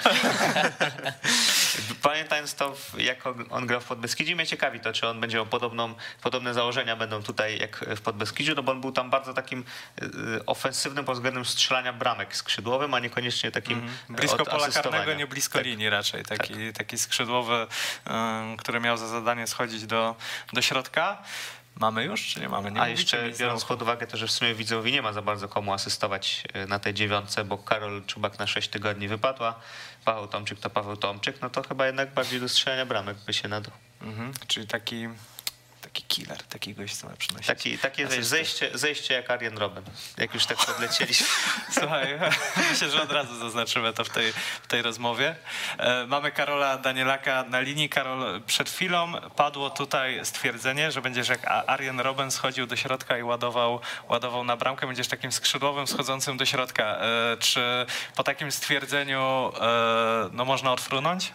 Pamiętając to, jak on grał w Podbeskidziu, mnie ciekawi to, czy on będzie miał podobne założenia będą tutaj jak w Podbeskidziu, no bo on był tam bardzo takim ofensywnym pod względem strzelania bramek skrzydłowym, a niekoniecznie takim blisko pola karnego, nie blisko linii raczej. Taki skrzydłowy, który miał za zadanie schodzić do środka. Mamy już, czy nie mamy? Nie a jeszcze biorąc pod uwagę to, że w sumie Widzewowi nie ma za bardzo komu asystować na tej 9, bo Karol Czubak na 6 tygodni wypadła, Paweł Tomczyk, no to chyba jednak bardziej do strzelania bramek by się nadał. Czyli taki killer, taki gość, co ma przynosić. Takie zejście jak Arjen Robben, jak już tak podlecieliśmy. Słuchaj, myślę, że od razu zaznaczymy to w tej rozmowie. Mamy Karola Danielaka na linii. Karol, przed chwilą padło tutaj stwierdzenie, że będziesz jak Arjen Robben schodził do środka i ładował na bramkę, będziesz takim skrzydłowym schodzącym do środka. Czy po takim stwierdzeniu no można odfrunąć?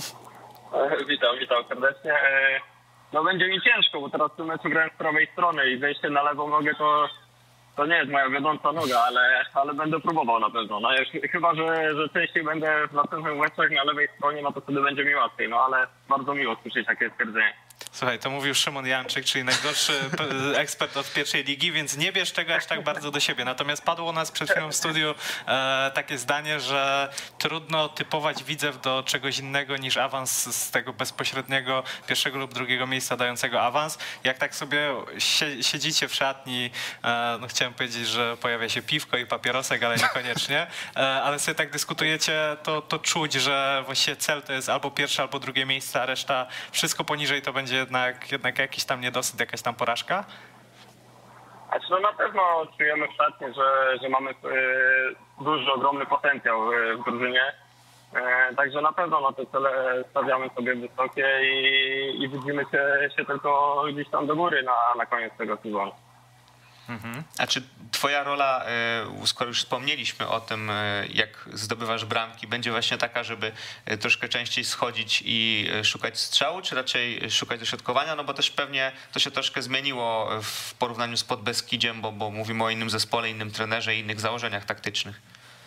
Witam serdecznie. No będzie mi ciężko, bo teraz w tym meczu grałem z prawej strony i wejście na lewą nogę to nie jest moja wiodąca noga, ale będę próbował na pewno. No, chyba, że częściej będę w następnych meczach na lewej stronie, no to wtedy będzie mi łatwiej, no ale bardzo miło słyszeć takie stwierdzenie. Słuchaj, to mówił Szymon Janczyk, czyli najgorszy ekspert od pierwszej ligi, więc nie bierz tego aż tak bardzo do siebie. Natomiast padło u nas przed chwilą w studiu takie zdanie, że trudno typować Widzew do czegoś innego niż awans z tego bezpośredniego pierwszego lub drugiego miejsca dającego awans. Jak tak sobie siedzicie w szatni, no chciałem powiedzieć, że pojawia się piwko i papierosek, ale niekoniecznie, ale sobie tak dyskutujecie, to czuć, że właściwie cel to jest albo pierwsze, albo drugie miejsce, a reszta wszystko poniżej to będzie jednak jakiś tam niedosyt, jakaś tam porażka? Znaczy, no na pewno czujemy w szatni, że mamy duży, ogromny potencjał w drużynie. Także na pewno na te cele stawiamy sobie wysokie i widzimy się tylko gdzieś tam do góry na koniec tego sezonu. A czy twoja rola, skoro już wspomnieliśmy o tym, jak zdobywasz bramki, będzie właśnie taka, żeby troszkę częściej schodzić i szukać strzału, czy raczej szukać dośrodkowania? No bo też pewnie to się troszkę zmieniło w porównaniu z Podbeskidziem, bo mówimy o innym zespole, innym trenerze i innych założeniach taktycznych.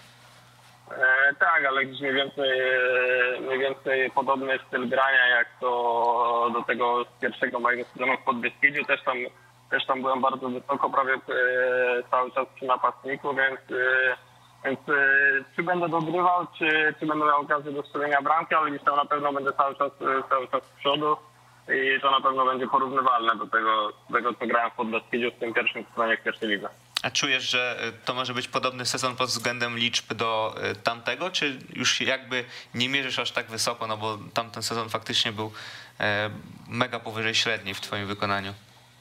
Tak, ale gdzieś mniej więcej podobny styl grania jak to do tego pierwszego mojego sezonu w Podbeskidziu. Też tam byłem bardzo wysoko, prawie cały czas przy napastniku, więc czy będę dogrywał, czy będę miał okazję do strzelenia bramki, ale gdzieś tam na pewno będę cały czas z przodu i to na pewno będzie porównywalne do tego co grałem w Podbeskidziu w tym pierwszym sezonie w pierwszej lidze. A czujesz, że to może być podobny sezon pod względem liczb do tamtego, czy już jakby nie mierzysz aż tak wysoko, no bo tamten sezon faktycznie był mega powyżej średniej w twoim wykonaniu?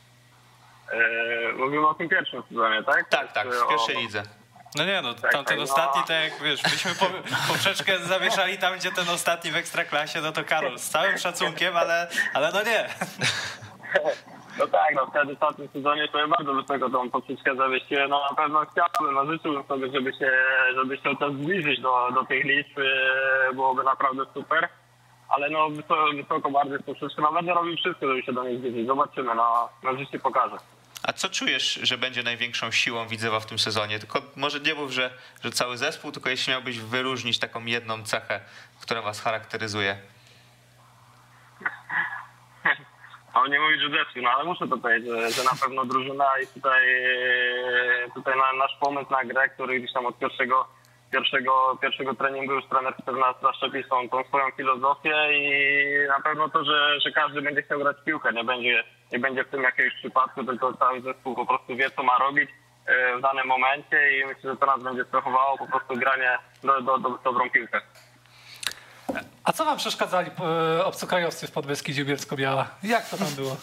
Mówimy o tym pierwszym sezonie, tak? Tak, w pierwszej lidze. No nie, no tamten ostatni, tak jak wiesz, byśmy poprzeczkę zawieszali tam, gdzie ten ostatni w Ekstraklasie, no to Karol, z całym szacunkiem, ale no nie. No tak, no wtedy w tamtym sezonie sobie bardzo wysoko tą poprzeczkę zawiesiłem, no na pewno chciałbym, no życzyłbym sobie, żeby się czas zbliżyć do tych liczb, byłoby naprawdę super, ale no wysoko bardziej z poprzeczką, no będę robił wszystko, żeby się do niej zbliżyć, zobaczymy, no życie pokaże. A co czujesz, że będzie największą siłą Widzewa w tym sezonie? Tylko może nie mów, że cały zespół, tylko jeśli miałbyś wyróżnić taką jedną cechę, która was charakteryzuje. A on nie mówi, że zepsuł, no ale muszę to powiedzieć, że na pewno drużyna i tutaj nasz pomysł na grę, który gdzieś tam od pierwszego treningu już trener chce w nas zaszczepić tą swoją filozofię i na pewno to, że każdy będzie chciał grać w piłkę, nie będzie w tym jakiegoś przypadku, tylko cały zespół po prostu wie, co ma robić w danym momencie i myślę, że to nas będzie strofowało po prostu granie do dobrą piłkę. A co wam przeszkadzali obcokrajowcy w Podbeskidziu Bielsko-Biała? Jak to tam było?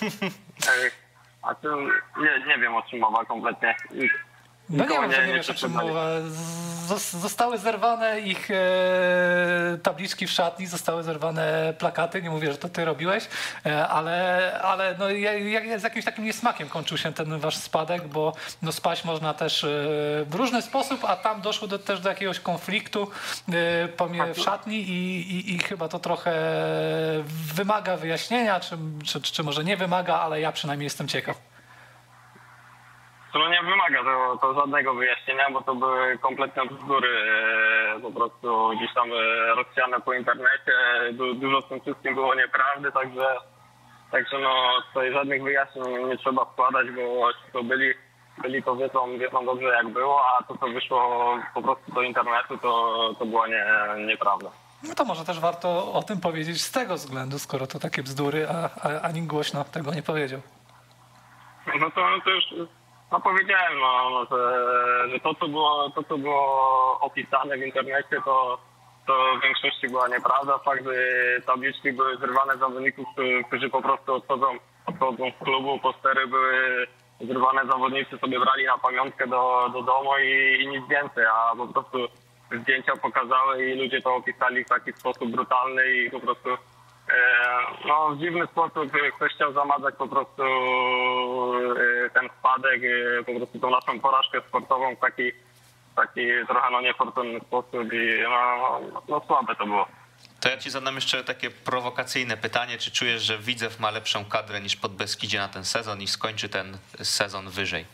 A to nie wiem, o czym mowa kompletnie. No nie wiem, że nie wiesz, o czym mowa. Zostały zerwane ich tabliczki w szatni, zostały zerwane plakaty. Nie mówię, że to ty robiłeś, ale no, z jakimś takim niesmakiem kończył się ten wasz spadek, bo no, spaść można też w różny sposób, a tam doszło też do jakiegoś konfliktu w szatni i chyba to trochę wymaga wyjaśnienia, czy może nie wymaga, ale ja przynajmniej jestem ciekaw. To nie wymaga to żadnego wyjaśnienia, bo to były kompletne bzdury po prostu gdzieś tam rozsiane po internecie. Dużo w tym wszystkim było nieprawdy, także no tutaj żadnych wyjaśnień nie trzeba wkładać, bo ci to byli to wiedzą dobrze jak było, a to co wyszło po prostu do internetu to była nieprawda. No to może też warto o tym powiedzieć z tego względu, skoro to takie bzdury, a nikt głośno tego nie powiedział. No to już... No powiedziałem, że to co było opisane w internecie, to w większości była nieprawda. Fakt, że tabliczki były zrywane zawodników, którzy po prostu odchodzą z klubu, postery były zrywane, zawodnicy sobie brali na pamiątkę do domu i nic więcej, a po prostu zdjęcia pokazały i ludzie to opisali w taki sposób brutalny i po prostu no, w dziwny sposób ktoś chciał zamazać po prostu ten spadek, po prostu tą naszą porażkę sportową w taki trochę niefortunny sposób i no słabe to było. To ja ci zadam jeszcze takie prowokacyjne pytanie. Czy czujesz, że Widzew ma lepszą kadrę niż Podbeskidzie na ten sezon i skończy ten sezon wyżej?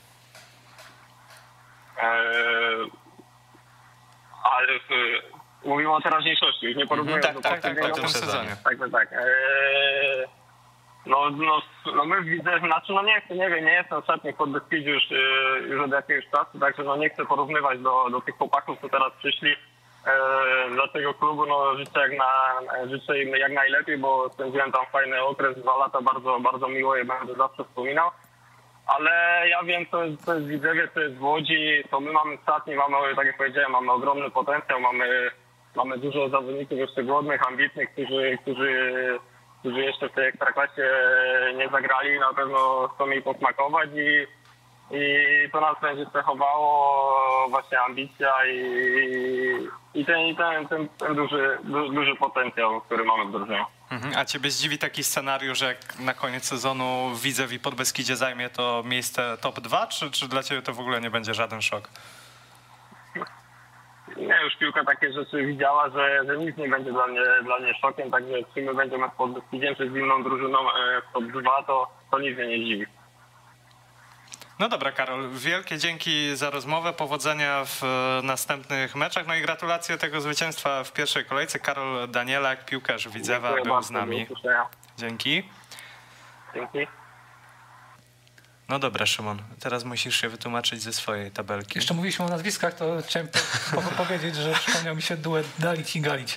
Ale mówimy o teraźniejszości, już nie porównując do poprzedniego. Tak, w tym sezonie. Tak. No my widzę, znaczy no nie jestem szatnik Podbeskidziu już od jakiegoś czasu, także no nie chcę porównywać do tych chłopaków, co teraz przyszli. Dla tego klubu no życzę im jak najlepiej, bo spędziłem tam fajny okres, 2 lata, bardzo, bardzo miło je będę zawsze wspominał. Ale ja wiem, co jest w Widzewie, co jest w Łodzi, to my mamy w szatni, tak jak powiedziałem, mamy ogromny potencjał, mamy dużo zawodników jeszcze głodnych, ambitnych, którzy jeszcze w tej Ekstraklasie nie zagrali, na pewno chcą jej posmakować i to nas będzie cechowało właśnie ambicja i ten duży potencjał, który mamy w drużynie. A ciebie zdziwi taki scenariusz, że jak na koniec sezonu Widzew i Podbeskidzie zajmie to miejsce top 2, czy dla ciebie to w ogóle nie będzie żaden szok? Nie, już piłka takie rzeczy widziała, że nic nie będzie dla mnie szokiem, także czy my będziemy z Podbeskidziem czy z inną drużyną w top 2, to nic mnie nie dziwi. No dobra, Karol, wielkie dzięki za rozmowę, powodzenia w następnych meczach, no i gratulacje tego zwycięstwa w pierwszej kolejce. Karol Danielak, piłkarz Widzewa, był z nami. Dzięki. Dzięki. No dobra, Szymon, teraz musisz się wytłumaczyć ze swojej tabelki. Jeszcze mówiliśmy o nazwiskach, to chciałem powiedzieć, że przypomniał mi się duet Dalić i Galić.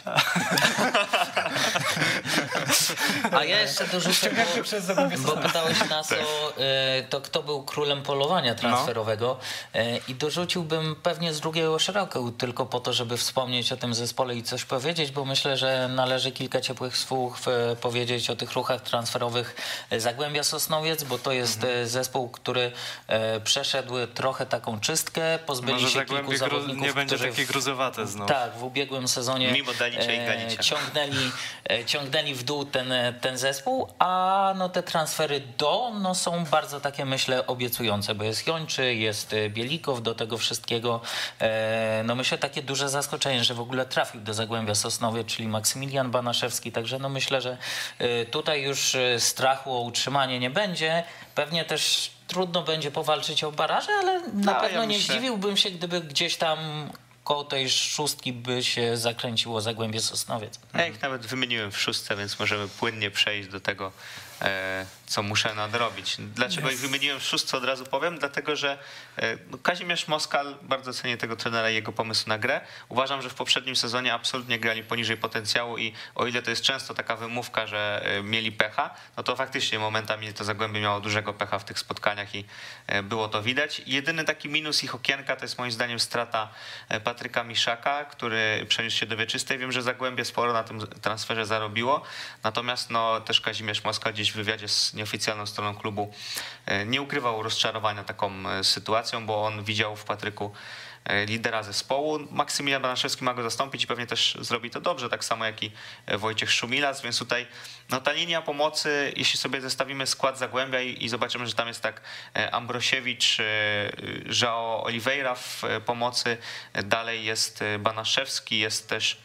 A ja jeszcze dorzucę, bo pytałeś nas o to, kto był królem polowania transferowego i dorzuciłbym pewnie z drugiego szeroka, tylko po to, żeby wspomnieć o tym zespole i coś powiedzieć, bo myślę, że należy kilka ciepłych słów powiedzieć o tych ruchach transferowych Zagłębia Sosnowiec, bo to jest zespół, który przeszedł trochę taką czystkę, pozbyli może się kilku zawodników, nie będzie takie gruzowate znowu. Tak, w ubiegłym sezonie mimo Dalicia i Galicia ciągnęli w dół ten zespół, a no te transfery są bardzo takie, myślę, obiecujące, bo jest Jończy, jest Bielikow, do tego wszystkiego no myślę takie duże zaskoczenie, że w ogóle trafił do Zagłębia Sosnowiec, czyli Maksymilian Banaszewski, także no myślę, że tutaj już strachu o utrzymanie nie będzie, pewnie też trudno będzie powalczyć o baraże, ale na pewno nie zdziwiłbym się, gdyby gdzieś tam koło tej 6 by się zakręciło Zagłębie Sosnowiec. Ja ich nawet wymieniłem w 6, więc możemy płynnie przejść do tego, co muszę nadrobić. Dlaczego ich wymieniłem w szóstce, od razu powiem? Dlatego, że Kazimierz Moskal, bardzo cenię tego trenera i jego pomysł na grę. Uważam, że w poprzednim sezonie absolutnie grali poniżej potencjału i o ile to jest często taka wymówka, że mieli pecha, no to faktycznie momentami to Zagłębie miało dużego pecha w tych spotkaniach i było to widać. Jedyny taki minus ich okienka to jest moim zdaniem strata Patryka Miszaka, który przeniósł się do Wieczystej. Wiem, że Zagłębie sporo na tym transferze zarobiło, natomiast no, też Kazimierz Moskal gdzieś w wywiadzie z nieoficjalną stroną klubu nie ukrywał rozczarowania taką sytuacją, bo on widział w Patryku lidera zespołu. Maksymilian Banaszewski ma go zastąpić i pewnie też zrobi to dobrze, tak samo jak i Wojciech Szumilas, więc tutaj no, ta linia pomocy, jeśli sobie zestawimy skład Zagłębia i zobaczymy, że tam jest tak Ambrosiewicz, João Oliveira w pomocy, dalej jest Banaszewski, jest też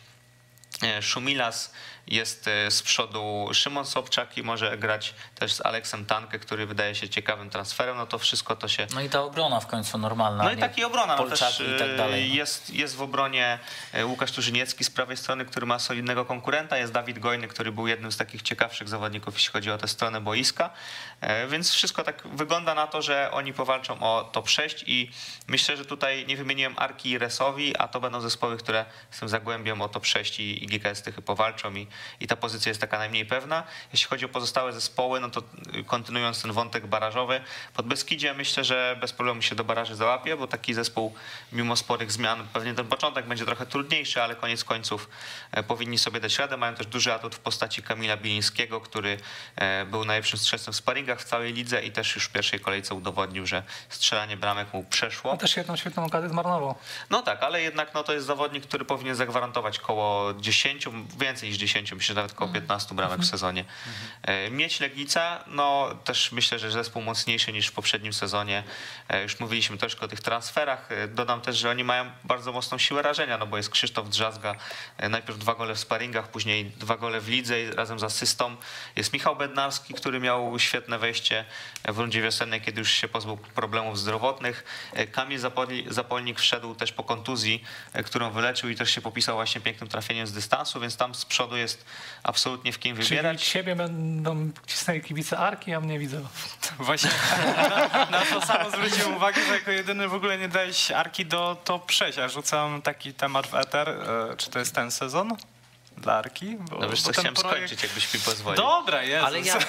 Szumilas, jest z przodu Szymon Sobczak i może grać też z Aleksem Tankę, który wydaje się ciekawym transferem, no to wszystko to się... No i ta obrona w końcu normalna. No i taki obrona, no też i tak dalej. jest w obronie Łukasz Turzyniecki z prawej strony, który ma solidnego konkurenta, jest Dawid Gojny, który był jednym z takich ciekawszych zawodników, jeśli chodzi o tę stronę boiska, więc wszystko tak wygląda na to, że oni powalczą o top 6 i myślę, że tutaj nie wymieniłem Arki i Resowi, a to będą zespoły, które z tym Zagłębiem o top 6 i GKS Tychy powalczą i ta pozycja jest taka najmniej pewna. Jeśli chodzi o pozostałe zespoły, no to kontynuując ten wątek barażowy, Podbeskidzie myślę, że bez problemu się do baraży załapie, bo taki zespół mimo sporych zmian, pewnie ten początek będzie trochę trudniejszy, ale koniec końców powinni sobie dać radę. Mają też duży atut w postaci Kamila Bilińskiego, który był najlepszym strzelcem w sparingach w całej lidze i też już w pierwszej kolejce udowodnił, że strzelanie bramek mu przeszło. A też jedną świetną okazję zmarnował. No tak, ale jednak no, to jest zawodnik, który powinien zagwarantować koło 10, więcej niż 10, myślę, że nawet koło 15 bramek w sezonie. Miedź Legnica, no też myślę, że zespół mocniejszy niż w poprzednim sezonie. Już mówiliśmy troszkę o tych transferach. Dodam też, że oni mają bardzo mocną siłę rażenia, no bo jest Krzysztof Drzazga, najpierw 2 gole w sparingach, później 2 gole w lidze razem z asystą. Jest Michał Bednarski, który miał świetne wejście w rundzie wiosennej, kiedy już się pozbył problemów zdrowotnych. Kamil Zapolnik wszedł też po kontuzji, którą wyleczył i też się popisał właśnie pięknym trafieniem z dystansu, więc tam z przodu jest absolutnie w kim wybierać. Czyli siebie będą cisnęli kibice Arki, a mnie widzę. Właśnie na to samo zwróciłem uwagę, że jako jedyny w ogóle nie dałeś Arki do top 6, a rzucam taki temat w eter. Czy to jest ten sezon dla Arki? No wiesz co, chciałem skończyć, jakbyś mi pozwolił. Dobra, Jezus. Ale ja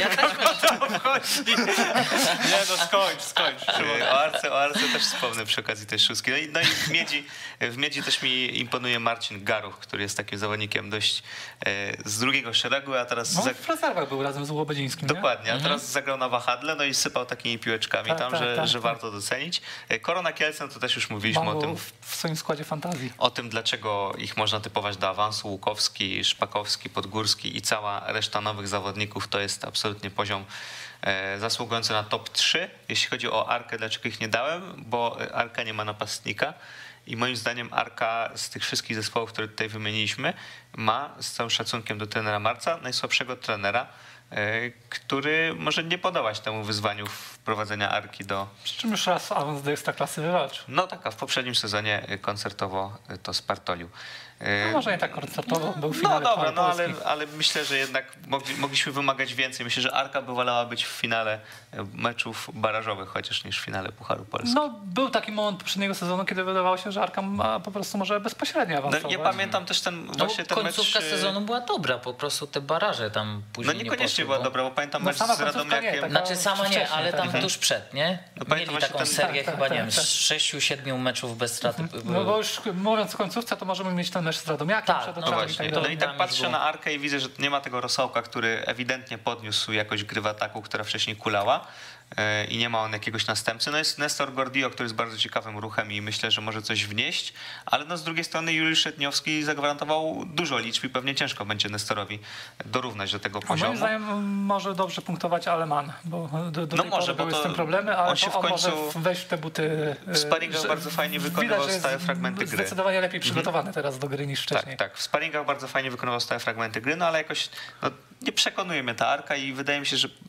też Nie, no skończ. O Arce też wspomnę przy okazji tej szóstki. No i w Miedzi też mi imponuje Marcin Garuch, który jest takim zawodnikiem dość z drugiego szeregu, a teraz... No, w rezerwach był razem z Łobodzińskim, Dokładnie, a teraz zagrał na wahadle, no i sypał takimi piłeczkami że warto docenić. Korona Kielce, to też już mówiliśmy o tym. W swoim składzie fantazji. O tym, dlaczego ich można typować do awansu. Łukowski, Szpakowski, Podgórski i cała reszta nowych zawodników to jest absolutnie poziom zasługujący na top 3. Jeśli chodzi o Arkę, dlaczego ich nie dałem? Bo Arka nie ma napastnika i moim zdaniem Arka z tych wszystkich zespołów, które tutaj wymieniliśmy, ma z całym szacunkiem do trenera Marca najsłabszego trenera, który może nie podołać temu wyzwaniu wprowadzenia Arki do... Przy czym już raz awans do Ekstraklasy wywalczył. No tak, a w poprzednim sezonie koncertowo to spartolił. No może nie tak koncertowo, był w finale. No dobra, no ale myślę, że jednak mogliśmy wymagać więcej. Myślę, że Arka by wolała być w finale meczów barażowych, chociaż niż w finale Pucharu Polski. No był taki moment poprzedniego sezonu, kiedy wydawało się, że Arka ma po prostu może bezpośrednio awansować. No, ja pamiętam też ten końcówka sezonu była dobra, po prostu te baraże tam później no niekoniecznie była dobra, bo pamiętam mecz z Radomiakiem. Znaczy sama nie, ale tam tuż przed, nie? No, mieli taką serię chyba, nie wiem, 6-7 meczów bez straty. No bo już mówiąc o końcówce, to możemy mieć ten mecz z Radomiakiem. No właśnie, no i tak patrzę na Arkę i widzę, że nie ma tego Rosołka, który ewidentnie podniósł jakoś gry w ataku, która wcześniej kulała i nie ma on jakiegoś następcy. No jest Nestor Gordio, który jest bardzo ciekawym ruchem i myślę, że może coś wnieść, ale no z drugiej strony Juliusz Szedniowski zagwarantował dużo liczb i pewnie ciężko będzie Nestorowi dorównać do tego poziomu. Moim zdaniem może dobrze punktować Aleman, bo do tej pory były z tym problemy, ale on się w końcu może wejść w te buty. W sparingach bardzo fajnie wykonywał stałe fragmenty gry. Zdecydowanie lepiej przygotowany teraz do gry niż wcześniej. Tak, w sparingach bardzo fajnie wykonywał stałe fragmenty gry, no ale jakoś nie przekonuje mnie ta Arka i wydaje mi się, że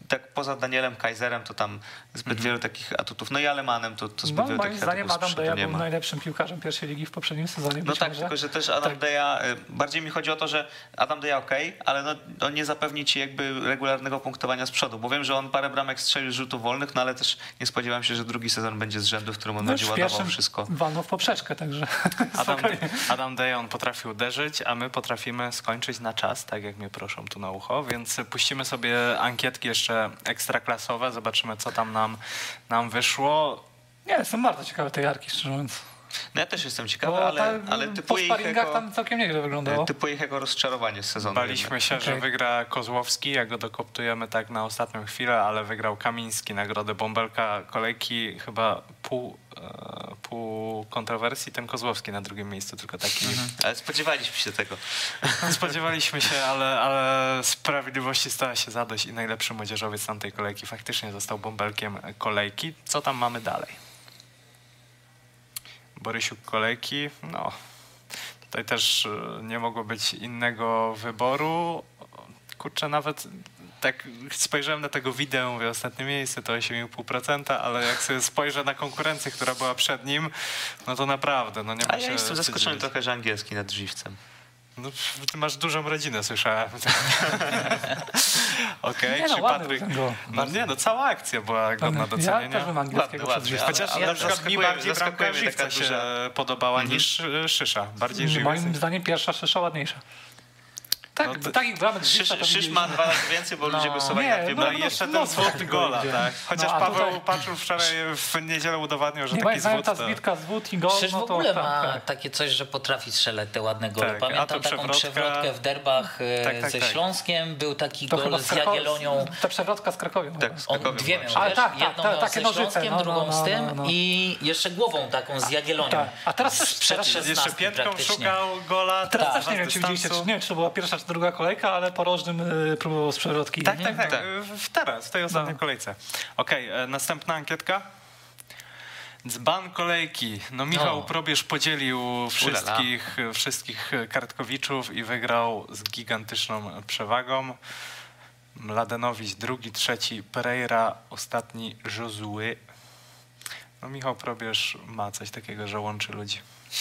tak poza Danielem Kaiserem to tam zbyt wielu takich atutów. No i Alemanem to zbyt wielu takich zdaniem atutów Adam Deja był najlepszym piłkarzem pierwszej ligi w poprzednim sezonie. No tak, tylko że też Adam Deja, bardziej mi chodzi o to, że Adam Deja ale no, on nie zapewni ci jakby regularnego punktowania z przodu, bo wiem, że on parę bramek strzelił z rzutów wolnych, no ale też nie spodziewam się, że drugi sezon będzie z rzędu, w którym on będzie ładował wszystko. Walnął w poprzeczkę, także Adam Deja, on potrafi uderzyć, a my potrafimy skończyć na czas, tak jak mnie proszą tu na ucho, więc puścimy sobie ankietki jeszcze ekstraklasowe, zobaczymy, co tam nam wyszło. Nie, jestem bardzo ciekawy tej Arki, szczerze mówiąc. No ja też jestem ciekawy, ale typuję ich jako, tam całkiem nieźle wyglądało. Typuję ich jako rozczarowanie z sezonu. Baliśmy się, że wygra Kozłowski, jak go dokoptujemy tak na ostatnią chwilę, ale wygrał Kamiński, nagrodę Bąbelka Kolejki, chyba pół kontrowersji, ten Kozłowski na drugim miejscu, tylko taki. Ale spodziewaliśmy się tego. Spodziewaliśmy się, ale sprawiedliwości stała się zadość i najlepszy młodzieżowiec tamtej kolejki faktycznie został Bąbelkiem Kolejki. Co tam mamy dalej? Borysiuk Kolejki, no tutaj też nie mogło być innego wyboru. Kurczę, nawet tak spojrzałem na tego wideo, mówię, ostatnie miejsce to 8,5%, ale jak sobie spojrzę na konkurencję, która była przed nim, no to naprawdę, no nie ma się. A ja jestem zaskoczony trochę, że angielski nad Żywcem. No, ty masz dużą rodzinę, słyszałem. Okej, czy Patryk... No cała akcja była godna docenienia. Ja też bym angielskiego przedrzysta. Chociaż na przykład mi bardziej bramka Żywca się podobała niż Szysza. Bardziej Żywiec. Moim zdaniem pierwsza Szysza ładniejsza. Tak, no, takich bramek Szysz ma 2 razy więcej, bo ludzie głosowali na 2 bramki. Jeszcze ten zwód gola, tak. Chociaż Paweł Paczul wczoraj w niedzielę udowadniał, że taki zwód... ta zbitka, zwód i gol, Szysz w ogóle ma takie coś, że potrafi strzelać te ładne gole. Pamiętam taką przewrotkę w derbach ze Śląskiem, był taki gol z Jagiellonią. Ta przewrotka z Krakowią. On dwie miał, jedną miał ze Śląskiem, drugą z tym i jeszcze głową taką z Jagiellonią. A teraz też jeszcze piętką szukał gola. Teraz też nie wiem, czy widzieliście, nie wiem, czy to była pierwsza druga kolejka, ale po rożnym próbował z przewrotki. Tak. Teraz, w tej ostatniej kolejce. Okej, następna ankietka. Dzban kolejki. No Michał Probierz podzielił wszystkich kartkowiczów i wygrał z gigantyczną przewagą. Mladenowicz drugi, trzeci Pereira, ostatni Josue. No Michał Probierz ma coś takiego, że łączy ludzi.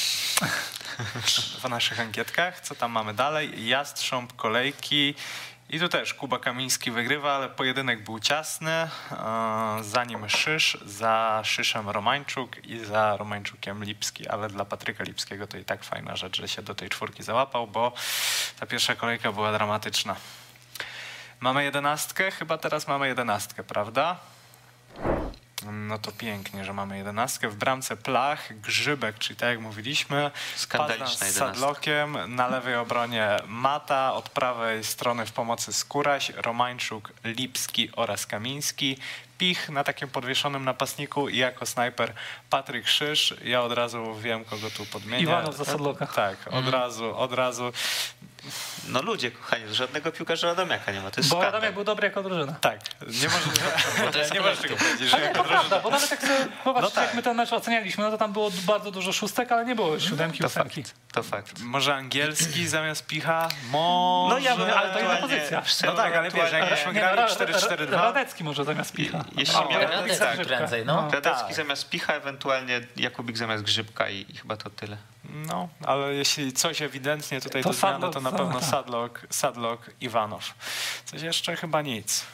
W naszych ankietkach. Co tam mamy dalej? Jastrząb Kolejki. I tu też Kuba Kamiński wygrywa, ale pojedynek był ciasny. Za nim Szysz, za Szyszem Romańczuk i za Romańczukiem Lipski. Ale dla Patryka Lipskiego to i tak fajna rzecz, że się do tej czwórki załapał, bo ta pierwsza kolejka była dramatyczna. Mamy 11? Chyba teraz mamy 11, prawda? No to pięknie, że mamy 11. W bramce Plach, Grzybek, czyli tak jak mówiliśmy, Pazdan z Sadlokiem, na lewej obronie Mata, od prawej strony w pomocy Skóraś, Romańczuk, Lipski oraz Kamiński. Pich na takim podwieszonym napastniku i jako snajper Patryk Szysz. Ja od razu wiem, kogo tu podmienię. Iwanow za Sadloka. Tak, od razu. No ludzie, kochani, żadnego piłkarza Adamiaka nie ma. To jest bo skandal. Adamiak był dobry jako drużyna. Tak, nie możesz tego powiedzieć, że jako drużyna. Prawda, bo nawet jak sobie popatrzcie, jak my ten mecz ocenialiśmy, no to tam było bardzo dużo szóstek, ale nie było siódemki, ósemki. To fakt. Może angielski zamiast Picha? No ja bym, ale to inna pozycja. No tak, ale wiesz, jakbyśmy grali 4-4-2. Radecki może zamiast Picha. Prędzej, no. Radecki zamiast Picha, ewentualnie Jakubik zamiast Grzybka i chyba to tyle. No, ale jeśli coś ewidentnie tutaj do zmiany, to na pewno Sadlok, Iwanow. Coś jeszcze? Chyba nic.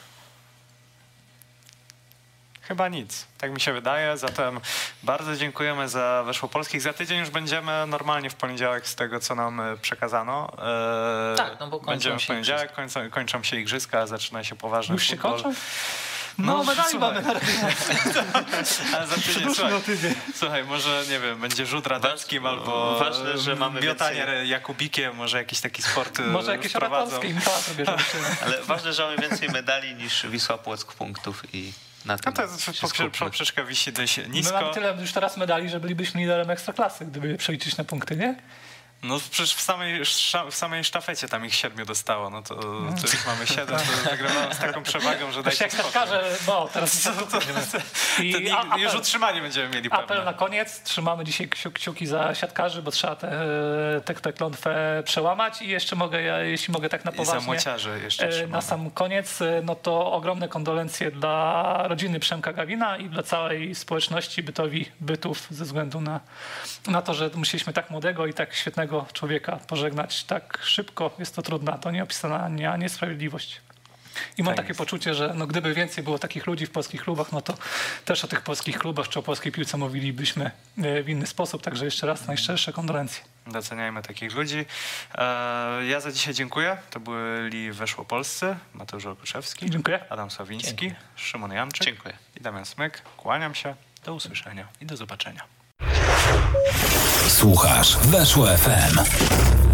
Chyba nic. Tak mi się wydaje. Zatem bardzo dziękujemy za Weszło Polskich. Za tydzień już będziemy normalnie w poniedziałek z tego, co nam przekazano. Tak, no bo będziemy w poniedziałek, kończą się igrzyska, zaczyna się poważny już futbol. Już się kończą? No medali mamy na razie. Ale za tydzień, słuchaj, może, nie wiem, będzie rzut radackim albo ważne, że mamy miotanie Jakubikiem, może jakiś taki sport może jakieś oratorskie. Ale ważne, że mamy więcej medali niż Wisła Płock punktów i na tym poprzeczka wisi dość nisko. My mamy tyle już teraz medali, że bylibyśmy liderem Ekstraklasy, gdyby je przeliczyć na punkty, nie? No przecież w samej sztafecie tam ich 7 dostało, no to już mamy 7, to wygrywamy z taką przewagą, że dajcie spokój. Teraz już utrzymanie będziemy mieli pewne. Apel na koniec, trzymamy dzisiaj kciuki za siatkarzy, bo trzeba tę klątwę przełamać i jeszcze jeśli mogę tak na poważnie. I za młociarzy jeszcze trzymamy. Na sam koniec, no to ogromne kondolencje dla rodziny Przemka Gawina i dla całej społeczności bytów ze względu na to, że musieliśmy tak młodego i tak świetnego człowieka pożegnać tak szybko. Jest to trudna, to nieopisana niesprawiedliwość. I mam takie poczucie, że gdyby więcej było takich ludzi w polskich klubach, no to też o tych polskich klubach czy o polskiej piłce mówilibyśmy w inny sposób. Także jeszcze raz najszczersze kondolencje. Doceniajmy takich ludzi. Ja za dzisiaj dziękuję. To byli Weszło Polscy, Mateusz Okuszewski, dziękuję. Adam Sławiński, dziękuję. Szymon Jamczyk, dziękuję. I Damian Smyk. Kłaniam się. Do usłyszenia i do zobaczenia. Słuchasz Weszło FM.